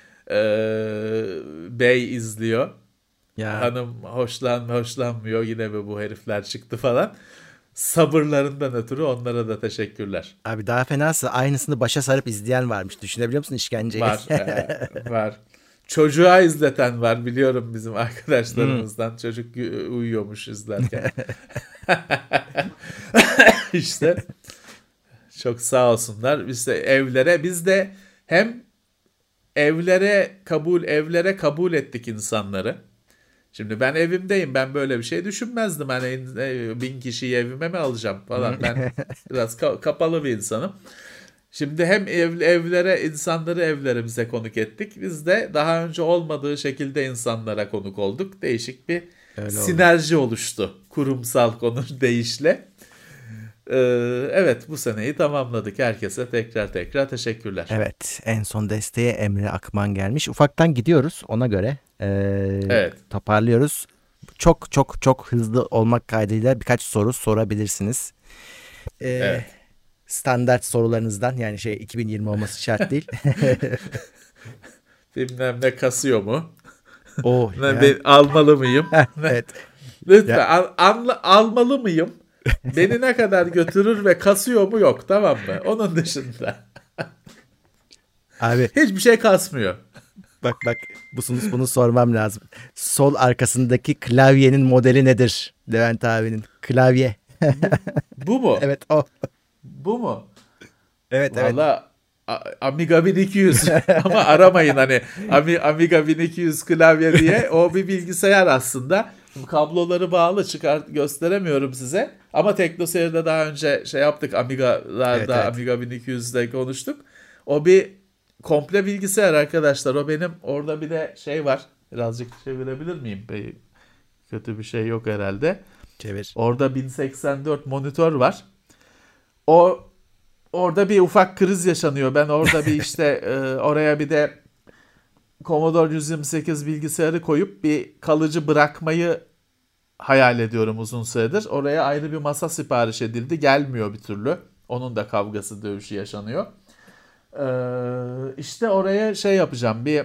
Bey izliyor. Ya Hanım hoşlanmıyor, yine mi bu herifler çıktı falan. Sabırlarından ötürü onlara da teşekkürler. abi daha fenası aynısını başa sarıp izleyen varmış. Düşünebiliyor musun işkenceyi? Var, var. Çocuğa izleten var, biliyorum, bizim Hmm. arkadaşlarımızdan. Çocuk uyuyormuş izlerken. İşte çok sağ olsunlar. Biz de hem evlere kabul ettik insanları. Şimdi ben evimdeyim. Ben böyle bir şey düşünmezdim. Hani 1000 kişiyi evime mi alacağım falan. Ben biraz kapalı bir insanım. Şimdi hem insanları evlerimize konuk ettik. Biz de daha önce olmadığı şekilde insanlara konuk olduk. Değişik bir Öyle oldu. sinerji oluştu. Kurumsal konu deyişle. Evet, bu seneyi tamamladık. Herkese tekrar teşekkürler. Evet, en son desteğe Emre Akman gelmiş. Ufaktan gidiyoruz ona göre. Evet, Toparlıyoruz. Çok çok çok hızlı olmak kaydıyla birkaç soru sorabilirsiniz. Ee, evet. Standart sorularınızdan, yani 2020 olması şart değil. Bilmem ne kasıyor mu? Oh Ben ya. almalı mıyım? Evet. Ya Lütfen almalı mıyım? Beni ne kadar götürür ve kasıyor mu, yok, tamam mı? Onun dışında abi, hiçbir şey kasmıyor. bak bunu sormam lazım. Sol arkasındaki klavyenin modeli nedir? Levent abinin klavye. Bu mu? Evet, o. Bu mu? Evet. Valla Amiga 1200 ama aramayın hani Amiga 1200 klavye diye, o bir bilgisayar aslında. Kabloları bağlı, gösteremiyorum size. Ama TeknoSeyir'de daha önce şey yaptık, Evet, Amiga'larda, evet. Amiga 1200'de konuştuk. O bir komple bilgisayar arkadaşlar. O benim orada bir de şey var. Birazcık çevirebilir miyim? Kötü bir şey yok herhalde. Çevir. Orada 1084 monitör var. O Orada bir ufak kriz yaşanıyor. Ben orada bir işte oraya bir de Commodore 128 bilgisayarı koyup bir kalıcı bırakmayı hayal ediyorum uzun süredir. Oraya ayrı bir masa sipariş edildi. Gelmiyor bir türlü. Onun da kavgası, dövüşü yaşanıyor. İşte oraya şey yapacağım. Bir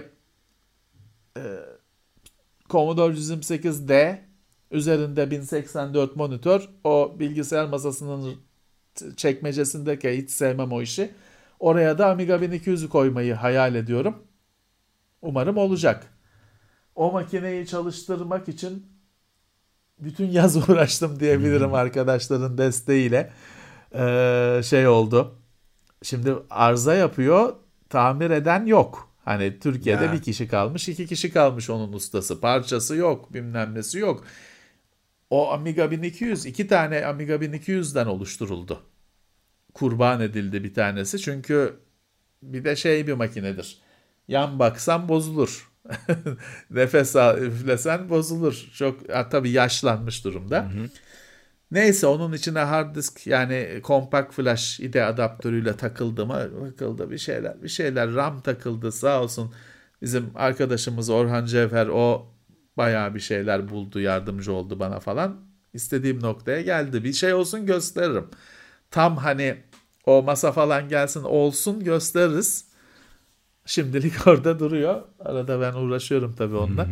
Commodore 128D üzerinde 1084 monitör. O bilgisayar masasının çekmecesindeki, hiç sevmem o işi. Oraya da Amiga 1200'ü koymayı hayal ediyorum. Umarım olacak. O makineyi çalıştırmak için bütün yaz uğraştım diyebilirim arkadaşların desteğiyle. Şey oldu. Şimdi arıza yapıyor. Tamir eden yok. Hani Türkiye'de bir Ya, kişi kalmış, 2 kişi kalmış onun ustası. Parçası yok, bilmem nesi yok. O Amiga 1200, 2 tane Amiga 1200'den oluşturuldu. Kurban edildi bir tanesi. Çünkü bir de şey bir makinedir. Yan baksan bozulur. Nefes üflesen bozulur. Çok tabii yaşlanmış hı durumda. hı. Neyse, onun içine hard disk, yani compact flash IDE adaptörüyle takıldı mı? Takıldı, bir şeyler RAM takıldı, sağ olsun. Bizim arkadaşımız Orhan Cevher, o bayağı bir şeyler buldu, yardımcı oldu bana falan. İstediğim noktaya geldi. Bir şey olsun gösteririm. Tam hani o masa falan gelsin olsun, gösteririz. Şimdilik orada duruyor. Arada ben uğraşıyorum tabii onunla.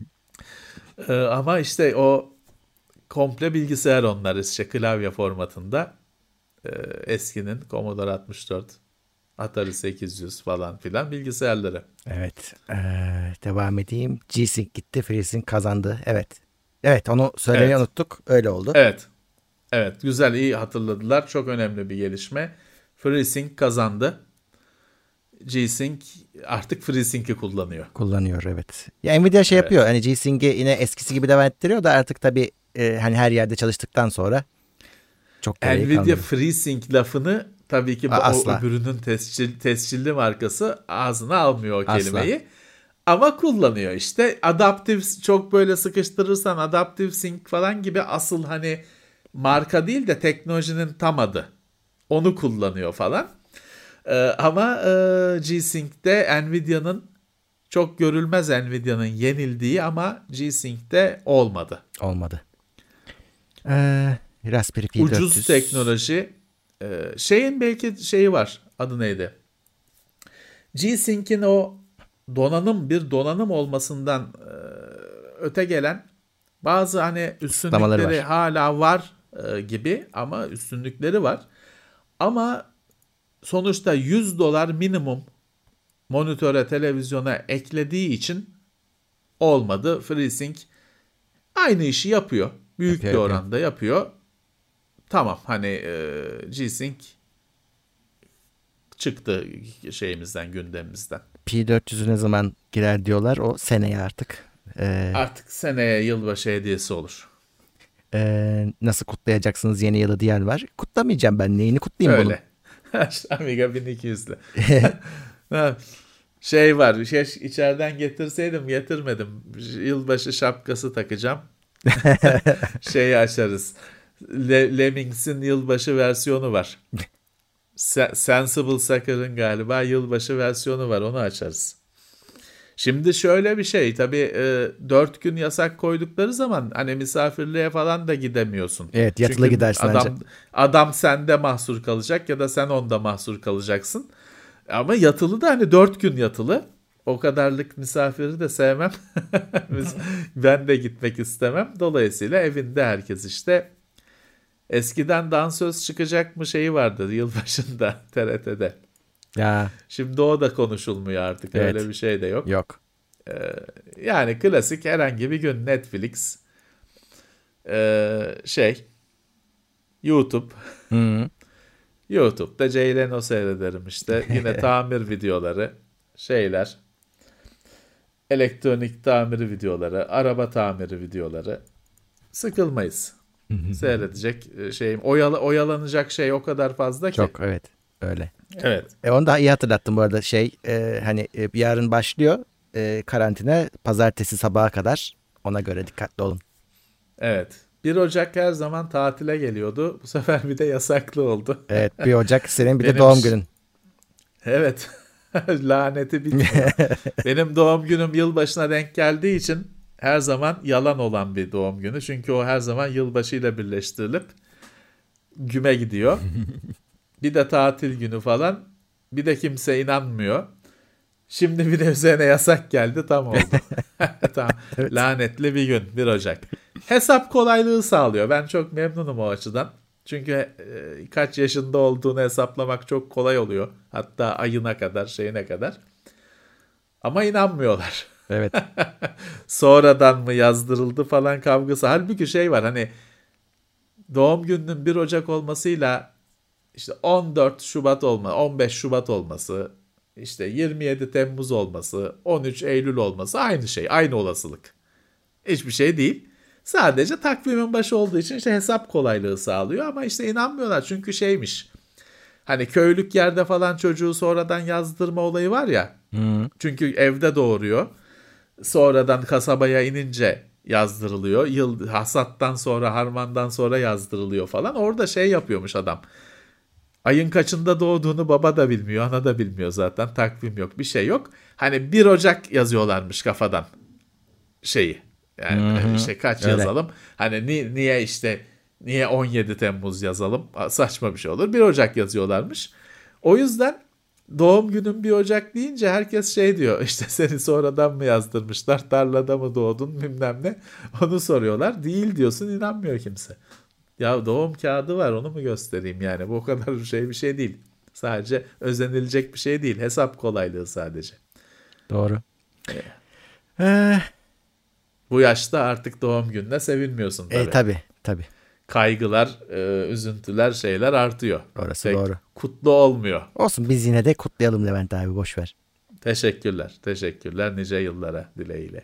Ama işte o komple bilgisayar, onlar işte klavye formatında. Ee, Eskinin Commodore 64, Atari 800 falan filan bilgisayarları. Evet. Devam edeyim. G-Sync gitti. FreeSync kazandı. Evet. Evet, onu söylemeyi Evet, unuttuk. Öyle oldu. evet, evet. Güzel, iyi hatırladılar. Çok önemli bir gelişme. FreeSync kazandı. G-Sync artık FreeSync'i kullanıyor. Kullanıyor, evet. Ya Nvidia şey yapıyor. Evet. Hani G-Sync'i yine eskisi gibi devam ettiriyor da artık tabii hani her yerde çalıştıktan sonra çok gereği Nvidia kalmadı. FreeSync lafını tabii ki o Asla. öbürünün tescilli markası ağzına almıyor o Asla. kelimeyi. Ama kullanıyor işte. Adaptive, çok böyle sıkıştırırsan Adaptive Sync falan gibi, asıl hani marka değil de teknolojinin tam adı. Onu kullanıyor falan. Ama G-Sync'te Nvidia'nın, çok görülmez Nvidia'nın yenildiği, ama G-Sync'te olmadı. Olmadı. Raspberry Pi Ucuz 400. teknoloji. Şeyin belki şeyi var. Adı neydi? G-Sync'in o bir donanım olmasından öte gelen bazı hani Kısıtlamaları üstünlükleri var. hala var gibi, ama üstünlükleri var. Ama sonuçta $100 minimum monitöre, televizyona eklediği için olmadı. FreeSync aynı işi yapıyor. Büyük Yapıyor, bir yapıyor. oranda yapıyor. Tamam, hani G-Sync çıktı gündemimizden. P400'ü ne zaman girer diyorlar. O seneye artık. Artık seneye yılbaşı hediyesi olur. Nasıl kutlayacaksınız yeni yılı diyen var. Kutlamayacağım ben. Neyini kutlayayım bunun? Öyle. Amiga 1200'lü. Var. İçeriden getirmedim. Yılbaşı şapkası takacağım. Açarız. Lemmings'in yılbaşı versiyonu var. Sensible Soccer'ın galiba yılbaşı versiyonu var. Onu açarız. Şimdi şöyle bir şey. Tabii 4 gün yasak koydukları zaman hani misafirliğe falan da gidemiyorsun. Evet, yatılı Çünkü gidersin ancak. adam sende mahsur kalacak ya da sen onda mahsur kalacaksın. Ama yatılı da hani 4 gün yatılı. O kadarlık misafiri de sevmem. Ben de gitmek istemem. Dolayısıyla evinde herkes işte. Eskiden dansöz çıkacak mı şeyi vardı yılbaşında TRT'de. Ya, Şimdi o da konuşulmuyor artık. evet. Öyle bir şey de yok. Yok. Yani klasik herhangi bir gün Netflix, YouTube. Hı. YouTube'da Jay Leno seyrederim işte. Yine tamir videoları, elektronik tamiri videoları, araba tamiri videoları. Sıkılmayız. Seyredecek oyalanacak şey o kadar fazla ki. Çok, evet. Öyle. Evet. Onu da iyi hatırlattım bu arada. Hani yarın başlıyor karantina. Pazartesi sabaha kadar. Ona göre dikkatli olun. Evet. 1 Ocak her zaman tatile geliyordu. Bu sefer bir de yasaklı oldu. Evet, 1 Ocak senin bir de doğum günün. Evet. Laneti bitmiyor. Benim doğum günüm yılbaşına denk geldiği için her zaman yalan olan bir doğum günü. Çünkü o her zaman yılbaşıyla birleştirilip güme gidiyor. Bir de tatil günü falan. Bir de kimse inanmıyor. Şimdi bir de üzerine yasak geldi, tam oldu. Tamam. Evet. Lanetli bir gün 1 Ocak. Hesap kolaylığı sağlıyor. Ben çok memnunum o açıdan. Çünkü kaç yaşında olduğunu hesaplamak çok kolay oluyor. Hatta ayına kadar, şeyine kadar. Ama inanmıyorlar. Evet. Sonradan mı yazdırıldı falan kavgası. Halbuki var hani doğum gününün 1 Ocak olmasıyla işte 14 Şubat 15 Şubat olması, işte 27 Temmuz olması, 13 Eylül olması aynı şey, aynı olasılık. Hiçbir şey değil. Sadece takvimin başı olduğu için işte hesap kolaylığı sağlıyor ama işte inanmıyorlar çünkü hani köylük yerde falan çocuğu sonradan yazdırma olayı var ya. Hı. Çünkü evde doğuruyor. Sonradan kasabaya inince yazdırılıyor. Hasattan sonra, harmandan sonra yazdırılıyor falan. Orada yapıyormuş adam. Ayın kaçında doğduğunu baba da bilmiyor, ana da bilmiyor zaten. Takvim yok, bir şey yok. Hani 1 Ocak yazıyorlarmış kafadan şeyi. Yani Hı-hı. işte kaç Öyle. yazalım? Hani niye 17 Temmuz yazalım? Saçma bir şey olur. 1 Ocak yazıyorlarmış. O yüzden doğum günün 1 Ocak deyince herkes diyor. İşte seni sonradan mı yazdırmışlar? Tarlada mı doğdun bilmem ne. Onu soruyorlar. Değil diyorsun, inanmıyor kimse. Ya doğum kağıdı var, onu mu göstereyim yani? Bu o kadar bir şey değil. Sadece özenilecek bir şey değil. Hesap kolaylığı sadece. Doğru. Ee, Bu yaşta artık doğum gününe sevinmiyorsun tabii. tabii. Kaygılar, üzüntüler, şeyler artıyor. Orası Pek doğru. kutlu olmuyor. Olsun, biz yine de kutlayalım Levent abi, boş ver. Teşekkürler nice yıllara dileğiyle.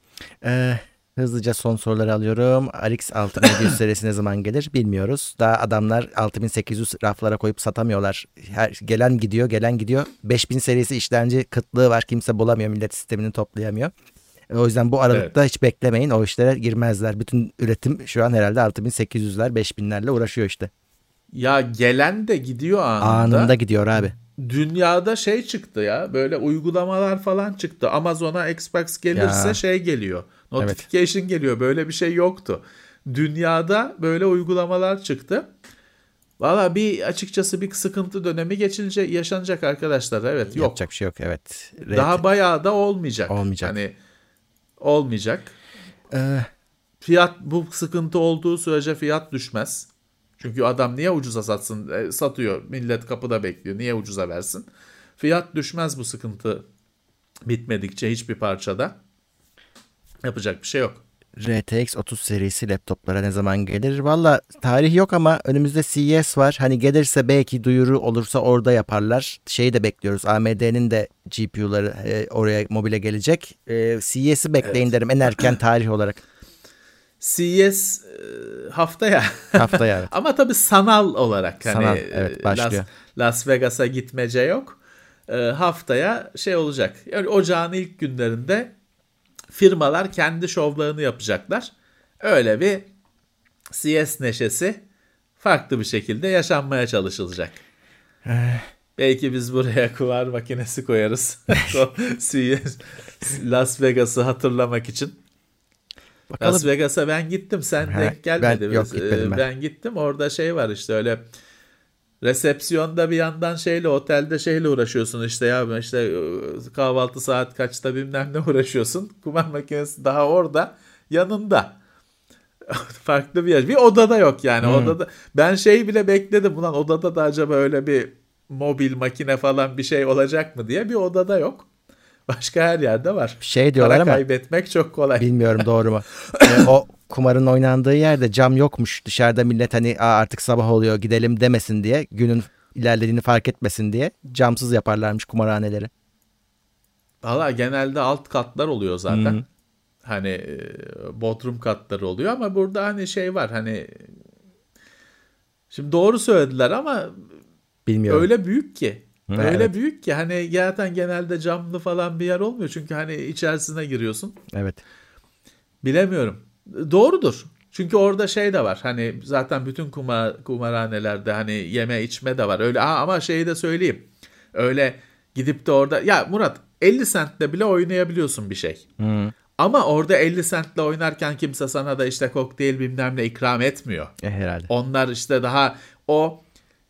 Hızlıca son soruları alıyorum. RX 6700 serisi ne zaman gelir bilmiyoruz. Daha adamlar 6800 raflara koyup satamıyorlar. Gelen gidiyor. 5000 serisi işlemci kıtlığı var. Kimse bulamıyor. Millet sistemini toplayamıyor. O yüzden bu aralıkta hiç beklemeyin. O işlere girmezler. Bütün üretim şu an herhalde 6800'ler 5000'lerle uğraşıyor işte. Ya gelen de gidiyor anında. Anında gidiyor abi. Dünyada çıktı ya. Böyle uygulamalar falan çıktı. Amazon'a Xbox gelirse Ya. geliyor. Notification geliyor. Böyle bir şey yoktu. Dünyada böyle uygulamalar çıktı. Valla açıkçası bir sıkıntı dönemi yaşanacak arkadaşlar. Evet, yok. Yapacak bir şey yok, evet. Daha bayağı da olmayacak. Olmayacak. Hani olmayacak. Bu sıkıntı olduğu sürece fiyat düşmez. Çünkü adam niye ucuza satsın? Satıyor. Millet kapıda bekliyor. Niye ucuza versin? Fiyat düşmez bu sıkıntı bitmedikçe hiçbir parçada. Yapacak bir şey yok. RTX 30 serisi laptoplara ne zaman gelir? Valla tarih yok ama önümüzde CES var. Hani gelirse belki duyuru olursa orada yaparlar. Şeyi de bekliyoruz. AMD'nin de GPU'ları oraya mobile gelecek. CES'i bekleyin Evet. derim en erken tarih olarak. CES haftaya. Haftaya evet. Ama tabii sanal olarak hani Sanal evet başlıyor. Las Vegas'a gitmece yok. Haftaya şey olacak. Yani ocağın ilk günlerinde firmalar kendi şovlarını yapacaklar. Öyle bir CES neşesi farklı bir şekilde yaşanmaya çalışılacak. Belki biz buraya kumar makinesi koyarız. CES, Las Vegas'ı hatırlamak için. Bakalım. Las Vegas'a ben gittim. Sen denk gelmedin. Yok gitmedim ben. Ben gittim. Orada şey var işte öyle resepsiyonda bir yandan şeyle otelde şeyle uğraşıyorsun işte ya işte kahvaltı saat kaçta bilmem ne uğraşıyorsun. Kumar makinesi daha orada yanında. Farklı bir yer. Bir odada yok yani. Odada ben şey bile bekledim. Ulan odada da acaba öyle bir mobil makine falan bir şey olacak mı diye bir odada yok. Başka her yerde var. Şey diyorlar Para ama kaybetmek çok kolay. bilmiyorum doğru mu? O kumarın oynandığı yerde cam yokmuş. Dışarıda millet hani artık sabah oluyor gidelim demesin diye, günün ilerlediğini fark etmesin diye camsız yaparlarmış kumarhaneleri. Valla genelde alt katlar oluyor zaten. Hani bodrum katları oluyor ama burada hani şey var hani şimdi doğru söylediler ama Bilmiyorum. öyle büyük ki. Öyle Evet. büyük ki hani zaten genelde camlı falan bir yer olmuyor. Çünkü hani içerisine giriyorsun. Evet. Bilemiyorum. Doğrudur. Çünkü orada şey de var. Hani zaten bütün kumarhanelerde hani yeme içme de var. Öyle ama şeyi de söyleyeyim. Öyle gidip de orada ya Murat 50 centle bile oynayabiliyorsun bir şey. Ama orada 50 centle oynarken kimse sana da işte kokteyl bilmem ne ikram etmiyor. Herhalde. Onlar işte daha o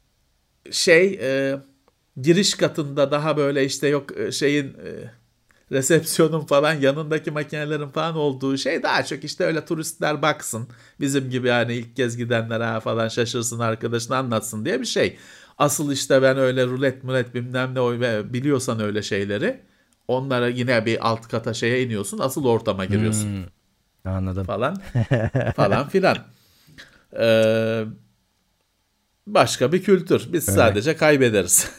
şey giriş katında daha böyle işte yok şeyin resepsiyonun falan yanındaki makinelerin falan olduğu şey daha çok işte öyle turistler baksın. Bizim gibi yani ilk kez gidenler ha falan şaşırsın arkadaşını anlatsın diye bir şey. Asıl işte ben öyle rulet bilmem ne biliyorsan öyle şeyleri onlara yine bir alt kata şeye iniyorsun. Asıl ortama giriyorsun Anladım. falan falan filan. Ee, Başka bir kültür. Biz Öyle. sadece kaybederiz.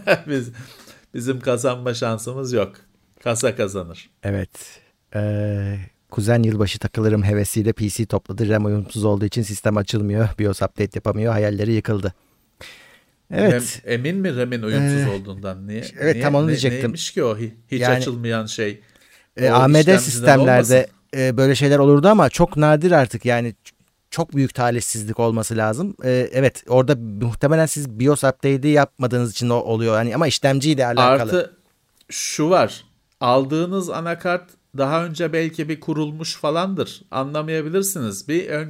Bizim kazanma şansımız yok. Kasa kazanır. Evet. Kuzen yılbaşı takılırım hevesiyle PC topladı. RAM uyumsuz olduğu için sistem açılmıyor. BIOS update yapamıyor. Hayalleri yıkıldı. Evet. Emin mi RAM'in uyumsuz olduğundan? Evet tam onu diyecektim. Neymiş ki o hiç Yani açılmayan şey? O AMD işlemciden sistemlerde olmasın? böyle şeyler olurdu ama çok nadir artık yani çok büyük talihsizlik olması lazım. Evet orada muhtemelen siz BIOS update'i yapmadığınız için o oluyor. Yani ama işlemciyle alakalı. Artı şu var. Aldığınız anakart daha önce belki bir kurulmuş falandır. Anlamayabilirsiniz.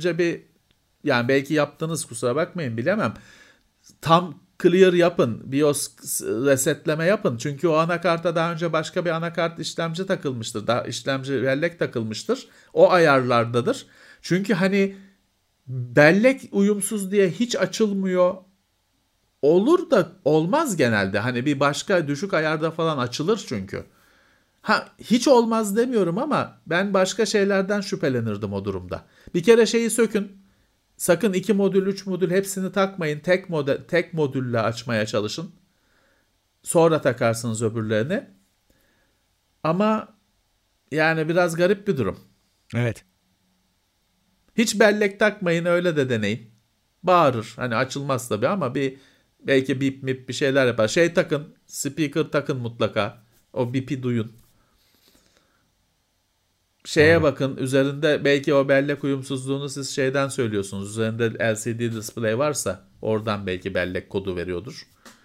Yani belki yaptınız kusura bakmayın bilemem. Tam clear yapın. BIOS resetleme yapın. Çünkü o anakarta daha önce başka bir anakart işlemci takılmıştır. Daha işlemci bellek takılmıştır. O ayarlardadır. Çünkü hani bellek uyumsuz diye hiç açılmıyor. Olur da olmaz genelde. Hani bir başka düşük ayarda falan açılır çünkü. Hiç olmaz demiyorum ama ben başka şeylerden şüphelenirdim o durumda. Bir kere şeyi sökün. Sakın 2 modül, 3 modül hepsini takmayın. Tek modülle açmaya çalışın. Sonra takarsınız öbürlerini. Ama yani biraz garip bir durum. Evet. Hiç bellek takmayın öyle de deneyin. Bağırır. Hani açılmaz tabii ama belki bip mip bir şeyler yapar. Şey takın. Speaker takın mutlaka. O bipi duyun. Şeye Doğru. bakın üzerinde belki o bellek uyumsuzluğunu siz şeyden söylüyorsunuz. Üzerinde LCD display varsa oradan belki bellek kodu veriyordur.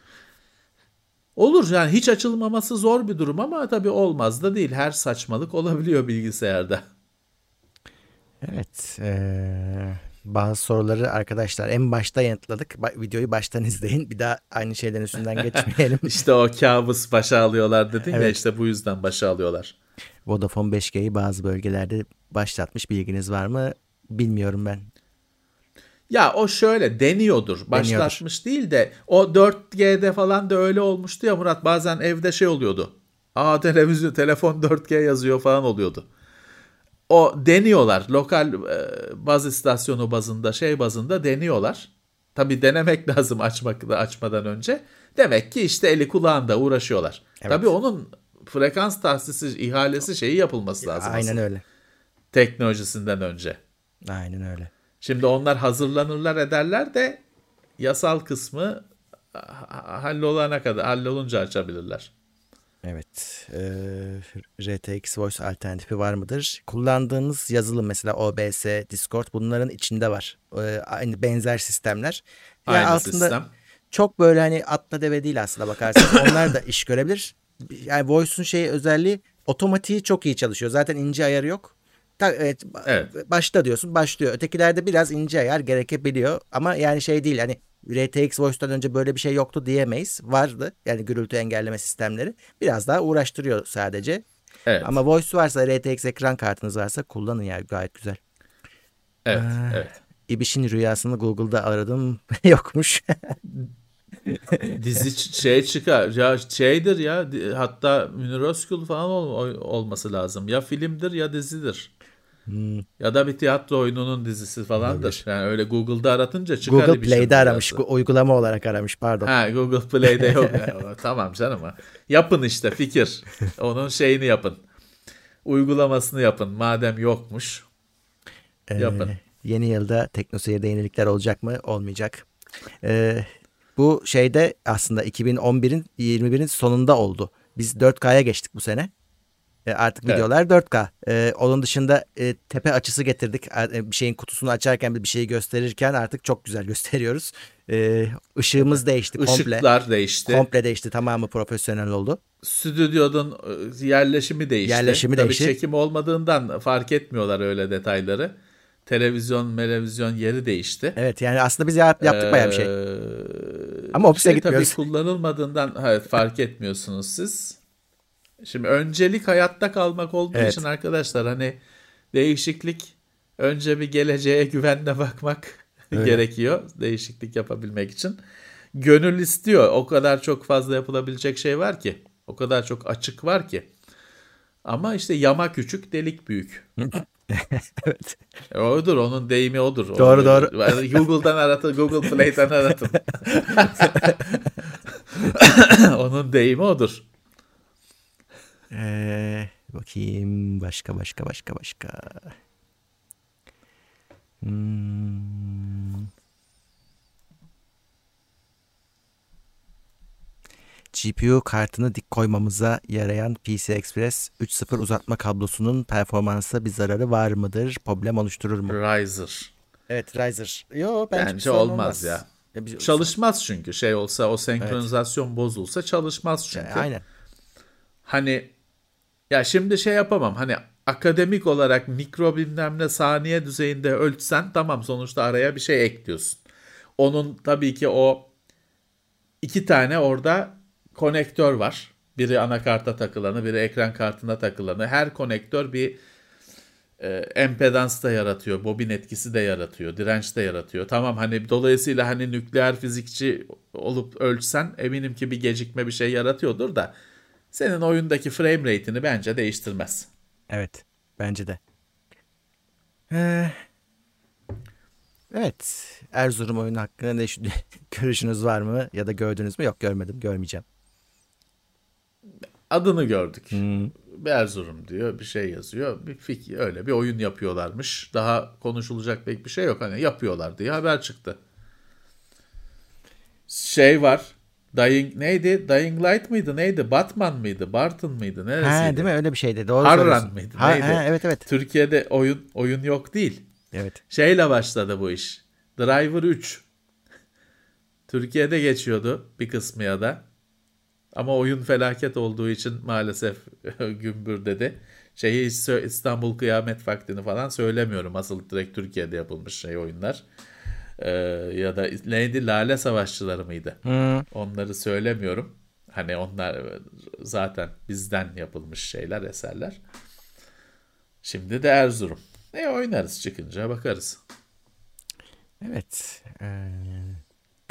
Olur yani hiç açılmaması zor bir durum ama tabii olmaz da değil. Her saçmalık olabiliyor bilgisayarda. Evet. Bazı soruları arkadaşlar en başta yanıtladık. Videoyu baştan izleyin. Bir daha aynı şeylerin üstünden geçmeyelim. İşte o kabus başa alıyorlar dedin ya Evet. işte bu yüzden başa alıyorlar. Vodafone 5G'yi bazı bölgelerde başlatmış. Bilginiz var mı? Bilmiyorum ben. Ya o şöyle deniyordur. Başlatmış değil de o 4G'de falan da öyle olmuştu ya Murat. Bazen evde şey oluyordu. Telefon 4G yazıyor falan oluyordu. O deniyorlar. Lokal baz istasyonu bazında, bazında deniyorlar. Tabii denemek lazım açmadan önce. Demek ki işte eli kulağında uğraşıyorlar. Tabii Evet. onun frekans tahsisi, ihalesi yapılması lazım Aynen asıl. öyle. Teknolojisinden önce. Aynen öyle. Şimdi onlar hazırlanırlar ederler de yasal kısmı hallolunca açabilirler. Evet. RTX Voice alternatifi var mıdır? Kullandığınız yazılım mesela OBS, Discord bunların içinde var. Aynı benzer sistemler. Yani Aynı altında sistem. çok böyle hani atla deve değil aslında bakarsanız. Onlar da iş görebilir. Yani Voice'un özelliği otomatiği çok iyi çalışıyor. Zaten ince ayarı yok. Evet, Evet. başta diyorsun başlıyor. Ötekilerde biraz ince ayar gerekebiliyor. Ama yani değil hani RTX Voice'dan önce böyle bir şey yoktu diyemeyiz. Vardı yani gürültü engelleme sistemleri. Biraz daha uğraştırıyor sadece. Evet. Ama Voice varsa RTX ekran kartınız varsa kullanın ya gayet güzel. Evet. Ah, Evet. İbiş'in rüyasını Google'da aradım yokmuş. Dizi çıkar. Ya şeydir ya, hatta Münir Özkul falan olması lazım. Ya filmdir ya dizidir. Hmm, Ya da bir tiyatro oyununun dizisi falandır. olabilir. Yani öyle Google'da aratınca çıkar Google İbiş'in Play'de aramış. rüyası. Uygulama olarak aramış pardon. Ha, Google Play'de yok. Tamam canım. Yapın işte, fikir. Onun yapın. Uygulamasını yapın. Madem yokmuş, yapın. Yeni yılda TeknoSeyir'de yenilikler olacak mı? Olmayacak. Ee, Bu aslında 2011'in 21'in sonunda oldu. Biz 4K'ya geçtik bu sene. Artık Evet. videolar 4K. Onun dışında tepe açısı getirdik. Bir şeyin kutusunu açarken bir şeyi gösterirken artık çok güzel gösteriyoruz. Işığımız değişti komple. Işıklar değişti. Komple değişti. Tamamı profesyonel oldu. Stüdyonun yerleşimi değişti. Yerleşimi Tabii değişti. çekim olmadığından fark etmiyorlar öyle detayları. Televizyon yeri değişti. Evet yani aslında biz yaptık bayağı bir şey. Ama ofise Tabii gitmiyoruz. kullanılmadığından fark etmiyorsunuz siz. Şimdi öncelik hayatta kalmak olduğu için Evet. arkadaşlar, değişiklik, önce bir geleceğe güvenle bakmak Öyle. gerekiyor değişiklik yapabilmek için. Gönül istiyor. O kadar çok fazla yapılabilecek şey var ki. O kadar çok açık var ki. Ama işte yama küçük, delik büyük. Evet. Odur, onun deyimi odur. Doğru doğru. Google'dan aratın, Google Play'den aratın. Onun deyimi odur. Bakayım başka. Hmm. GPU kartını dik koymamıza yarayan PCI Express 3.0 uzatma kablosunun performansa bir zararı var mıdır? Problem oluşturur mu? Riser. Evet Riser. Yo bence bir Bence sorun olmaz olmaz. ya. Çalışmaz çünkü, olsa, o Evet. senkronizasyon bozulsa çalışmaz çünkü. Aynen. Hani ya şimdi yapamam. Hani akademik olarak mikro bilmem ne saniye düzeyinde ölçsen tamam, sonuçta araya bir şey ekliyorsun. Onun tabii ki o iki tane orada konektör var. Biri anakarta takılanı, biri ekran kartına takılanı. Her konektör bir empedans da yaratıyor, bobin etkisi de yaratıyor, direnç de yaratıyor. Tamam, hani dolayısıyla hani nükleer fizikçi olup ölçsen eminim ki bir gecikme, bir şey yaratıyordur da senin oyundaki frame rate'ini bence değiştirmez. Evet. Bence de. Ee, evet. Erzurum oyunu hakkında görüşünüz var mı? Ya da gördünüz mü? Yok görmedim. Görmeyeceğim. Adını gördük. Hmm. Erzurum diyor, bir şey yazıyor. Bir fikir, öyle bir oyun yapıyorlarmış. Daha konuşulacak pek bir şey yok. Hani yapıyorlar diye haber çıktı. Var. Neydi? Dying Light mıydı? Neydi? Batman mıydı? Barton mıydı? Ha değil mi? Neresiydi? Öyle bir şeydi. Doğru Harran söylüyorsun. mıydı? Ha, Neydi? evet evet. Türkiye'de oyun yok değil. Evet. Başladı bu iş. Driver 3. Türkiye'de geçiyordu bir kısmı ya da. Ama oyun felaket olduğu için maalesef gümbür dedi. İstanbul Kıyamet Vakti'ni falan söylemiyorum. Asıl direkt Türkiye'de yapılmış oyunlar. Ya da neydi? Lale Savaşçıları mıydı? Hmm. Onları söylemiyorum. Hani onlar zaten bizden yapılmış eserler. Şimdi de Erzurum. Oynarız, çıkınca bakarız. Evet.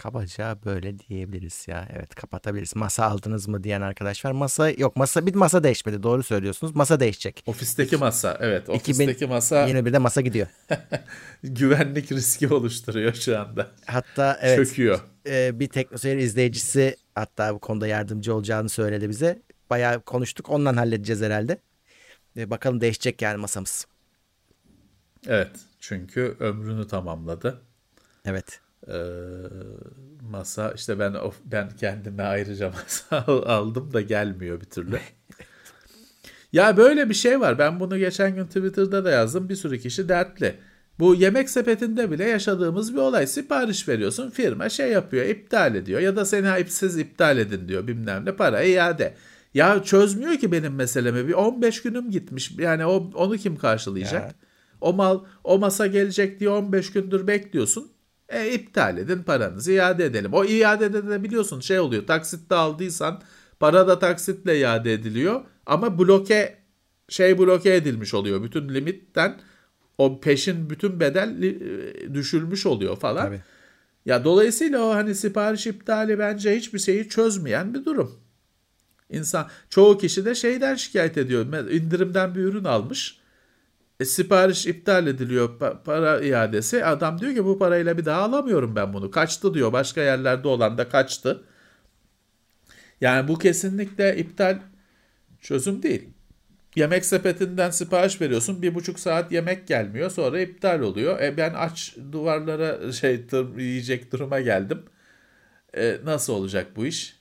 Kabaca böyle diyebiliriz ya. Evet, kapatabiliriz. Masa aldınız mı diyen arkadaş var. Masa yok. Masa değişmedi. Doğru söylüyorsunuz. Masa değişecek. Ofisteki masa, evet, ofisteki masa 2021'de masa gidiyor. güvenlik riski oluşturuyor şu anda. Hatta evet, Çöküyor. bir TeknoSeyir izleyicisi hatta bu konuda yardımcı olacağını söyledi bize. Bayağı konuştuk. Ondan halledeceğiz herhalde. Bakalım değişecek yani masamız. Evet, çünkü ömrünü tamamladı. Evet. Ee, Masa işte ben kendime ayrıca masa aldım da gelmiyor bir türlü. Ya böyle bir şey var. Ben bunu geçen gün Twitter'da da yazdım. Bir sürü kişi dertli. Bu Yemek Sepeti'nde bile yaşadığımız bir olay. Sipariş veriyorsun, firma şey yapıyor, iptal ediyor ya da seni siz iptal edin diyor, bilmem ne, para iade. Ya çözmüyor ki benim meselemi. Bir 15 günüm gitmiş. Yani onu kim karşılayacak? Ya. O masa gelecek diye 15 gündür bekliyorsun. İptal edin, paranızı iade edelim. O iadede de biliyorsun şey oluyor. Taksitle aldıysan para da taksitle iade ediliyor. Ama bloke edilmiş oluyor. Bütün limitten o peşin bütün bedel düşülmüş oluyor falan. Tabii. Ya dolayısıyla o hani sipariş iptali bence hiçbir şeyi çözmeyen bir durum. Çoğu kişi de şeyden şikayet ediyor. İndirimden bir ürün almış. Sipariş iptal ediliyor, para iadesi. Adam diyor ki bu parayla bir daha alamıyorum ben bunu. Kaçtı diyor. Başka yerlerde olan da kaçtı. Yani bu kesinlikle iptal çözüm değil. Yemek sepetinden sipariş veriyorsun. 1,5 saat yemek gelmiyor. Sonra iptal oluyor. Ben aç duvarlara yiyecek duruma geldim. Nasıl olacak bu iş?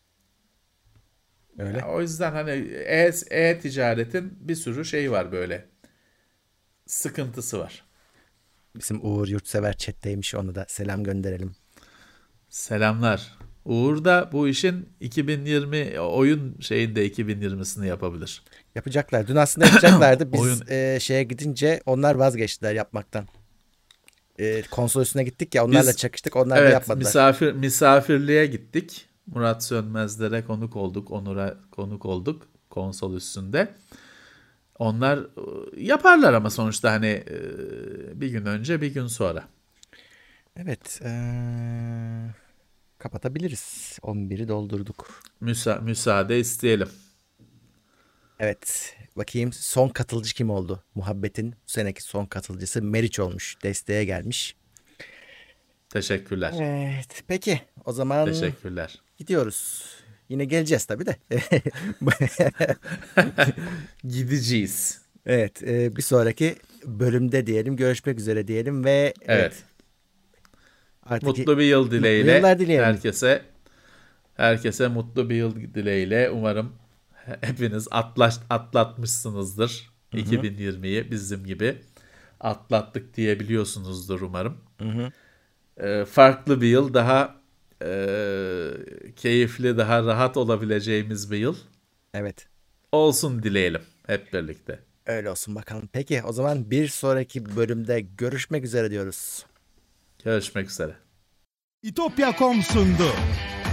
Öyle. Ya, o yüzden hani e-ticaretin bir sürü şey var böyle. Sıkıntısı var. Bizim Uğur Yurtsever chat'teymiş. Ona da selam gönderelim. Selamlar. Uğur da bu işin 2020 oyun şeyinde 2020'sini yapabilir. Yapacaklar. Dün aslında yapacaklardı. Biz Oyun şeye gidince onlar vazgeçtiler yapmaktan. Konsol üstüne gittik ya, onlarla biz çakıştık. Onlar da evet yapmadılar. misafirliğe gittik. Murat Sönmezlere konuk olduk. Onur'a konuk olduk konsol üstünde. Onlar yaparlar ama sonuçta hani bir gün önce bir gün sonra. Evet. Kapatabiliriz. 11'i doldurduk. Müsaade isteyelim. Evet. Bakayım son katılıcı kim oldu? Muhabbet'in bu seneki son katılıcısı Meriç olmuş. Desteğe gelmiş. Teşekkürler. Evet. Peki. O zaman Teşekkürler. gidiyoruz. Yine geleceğiz tabii de. Gideceğiz. Evet. Bir sonraki bölümde diyelim. Görüşmek üzere diyelim ve evet. Evet. Artık Mutlu bir yıl mutlu dileğiyle yıllar dileyelim. herkese mutlu bir yıl dileğiyle. Umarım hepiniz atlatmışsınızdır. Hı hı. 2020'yi bizim gibi atlattık diyebiliyorsunuzdur umarım. Hı hı. Farklı bir yıl, daha keyifli, daha rahat olabileceğimiz bir yıl Evet. olsun dileyelim hep birlikte. Öyle olsun bakalım. Peki o zaman bir sonraki bölümde görüşmek üzere diyoruz. Görüşmek üzere. İtopya.com sundu.